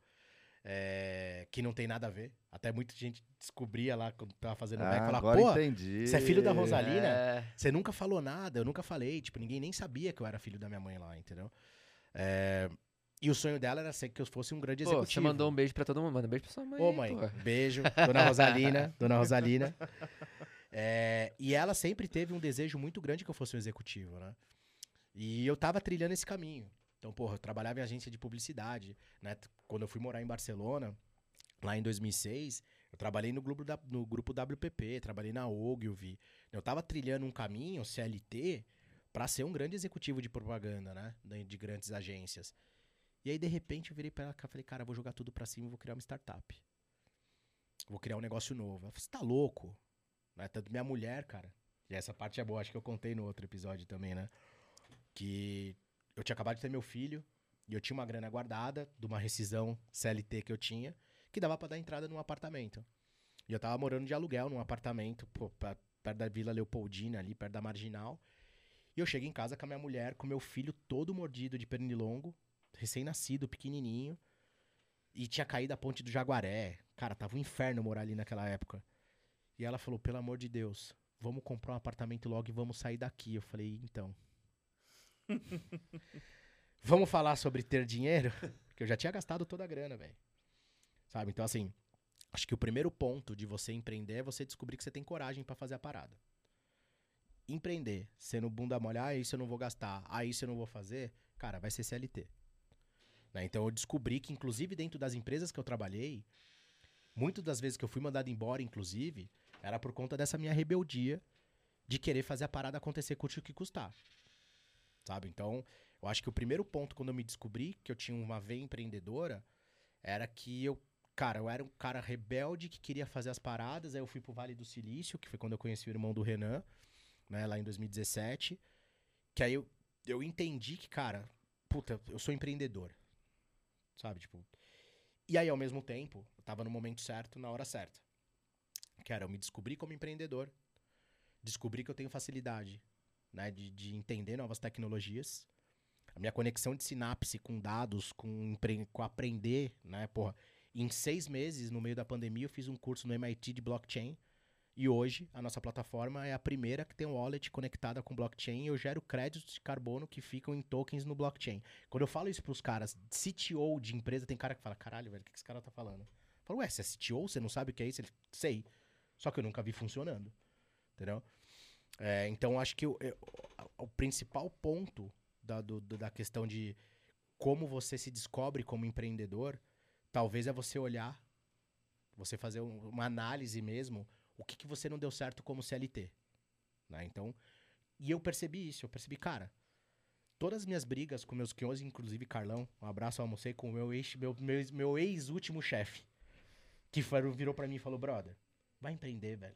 Que não tem nada a ver. Até muita gente descobria lá quando tava fazendo o MEC, falava,
agora
pô,
entendi.
você é filho da Rosalina? Você nunca falou nada, eu nunca falei. Tipo, ninguém nem sabia que eu era filho da minha mãe lá, entendeu? E o sonho dela era ser que eu fosse um grande executivo.
Pô, você mandou um beijo pra todo mundo, manda um beijo pra sua mãe.
Ô, mãe, beijo, dona Rosalina, dona Rosalina. E ela sempre teve um desejo muito grande que eu fosse um executivo, né? E eu tava trilhando esse caminho. Então, porra, eu trabalhava em agência de publicidade, né? Quando eu fui morar em Barcelona, lá em 2006, eu trabalhei no grupo WPP, trabalhei na Ogilvy. Eu tava trilhando um caminho, CLT, pra ser um grande executivo de propaganda, né? De grandes agências. E aí, de repente, eu virei pra ela e falei, cara, eu vou jogar tudo pra cima e vou criar uma startup. Vou criar um negócio novo. Ela falou, você tá louco? Né? Tanto minha mulher, cara, e essa parte é boa, acho que eu contei no outro episódio também, né? Que eu tinha acabado de ter meu filho e eu tinha uma grana guardada de uma rescisão CLT que eu tinha, que dava pra dar entrada num apartamento. E eu tava morando de aluguel num apartamento, pô, perto da Vila Leopoldina, ali perto da Marginal. E eu cheguei em casa com a minha mulher, com meu filho todo mordido de pernilongo, recém-nascido, pequenininho, e tinha caído a ponte do Jaguaré. Cara, tava um inferno morar ali naquela época. E ela falou, pelo amor de Deus, vamos comprar um apartamento logo e vamos sair daqui. Eu falei, então... Vamos falar sobre ter dinheiro? Porque eu já tinha gastado toda a grana, velho. Sabe? Então, assim, acho que o primeiro ponto de você empreender é você descobrir que você tem coragem pra fazer a parada. Empreender, sendo bunda mole, isso eu não vou gastar, isso eu não vou fazer, cara, vai ser CLT. Né? Então, eu descobri que, inclusive, dentro das empresas que eu trabalhei, muitas das vezes que eu fui mandado embora, inclusive, era por conta dessa minha rebeldia de querer fazer a parada acontecer, custe o que custar. Sabe? Então, eu acho que o primeiro ponto, quando eu me descobri que eu tinha uma veia empreendedora, era que eu era um cara rebelde que queria fazer as paradas. Aí eu fui pro Vale do Silício, que foi quando eu conheci o irmão do Renan, né, lá em 2017. Que aí eu entendi que, cara, puta, eu sou empreendedor. Sabe? Tipo... E aí, ao mesmo tempo, eu tava no momento certo, na hora certa. Que era, eu me descobri como empreendedor. Descobri que eu tenho facilidade, né, de entender novas tecnologias. A minha conexão de sinapse com dados, com aprender, né, porra. Em 6 meses, no meio da pandemia, eu fiz um curso no MIT de blockchain. E hoje, a nossa plataforma é a primeira que tem um wallet conectada com blockchain. E eu gero créditos de carbono que ficam em tokens no blockchain. Quando eu falo isso pros caras, CTO de empresa, tem cara que fala, caralho, velho, o que esse cara tá falando? Eu falo, ué, você é CTO, você não sabe o que é isso? Ele, sei. Só que eu nunca vi funcionando. Entendeu? Então, acho que o principal ponto da questão de como você se descobre como empreendedor, talvez é você olhar, você fazer uma análise mesmo, o que você não deu certo como CLT. Né? Então, e eu percebi isso, cara, todas as minhas brigas com meus quions, inclusive Carlão, um abraço, eu almocei com o meu ex-último chefe, que virou pra mim e falou, brother, vai empreender, velho.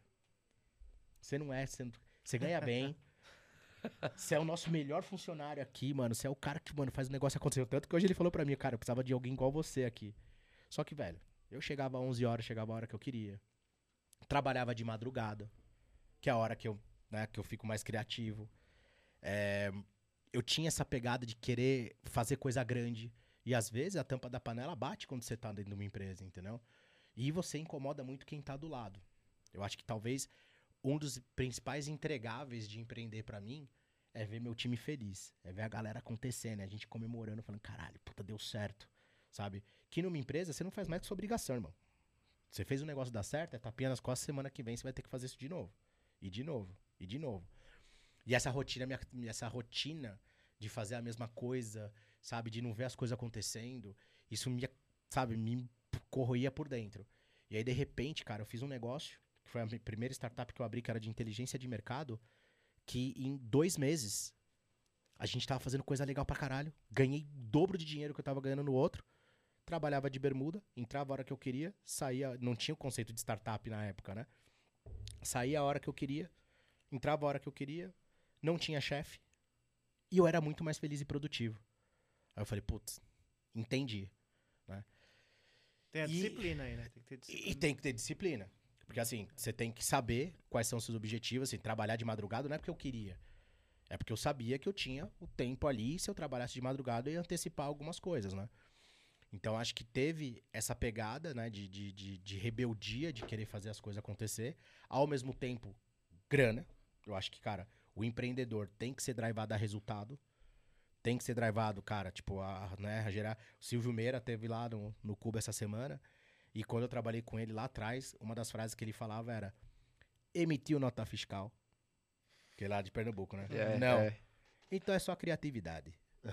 Você ganha bem. Você é o nosso melhor funcionário aqui, mano. Você é o cara que, mano, faz o negócio acontecer. Tanto que hoje ele falou pra mim, cara, eu precisava de alguém igual você aqui. Só que, velho, Eu chegava às 11 horas, chegava a hora que eu queria. Trabalhava de madrugada, que é a hora que eu fico mais criativo. Eu tinha essa pegada de querer fazer coisa grande. E às vezes a tampa da panela bate quando você tá dentro de uma empresa, entendeu? E você incomoda muito quem tá do lado. Eu acho que talvez um dos principais entregáveis de empreender pra mim é ver meu time feliz. É ver a galera acontecendo, a gente comemorando, falando, caralho, puta, deu certo, sabe? Que numa empresa você não faz mais que sua obrigação, irmão. Você fez o negócio dar certo, é tapinha nas costas, semana que vem você vai ter que fazer isso de novo. E de novo, e de novo. E essa rotina de fazer a mesma coisa, sabe? De não ver as coisas acontecendo, isso me corroía por dentro. E aí, de repente, cara, eu fiz um negócio, que foi a primeira startup que eu abri, que era de inteligência de mercado, que em 2 meses a gente tava fazendo coisa legal pra caralho. Ganhei o dobro de dinheiro que eu tava ganhando no outro. Trabalhava de bermuda, entrava a hora que eu queria, saía... Não tinha o conceito de startup na época, né? Saía a hora que eu queria, entrava a hora que eu queria, não tinha chefe, e eu era muito mais feliz e produtivo. Aí eu falei, putz, entendi, né?
Tem a disciplina aí, né? Tem que ter disciplina.
E tem que ter disciplina. Porque assim, você tem que saber quais são os seus objetivos, assim, trabalhar de madrugada não é porque eu queria. É porque eu sabia que eu tinha o tempo ali, e se eu trabalhasse de madrugada eu ia antecipar algumas coisas, né? Então acho que teve essa pegada, né, de rebeldia, de querer fazer as coisas acontecer. Ao mesmo tempo, grana. Eu acho que, cara, o empreendedor tem que ser drivado a resultado. Tem que ser drivado, cara, tipo, a gerar... O Silvio Meira teve lá no Cuba essa semana, e quando eu trabalhei com ele lá atrás, uma das frases que ele falava era: emitiu nota fiscal. Que é lá de Pernambuco, né? Não. Então é só criatividade.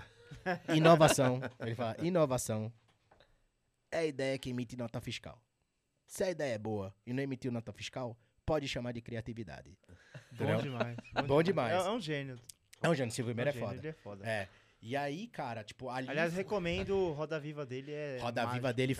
Inovação. Ele fala, inovação é a ideia que emite nota fiscal. Se a ideia é boa e não emitiu nota fiscal, pode chamar de criatividade.
Bom demais.
Bom demais.
É um gênio.
É um gênio, Silvio Meira é foda.
Ele é foda.
É. E aí, cara, tipo, ali...
Aliás, recomendo Roda Viva dele.
Roda Viva dele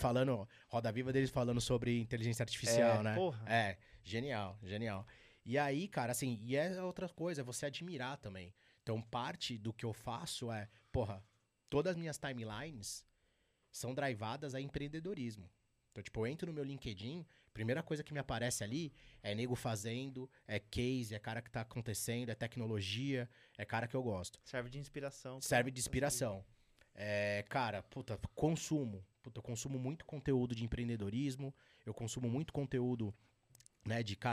falando sobre inteligência artificial, né?
Porra.
É, genial, genial. E aí, cara, assim, e é outra coisa, é você admirar também. Então, parte do que eu faço é, porra, todas as minhas timelines são drivadas a empreendedorismo. Então, tipo, eu entro no meu LinkedIn, primeira coisa que me aparece ali é nego fazendo, é case, é cara que tá acontecendo, é tecnologia, é cara que eu gosto.
Serve de inspiração.
Serve de inspiração. Cara, puta, consumo. Puta, eu consumo muito conteúdo de empreendedorismo, eu consumo muito conteúdo, né, de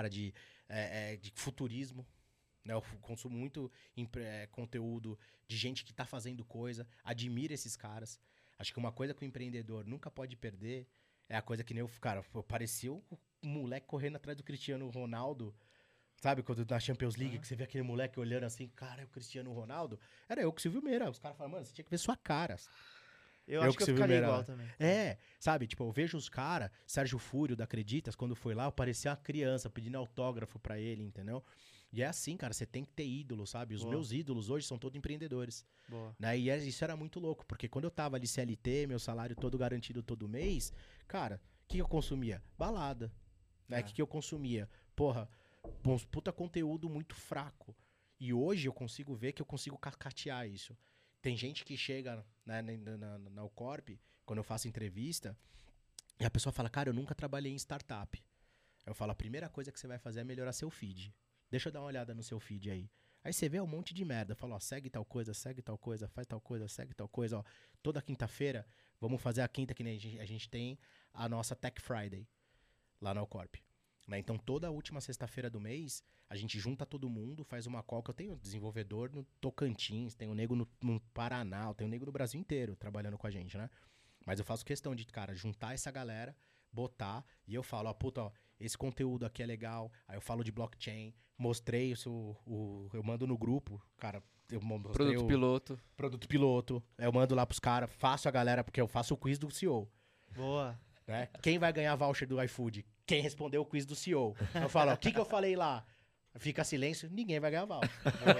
futurismo. Né, eu consumo muito conteúdo de gente que tá fazendo coisa, admiro esses caras. Acho que uma coisa que o empreendedor nunca pode perder é a coisa que nem eu... Cara, parecia um moleque correndo atrás do Cristiano Ronaldo. Sabe, quando na Champions League, que você vê aquele moleque olhando assim, cara, é o Cristiano Ronaldo. Era eu com o Silvio Meira. Os caras falam, mano, você tinha que ver sua cara.
Eu acho que eu ficaria igual também.
Sabe, tipo, eu vejo os caras, Sérgio Fúrio da Acreditas, quando foi lá, eu parecia uma criança pedindo autógrafo pra ele, entendeu? E é assim, cara, você tem que ter ídolo, sabe? Os meus ídolos hoje são todos empreendedores.
Boa.
Né? E isso era muito louco, porque quando eu tava ali CLT, meu salário todo garantido todo mês, cara, o que eu consumia? Balada. Né? O que eu consumia? Porra, uns puta conteúdo muito fraco. E hoje eu consigo ver que eu consigo catear isso. Tem gente que chega, né, na Ucorp, quando eu faço entrevista, e a pessoa fala, cara, eu nunca trabalhei em startup. Eu falo, a primeira coisa que você vai fazer é melhorar seu feed. Deixa eu dar uma olhada no seu feed aí. Aí você vê um monte de merda. Fala, ó, segue tal coisa, faz tal coisa, segue tal coisa, ó. Toda quinta-feira, vamos fazer a quinta, que nem a gente tem a nossa Tech Friday, lá na Ucorp. Né? Então, toda última sexta-feira do mês, a gente junta todo mundo, faz uma call, que eu tenho desenvolvedor no Tocantins, tenho nego no Paraná, tenho nego no Brasil inteiro trabalhando com a gente, né? Mas eu faço questão de, cara, juntar essa galera, botar, e eu falo, ó, puta, ó, esse conteúdo aqui é legal, aí eu falo de blockchain, mostrei eu mando no grupo, cara, eu mostrei Produto piloto, eu mando lá pros caras, faço a galera, porque eu faço o quiz do CEO.
Boa.
Né? Quem vai ganhar voucher do iFood? Quem respondeu o quiz do CEO. Eu falo, ó, o que eu falei lá? Fica silêncio, ninguém vai ganhar voucher.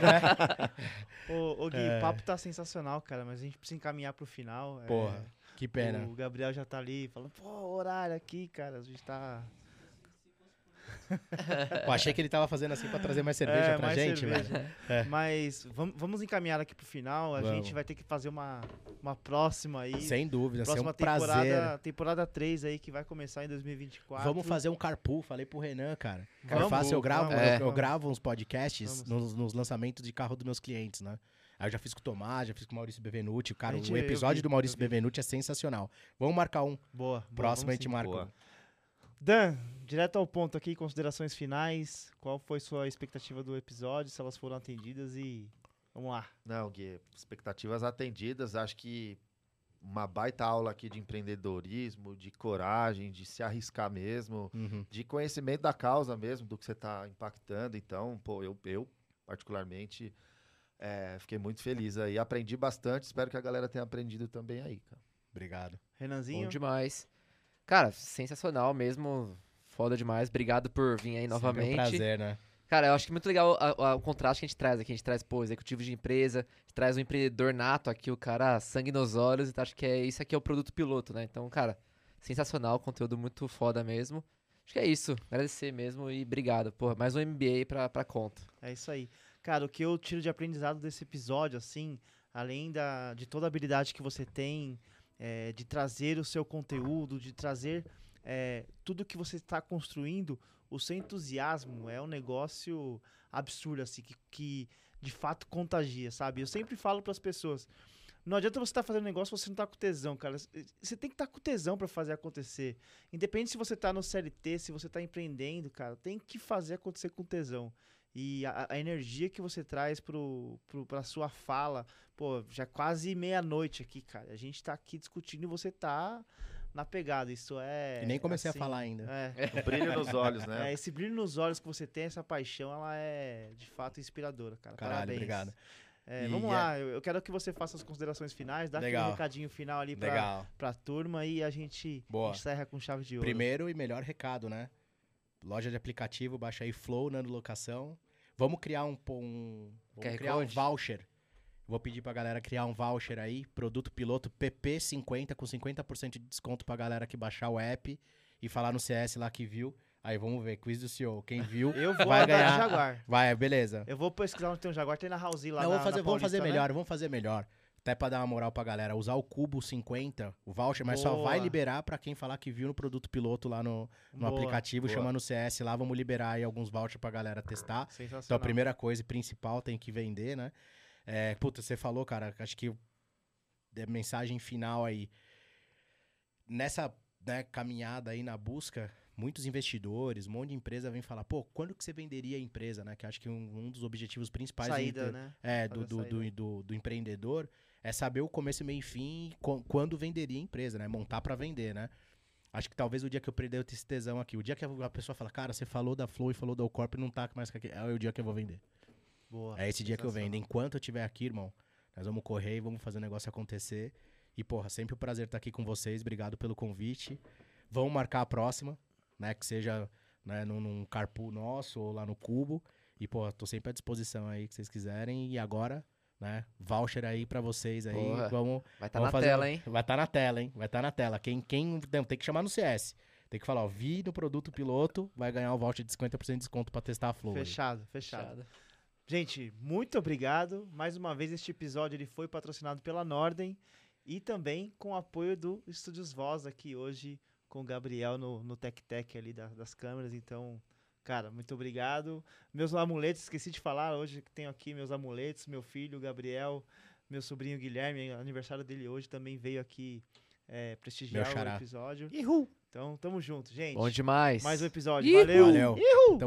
Ô Gui, o papo tá sensacional, cara, mas a gente precisa encaminhar pro final.
Porra, que pena.
O Gabriel já tá ali falando, pô, horário aqui, cara, a gente tá...
Eu achei que ele tava fazendo assim pra trazer mais cerveja pra
mais
gente,
cerveja.
velho.
Mas vamos encaminhar aqui pro final. A
Vamos.
gente vai ter que fazer uma próxima aí.
Sem dúvida, vai ser
Próxima
um prazer.
temporada 3 aí, que vai começar em 2024.
Vamos fazer um carpool, falei pro Renan, cara.
Vamos,
Eu faço, eu gravo,
vamos,
eu
vamos.
gravo uns podcasts nos lançamentos de carro dos meus clientes, né? Aí eu já fiz com o Tomás, já fiz com o Maurício Bevenuti. Cara,
A gente-
o episódio
eu vi,
do Maurício
eu vi.
Bevenuti é sensacional. Vamos marcar um.
Boa.
Próximo a
vamos
gente
sim.
marca um.
Boa.
Dan, direto ao ponto aqui, considerações finais. Qual foi sua expectativa do episódio, se elas foram atendidas e... Vamos lá.
Não, Gui, expectativas atendidas. Acho que uma baita aula aqui de empreendedorismo, de coragem, de se arriscar mesmo,
Uhum.
de conhecimento da causa mesmo, do que você está impactando. Então, pô, eu particularmente, fiquei muito feliz aí. Aprendi bastante, espero que a galera tenha aprendido também aí, cara.
Obrigado.
Renanzinho?
Bom demais. Cara, sensacional mesmo. Foda demais. Obrigado por vir aí
Sempre
novamente.
um prazer, né?
Cara, eu acho que é muito legal o contraste que a gente traz aqui. A gente traz, pô, executivo de empresa, a gente traz um empreendedor nato aqui, o cara sangue nos olhos. Então acho que isso aqui é o produto piloto, né? Então, cara, sensacional, conteúdo muito foda mesmo. Acho que é isso. Agradecer mesmo e obrigado. Pô, mais um MBA pra conta.
É isso aí. Cara, o que eu tiro de aprendizado desse episódio, assim, além de toda a habilidade que você tem, de trazer o seu conteúdo, de trazer tudo que você está construindo, o seu entusiasmo é um negócio absurdo, assim, que de fato contagia, sabe? Eu sempre falo para as pessoas, não adianta você estar fazendo negócio se você não tá com tesão, cara. Você tem que estar com tesão para fazer acontecer. Independente se você tá no CLT, se você tá empreendendo, cara, tem que fazer acontecer com tesão. E a energia que você traz pra sua fala, pô, já é quase meia-noite aqui, cara. A gente tá aqui discutindo e você tá na pegada. Isso é.
E nem comecei
assim,
a falar ainda.
O brilho nos olhos, né?
Esse brilho nos olhos que você tem, essa paixão, ela é de fato inspiradora, cara.
Caralho,
Parabéns.
obrigado. E
Vamos lá, eu quero que você faça as considerações finais, dá
Legal.
aquele recadinho final ali
Legal.
pra turma e a gente
Boa.
encerra com chave de ouro.
Primeiro e melhor recado, né? Loja de aplicativo, baixa aí Flow, Nando Locação. Vamos criar vamos
QR
criar um
Code?
voucher. Vou pedir pra galera criar um voucher aí, produto piloto PP50 com 50% de desconto pra galera que baixar o app e falar no CS lá que viu. Aí vamos ver, quiz do CEO. Quem viu
Eu vou
vai
andar de
ganhar.
Jaguar.
Vai, beleza.
Eu vou pesquisar onde tem um Jaguar, tem na House lá
Não,
na
vamos fazer
Paulista, né?
melhor, vamos fazer melhor. Até pra dar uma moral pra galera. Usar o Cubo 50, o voucher, mas só
Boa.
vai liberar pra quem falar que viu no produto piloto lá no
Boa,
aplicativo,
boa.
chamando o CS lá. Vamos liberar aí alguns vouchers pra galera testar.
Sensacional.
Então a primeira coisa e principal tem que vender, né? Puta, você falou, cara, acho que a mensagem final aí. Nessa caminhada aí na busca, muitos investidores, um monte de empresa vem falar, pô, quando que você venderia a empresa, né? Que acho que um dos objetivos principais
Saída, né?
do,
Fazer a
do,
saída.
do empreendedor é saber o começo, meio e fim, quando venderia a empresa, né? Montar pra vender, né? Acho que talvez o dia que eu perder esse tesão aqui, o dia que a pessoa fala, cara, você falou da Flow e falou da Corp e não tá mais aqui, é o dia que eu vou vender.
Boa.
É esse dia que eu
Sensacional.
vendo. Enquanto eu estiver aqui, irmão, nós vamos correr e vamos fazer o negócio acontecer. E, porra, sempre um prazer estar aqui com vocês. Obrigado pelo convite. Vamos marcar a próxima, né? Que seja num carpool nosso ou lá no Cubo. E, porra, tô sempre à disposição aí, que vocês quiserem. E agora, né? Voucher aí pra vocês aí.
Porra.
Vamos
Vai estar
vamos
na
fazer
tela, hein?
Vai estar na tela, hein? Vai estar na tela. Quem não, tem que chamar no CS. Tem que falar, ó, vi no produto piloto, vai ganhar o voucher de 50% de desconto pra testar a Flow. aí.
Fechado. Gente, muito obrigado. Mais uma vez, este episódio ele foi patrocinado pela Norden e também com o apoio do Estúdios Voz aqui hoje com o Gabriel no Tec ali das câmeras. Então, cara, muito obrigado. Meus amuletos, esqueci de falar hoje que tenho aqui meus amuletos. Meu filho, o Gabriel, meu sobrinho Guilherme, aniversário dele hoje, também veio aqui prestigiar
Meu
o
xará.
episódio.
Uhul.
Então, tamo junto, gente.
Bom demais.
Mais um episódio.
Ihu!
Valeu.
Valeu.